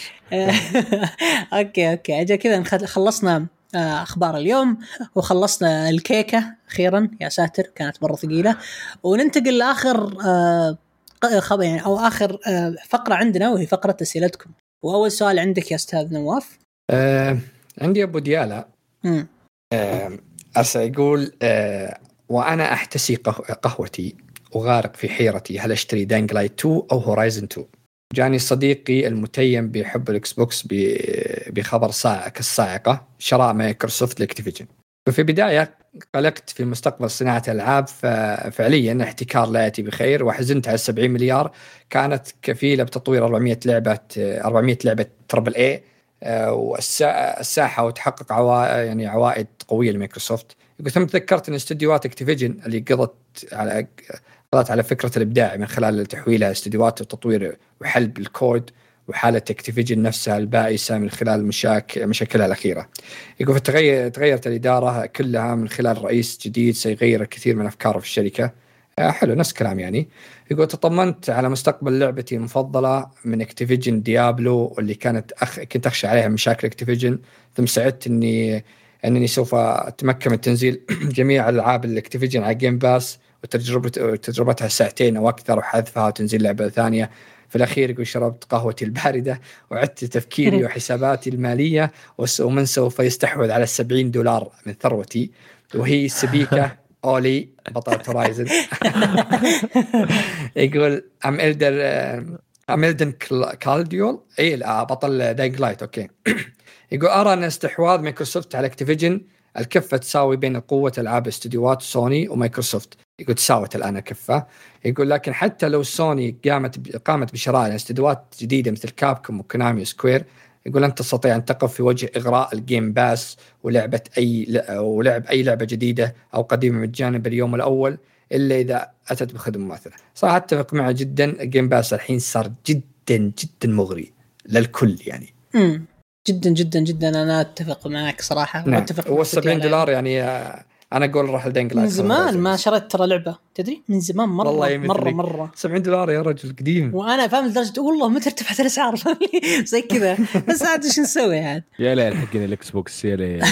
أوكي أوكي أجل كذا خلصنا أخبار اليوم وخلصنا الكيكة أخيرا، يا ساتر كانت مرة ثقيلة. وننتقل لآخر خبر يعني أو آخر فقرة عندنا وهي فقرة أسئلتكم. وأول سؤال عندك يا أستاذ نواف. أه عندي أبو ديالا أه أرسل يقول أه وأنا أحتسي قهوتي وغارق في حيرتي، هل أشتري دانج لايت تو أو هورايزن تو؟ جاني صديقي المتيم بيحب الإكس بوكس بخبر صاعقة كالصاعقة شراء مايكروسوفت لأكتيفيجن، وفي بداية قلقت في مستقبل صناعة الألعاب، ففعليا احتكار لا يأتي بخير، وحزنت على سبعين مليار كانت كفيلة بتطوير أربعمية لعبة أربعمية لعبة تربل اي والساحة وتحقق عوا يعني عوائد قوية لمايكروسوفت. ثم تذكرت أن استديوهات اكتيفيجن اللي قضت على قضت على فكرة الإبداع من خلال تحويلها استديوهات وتطوير وحلب الكود، وحالة اكتيفيجن نفسها البائسة من خلال مشاكل مشاكلها الأخيرة. يقول فتغير تغيرت الإدارة كلها من خلال رئيس جديد سيغير الكثير من أفكاره في الشركة. حلو نفس كلام يعني. يقول تطمنت على مستقبل لعبتي المفضلة من اكتيفيجن ديابلو، واللي كانت أخ... كنت أخشى عليها مشاكل اكتيفيجن، ثم سعدت إني أنني سوف أتمكن من تنزيل جميع ألعاب الأكتيفيجن على جيم باس وتجربة تجربتها ساعتين أو أكثر وحذفها وتنزيل لعبة ثانية. في الأخير يقول شربت قهوتي الباردة وعدت تفكيري وحساباتي المالية ومن سوف يستحوذ على السبعين دولار من ثروتي وهي سبيكة أولي بطلة هورايزن. يقول أم إلدر أم إلدن كالديول إيه بطل داينغ لايت. أوكي. يقول أرى أن استحواذ مايكروسوفت على أكتيفيجن الكفة تساوي بين قوة ألعاب استديوهات سوني ومايكروسوفت. يقول تساوت الآن الكفة. يقول لكن حتى لو سوني قامت قامت بشراء استديوهات جديدة مثل كابكوم وكونامي وسكوير يقول لن تستطيع أن تقف في وجه إغراء الجيم باس ولعبة أي ولعب أي لعبة جديدة أو قديمة مجانا باليوم الأول إلا إذا أتت بخدمة مماثلة. صراحة أتفق معه جدا. الجيم باس الحين صار جدا جدا مغري للكل يعني. امم جدا جدا جدا أنا أتفق معك صراحة. نعم. هو سبعين دولار يعني أنا أقول راح لدينغ لايت. من زمان ما شريت ترى لعبة تدري من زمان مرة مرة مرة, مرة. سبعين دولار يا رجل قديم. وأنا فاهم لدرجة والله متى ارتفعت الأسعار زي كذا بس عاد إيش نسوي يعني. يا ليل حقين الإكس بوكس يا ليل.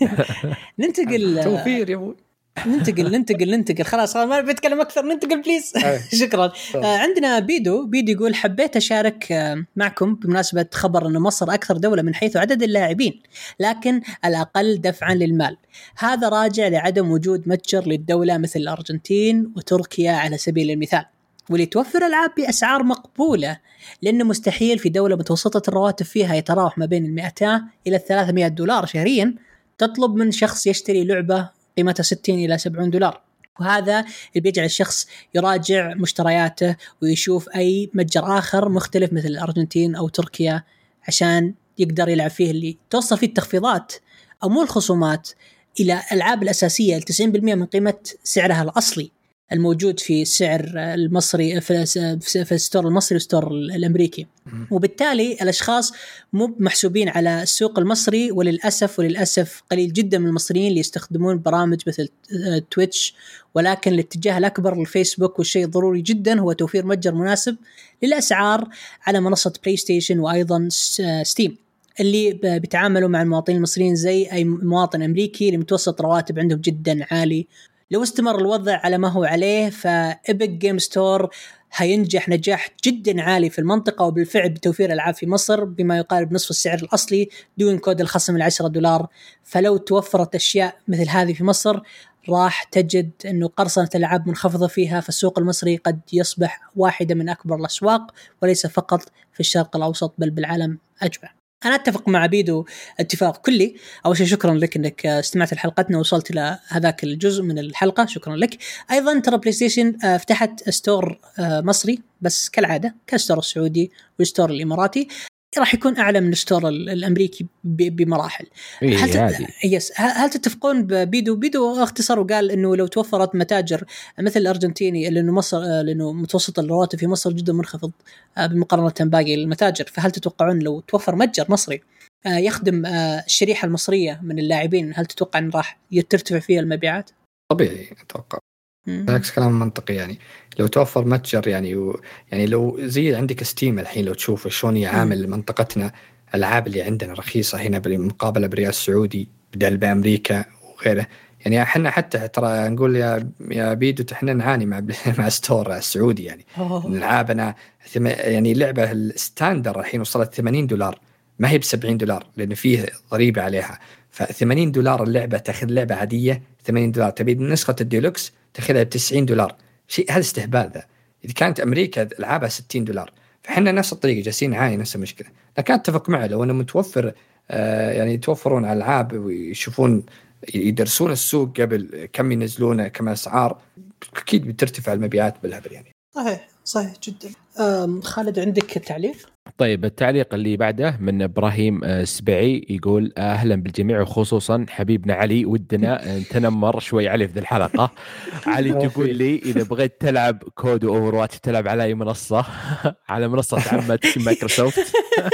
ننتقل توفير يا أبو. ننتقل ننتقل ننتقل خلاص ما بتكلم أكثر ننتقل بليز. شكرا. آه عندنا بيدو بيدو يقول حبيت أشارك آه معكم بمناسبة خبر أن مصر أكثر دولة من حيث عدد اللاعبين لكن الأقل دفعا للمال. هذا راجع لعدم وجود متجر للدولة مثل الأرجنتين وتركيا على سبيل المثال واللي توفر ألعاب بأسعار مقبولة لأنه مستحيل في دولة متوسطة الرواتب فيها يتراوح ما بين المئتين إلى الثلاثمائة دولار شهريا تطلب من شخص يشتري لعبة قيمتها ستين إلى سبعين دولار. وهذا اللي بيجعل الشخص يراجع مشترياته ويشوف أي متجر آخر مختلف مثل الأرجنتين أو تركيا عشان يقدر يلعب فيه اللي توصل فيه التخفيضات أو مو الخصومات إلى الألعاب الأساسية التسعين بالمئة من قيمة سعرها الأصلي الموجود في السعر المصري في في الستور المصري والستور الأمريكي. وبالتالي الأشخاص مو محسوبين على السوق المصري وللأسف وللأسف قليل جدا من المصريين اللي يستخدمون برامج مثل تويتش ولكن الاتجاه الأكبر للفيسبوك والشيء ضروري جدا هو توفير متجر مناسب للأسعار على منصة بلاي ستيشن وأيضا ستيم اللي بيتعاملوا مع المواطنين المصريين زي أي مواطن أمريكي اللي متوسط رواتب عندهم جدا عالي. لو استمر الوضع على ما هو عليه فإبك جيم ستور هينجح نجاح جدا عالي في المنطقة وبالفعل بتوفير ألعاب في مصر بما يقارب نصف السعر الأصلي دون كود الخصم العشرة دولار. فلو توفرت أشياء مثل هذه في مصر راح تجد أنه قرصنة الألعاب منخفضة فيها فالسوق المصري قد يصبح واحدة من أكبر الأسواق وليس فقط في الشرق الأوسط بل بالعالم أجمع. أنا أتفق مع بيدو اتفاق كلي. أول شيء شكرا لك أنك استمعت لحلقتنا ووصلت إلى هذاك الجزء من الحلقة شكرا لك. أيضا ترى بلاي ستيشن فتحت ستور مصري بس كالعادة كالستور السعودي والستور الإماراتي راح يكون أعلى من الستور الأمريكي بمراحل. إيه هل, يس هل تتفقون ببيدو؟ بيدو اختصر وقال إنه لو توفرت متاجر مثل الأرجنتيني لأنه مصر لأنه متوسط الرواتب في مصر جدا منخفض بمقارنة باقي المتاجر فهل تتوقعون لو توفر متجر مصري يخدم الشريحة المصرية من اللاعبين هل تتوقع أن راح ترتفع فيها المبيعات؟ طبيعي أتوقع. هذاك كلام منطقي يعني لو توفر متجر يعني و... يعني لو زي عندك ستيم الحين لو تشوف شلون يعامل منطقتنا الألعاب اللي عندنا رخيصة هنا بالمقابلة بالريال السعودي بدل بأمريكا وغيره يعني احنا حتى ترى نقول يا يا بيدو احنا نعاني مع مع ستور السعودي يعني ألعابنا ثم... يعني لعبة الستاندر الحين وصلت ثمانين دولار ما هي بسبعين دولار لأن فيه ضريبة عليها فثمانين دولار اللعبة تأخذ لعبة عادية ثمانين دولار تبي نسخة الديلوكس تأخذها بتسعين دولار شيء هذا استهبال ذا. إذا كانت أمريكا ألعابها ستين دولار فحنا نفس الطريقة جالسين نعاني نفس المشكلة. لكن أتفق معه لو أنه متوفر آه يعني يتوفرون ألعاب ويشوفون يدرسون السوق قبل كم ينزلونه كم أسعار أكيد بترتفع المبيعات بالهبل يعني. صحيح صحيح جدا. خالد عندك تعليق؟ طيب التعليق اللي بعده من إبراهيم السبعي يقول أهلا بالجميع وخصوصا حبيبنا علي ودنا نتنمر شوي عليه في ذي الحلقة. علي تقول لي إذا بغيت تلعب كود أوفر واتش تلعب على أي منصة على منصة عمتك مايكروسوفت.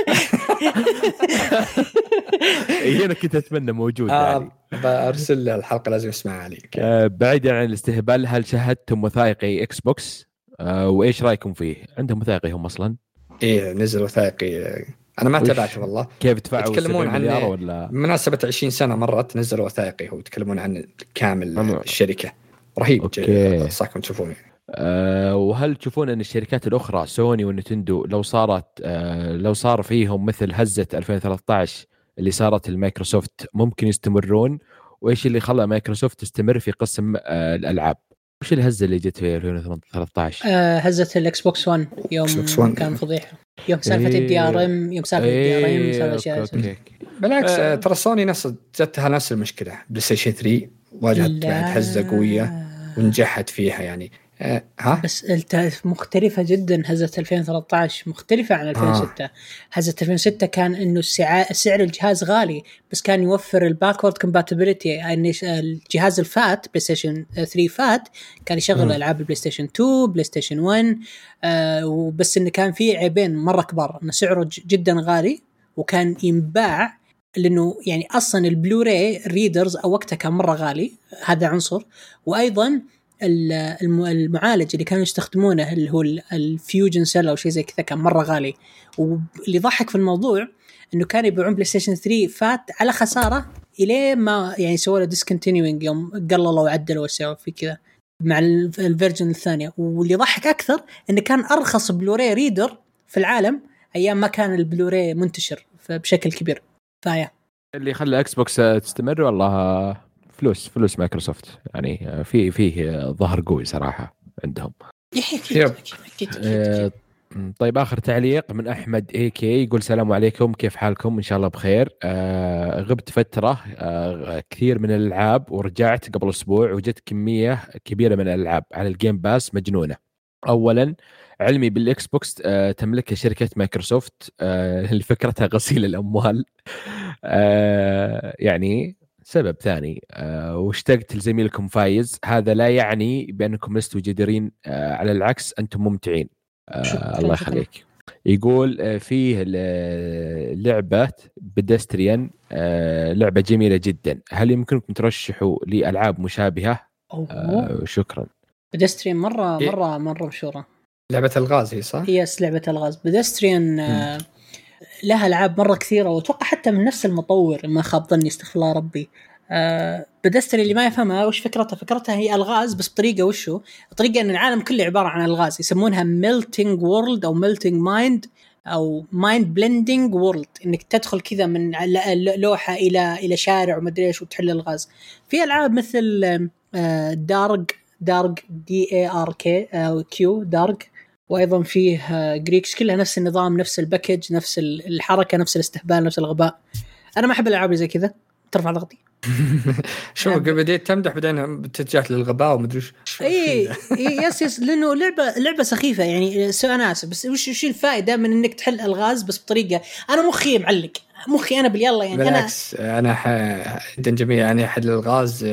هنا كنت أتمنى موجود آه بأرسل الحلقة لازم اسمعها علي. آه بعيدا عن الاستهبال هل شاهدتم وثائقي إكس بوكس آه وإيش رأيكم فيه؟ عندهم وثائقي هم أصلا؟ إيه نزل وثائقي انا ما تابعته والله. كيف دفعوا يتكلمون عن ولا مناسبة عشرين سنة مرت نزلوا وثائقي هو يتكلمون عن كامل أم... الشركة رهيب. صحكم تشوفونه. أه وهل تشوفون ان الشركات الاخرى سوني ونتندو لو صارت أه لو صار فيهم مثل هزة ألفين وثلاثة عشر اللي صارت المايكروسوفت ممكن يستمرون؟ وايش اللي خلى مايكروسوفت تستمر في قسم أه الالعاب؟ وش الهزة اللي جت في ألفين وثلاثة عشر؟ أه هزة الاكس بوكس ون يوم كان فضيحة، يوم سالفة إيه الدي ار ام يوم سالفة الدي ار ام صار اشياء. بالعكس أه ترى سوني نفس جتها نفس المشكلة. بلاي ستيشن ثري واجهت بعد هزة قوية ونجحت فيها يعني. أه ها بس مختلفة جدا. هزة ألفين وثلاثة عشر مختلفة عن ألفين وستة. آه. هزة ألفين وستة كان إنه السعر سعر الجهاز غالي بس كان يوفر الباكورد كومباتيبلتي، يعني الجهاز الفات بلاي ستيشن ثري فات كان يشغل ألعاب البلاي ستيشن تو بلاي ستيشن ون. آه وبس إنه كان فيه عيبين مرة كبار، إنه سعره جدا غالي وكان ينباع لأنه يعني أصلا البلوراي ريدرز أو وقتها كان مرة غالي، هذا عنصر. وأيضا المعالج اللي كانوا يستخدمونه اللي هو الفيوجن سيل أو شيء زي كذا كان مرة غالي. واللي ضحك في الموضوع إنه كانوا يبيعون بلاي ستيشن ثري فات على خسارة إلى ما يعني سووا له ديسكونتينيوينج يوم قللوا وعدلوا وسووا في كذا مع الفيرجن الثانية. واللي ضحك أكثر إنه كان أرخص بلوراي ريدر في العالم أيام ما كان البلوراي منتشر بشكل كبير. فايا اللي خلى اكس بوكس تستمر والله فلوس فلوس مايكروسوفت، يعني في فيه ظهر قوي صراحة عندهم. يب. طيب آخر تعليق من أحمد اي كي يقول السلام عليكم، كيف حالكم؟ إن شاء الله بخير. آه غبت فترة آه كثير من الألعاب ورجعت قبل أسبوع وجدت كمية كبيرة من الألعاب على الجيم باس مجنونة. أولا علمي بالإكس بوكس آه تملكها شركة مايكروسوفت آه اللي فكرتها غسيل الأموال. آه يعني سبب ثاني آه واشتقت لزميلكم فايز، هذا لا يعني بأنكم لستوا جديرين آه على العكس أنتم ممتعين. آه الله يخليك. يقول آه فيه لعبة بدستريان آه لعبة جميلة جدا، هل يمكنكم ترشحوا لي ألعاب مشابهة؟ آه شكرا. بدستريان مرة مرة مرة مشهورة. لعبة الغاز هي صح؟ يس لعبة الغاز. بدستريان آه لها ألعاب مرة كثيرة وأتوقع حتى من نفس المطور ما خاب ظني استغفر الله ربي. آه بدستري اللي ما يفهمها وش فكرتها، فكرتها هي الغاز بس بطريقة وشو الطريقة ان العالم كله عبارة عن الغاز، يسمونها melting world او melting mind او mind blending world، انك تدخل كذا من لوحة الى الى شارع ومدري ايش وتحل الغاز. في العاب مثل آه دارك دارك دي اي ار كي او كيو دارك، وايضا فيه جريكس كلها نفس النظام نفس الباكج نفس الحركة نفس الاستهبال نفس الغباء. انا ما احب الالعاب زي كذا ترفع ضغطي. شو بديت تمدح بعدين بتتجه للغباء ومدري ايش. اي يس يس لانه لعبه لعبه سخيفه يعني. انا اسف بس وش وش الفائده من انك تحل الغاز بس بطريقه انا مخي معلق مخي انا باليلا يعني. بالعكس انا انا ح... جدا جميل يعني احل الغاز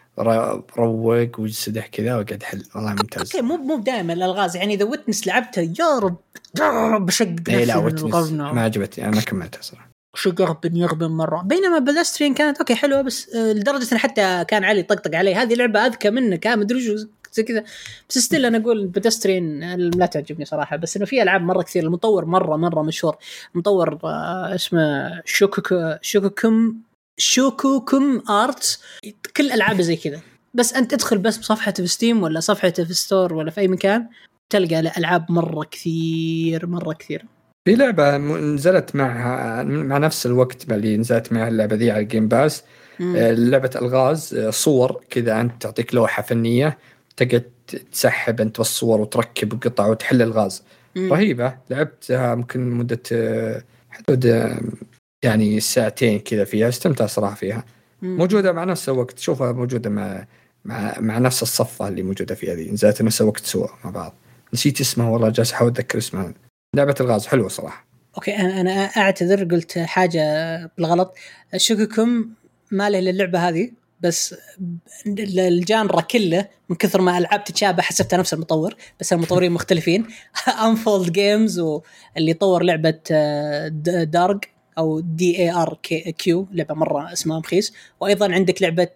روق وجسده كذا وقاعد حل والله ممتاز. اوكي مو مو دائما الالغاز يعني اذا ويتنس لعبته يا رب بشق نفسي. لا ويتنس ما عجبتني انا ما كملتها صراحه. شو يغبن يغبن مرة. بينما بدسترين كانت أوكي حلوة بس لدرجة إن حتى كان علي طقطق عليه هذه لعبة أذكى منك كان مدري شو زي كذا. بس ستيل أنا أقول بدسترين لا تعجبني صراحة. بس إنه في ألعاب مرة كثير. المطور مرة مرة مشهور مطور اسمه شوكوكو شوكوكم شوكوكم آرتس، كل ألعاب زي كذا. بس أنت تدخل بس بصفحته في ستيم ولا صفحته في ستور ولا في أي مكان تلقى ألعاب مرة كثير مرة كثير. في لعبة نزلت مع مع نفس الوقت اللي نزلت مع اللعبة ذي على الجيم باس، لعبة الغاز، صور كذا أنت تعطيك لوحة فنية تقعد تسحب أنت والصور وتركب قطع وتحل الغاز. مم. رهيبة. لعبتها ممكن مدة حدود يعني ساعتين كذا فيها، استمتع صراحة فيها. مم. موجودة مع نفس الوقت، شوفها موجودة مع مع مع نفس الصفة اللي موجودة فيها ذي، نزلت نفس الوقت سوا مع بعض. نسيت اسمها والله جالس أحاول أتذكر اسمها. لعبة الغاز حلوة صراحة. أوكي أنا أعتذر قلت حاجة بالغلط. شوككم ما له للعبة هذه بس الجانرا كله من كثر ما ألعاب تتشابه حسبتها نفس المطور بس المطورين مختلفين. Unfold Games واللي طور لعبة دارك أو دي اي ار كيو لعبة مرة اسمها مخيس. وأيضا عندك لعبة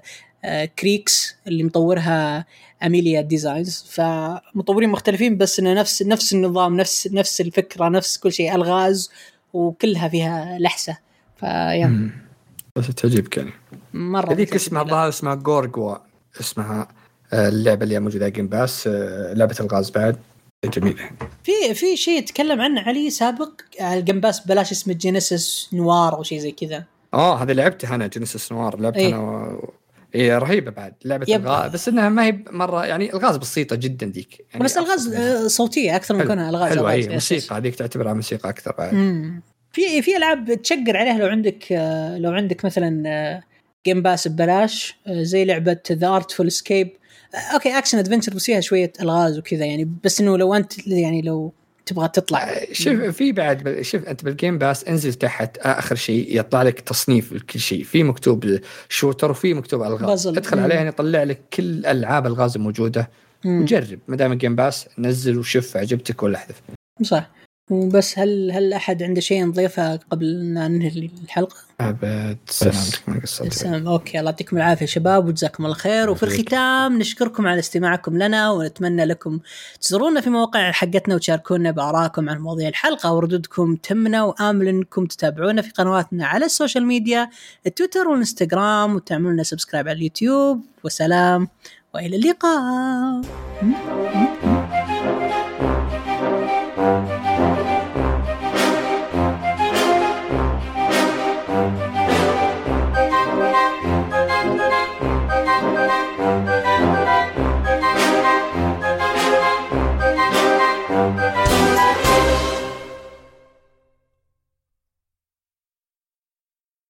كريكس اللي مطورها أميليا ديزاينز. فمطورين مختلفين بس إنه نفس نفس النظام نفس نفس الفكرة نفس كل شيء، الغاز وكلها فيها لحسة. فيا بس تعجبك يعني مرة. هذيك اسمها الظاهر اسمها غورغوا، اسمها اللعبة اللي موجودة جيم باس، لعبة الغاز بعد جميلة. في في شيء يتكلم عنه علي سابق على الجيم باس بلاش، اسمه جينيسيس نوار أو شيء زي كذا. اه هذا لعبتها انا، جينيسيس نوار لعبتها أيه. انا و... إيه رهيبة بعد لعبة يب. الغاز، بس انها ما هي مرة يعني الغاز بسيطة جدا ديك يعني، بس الغاز صوتية أكثر من كونها الغاز. حلوة هي موسيقى هذيك تعتبرها موسيقى أكثر بعد. مم. في في ألعاب تشجر عليها لو عندك لو عندك مثلا جيم باس ببلاش، زي لعبة The Artful Escape. اوكي اكشن ادفنتشر بس فيها شويه الغاز وكذا يعني، بس انه لو انت يعني لو تبغى تطلع شوف في بعد شوف انت بالجيم باس انزل تحت اخر شيء يطلع لك تصنيف لكل شيء، في مكتوب شوتر وفي مكتوب الغاز، ادخل عليه يعني يطلع لك كل العاب الغاز الموجوده وجرب. ما دام الجيم باس نزل وشوف عجبتك ولا احذف. صح. وبس هل هل احد عنده شيء نضيفه قبل ان ننهي الحلقه؟ ابد سلامتك من قصتك. سلام. اوكي الله يعطيكم العافيه شباب وجزاكم الله خير. وفي الختام نشكركم على استماعكم لنا، ونتمنى لكم تزورونا في مواقع حقتنا وتشاركونا بآرائكم عن مواضيع الحلقه وردودكم تهمنا، وآمل انكم تتابعونا في قنواتنا على السوشيال ميديا التويتر والانستغرام، وتعملوا لنا سبسكرايب على اليوتيوب. وسلام والى اللقاء.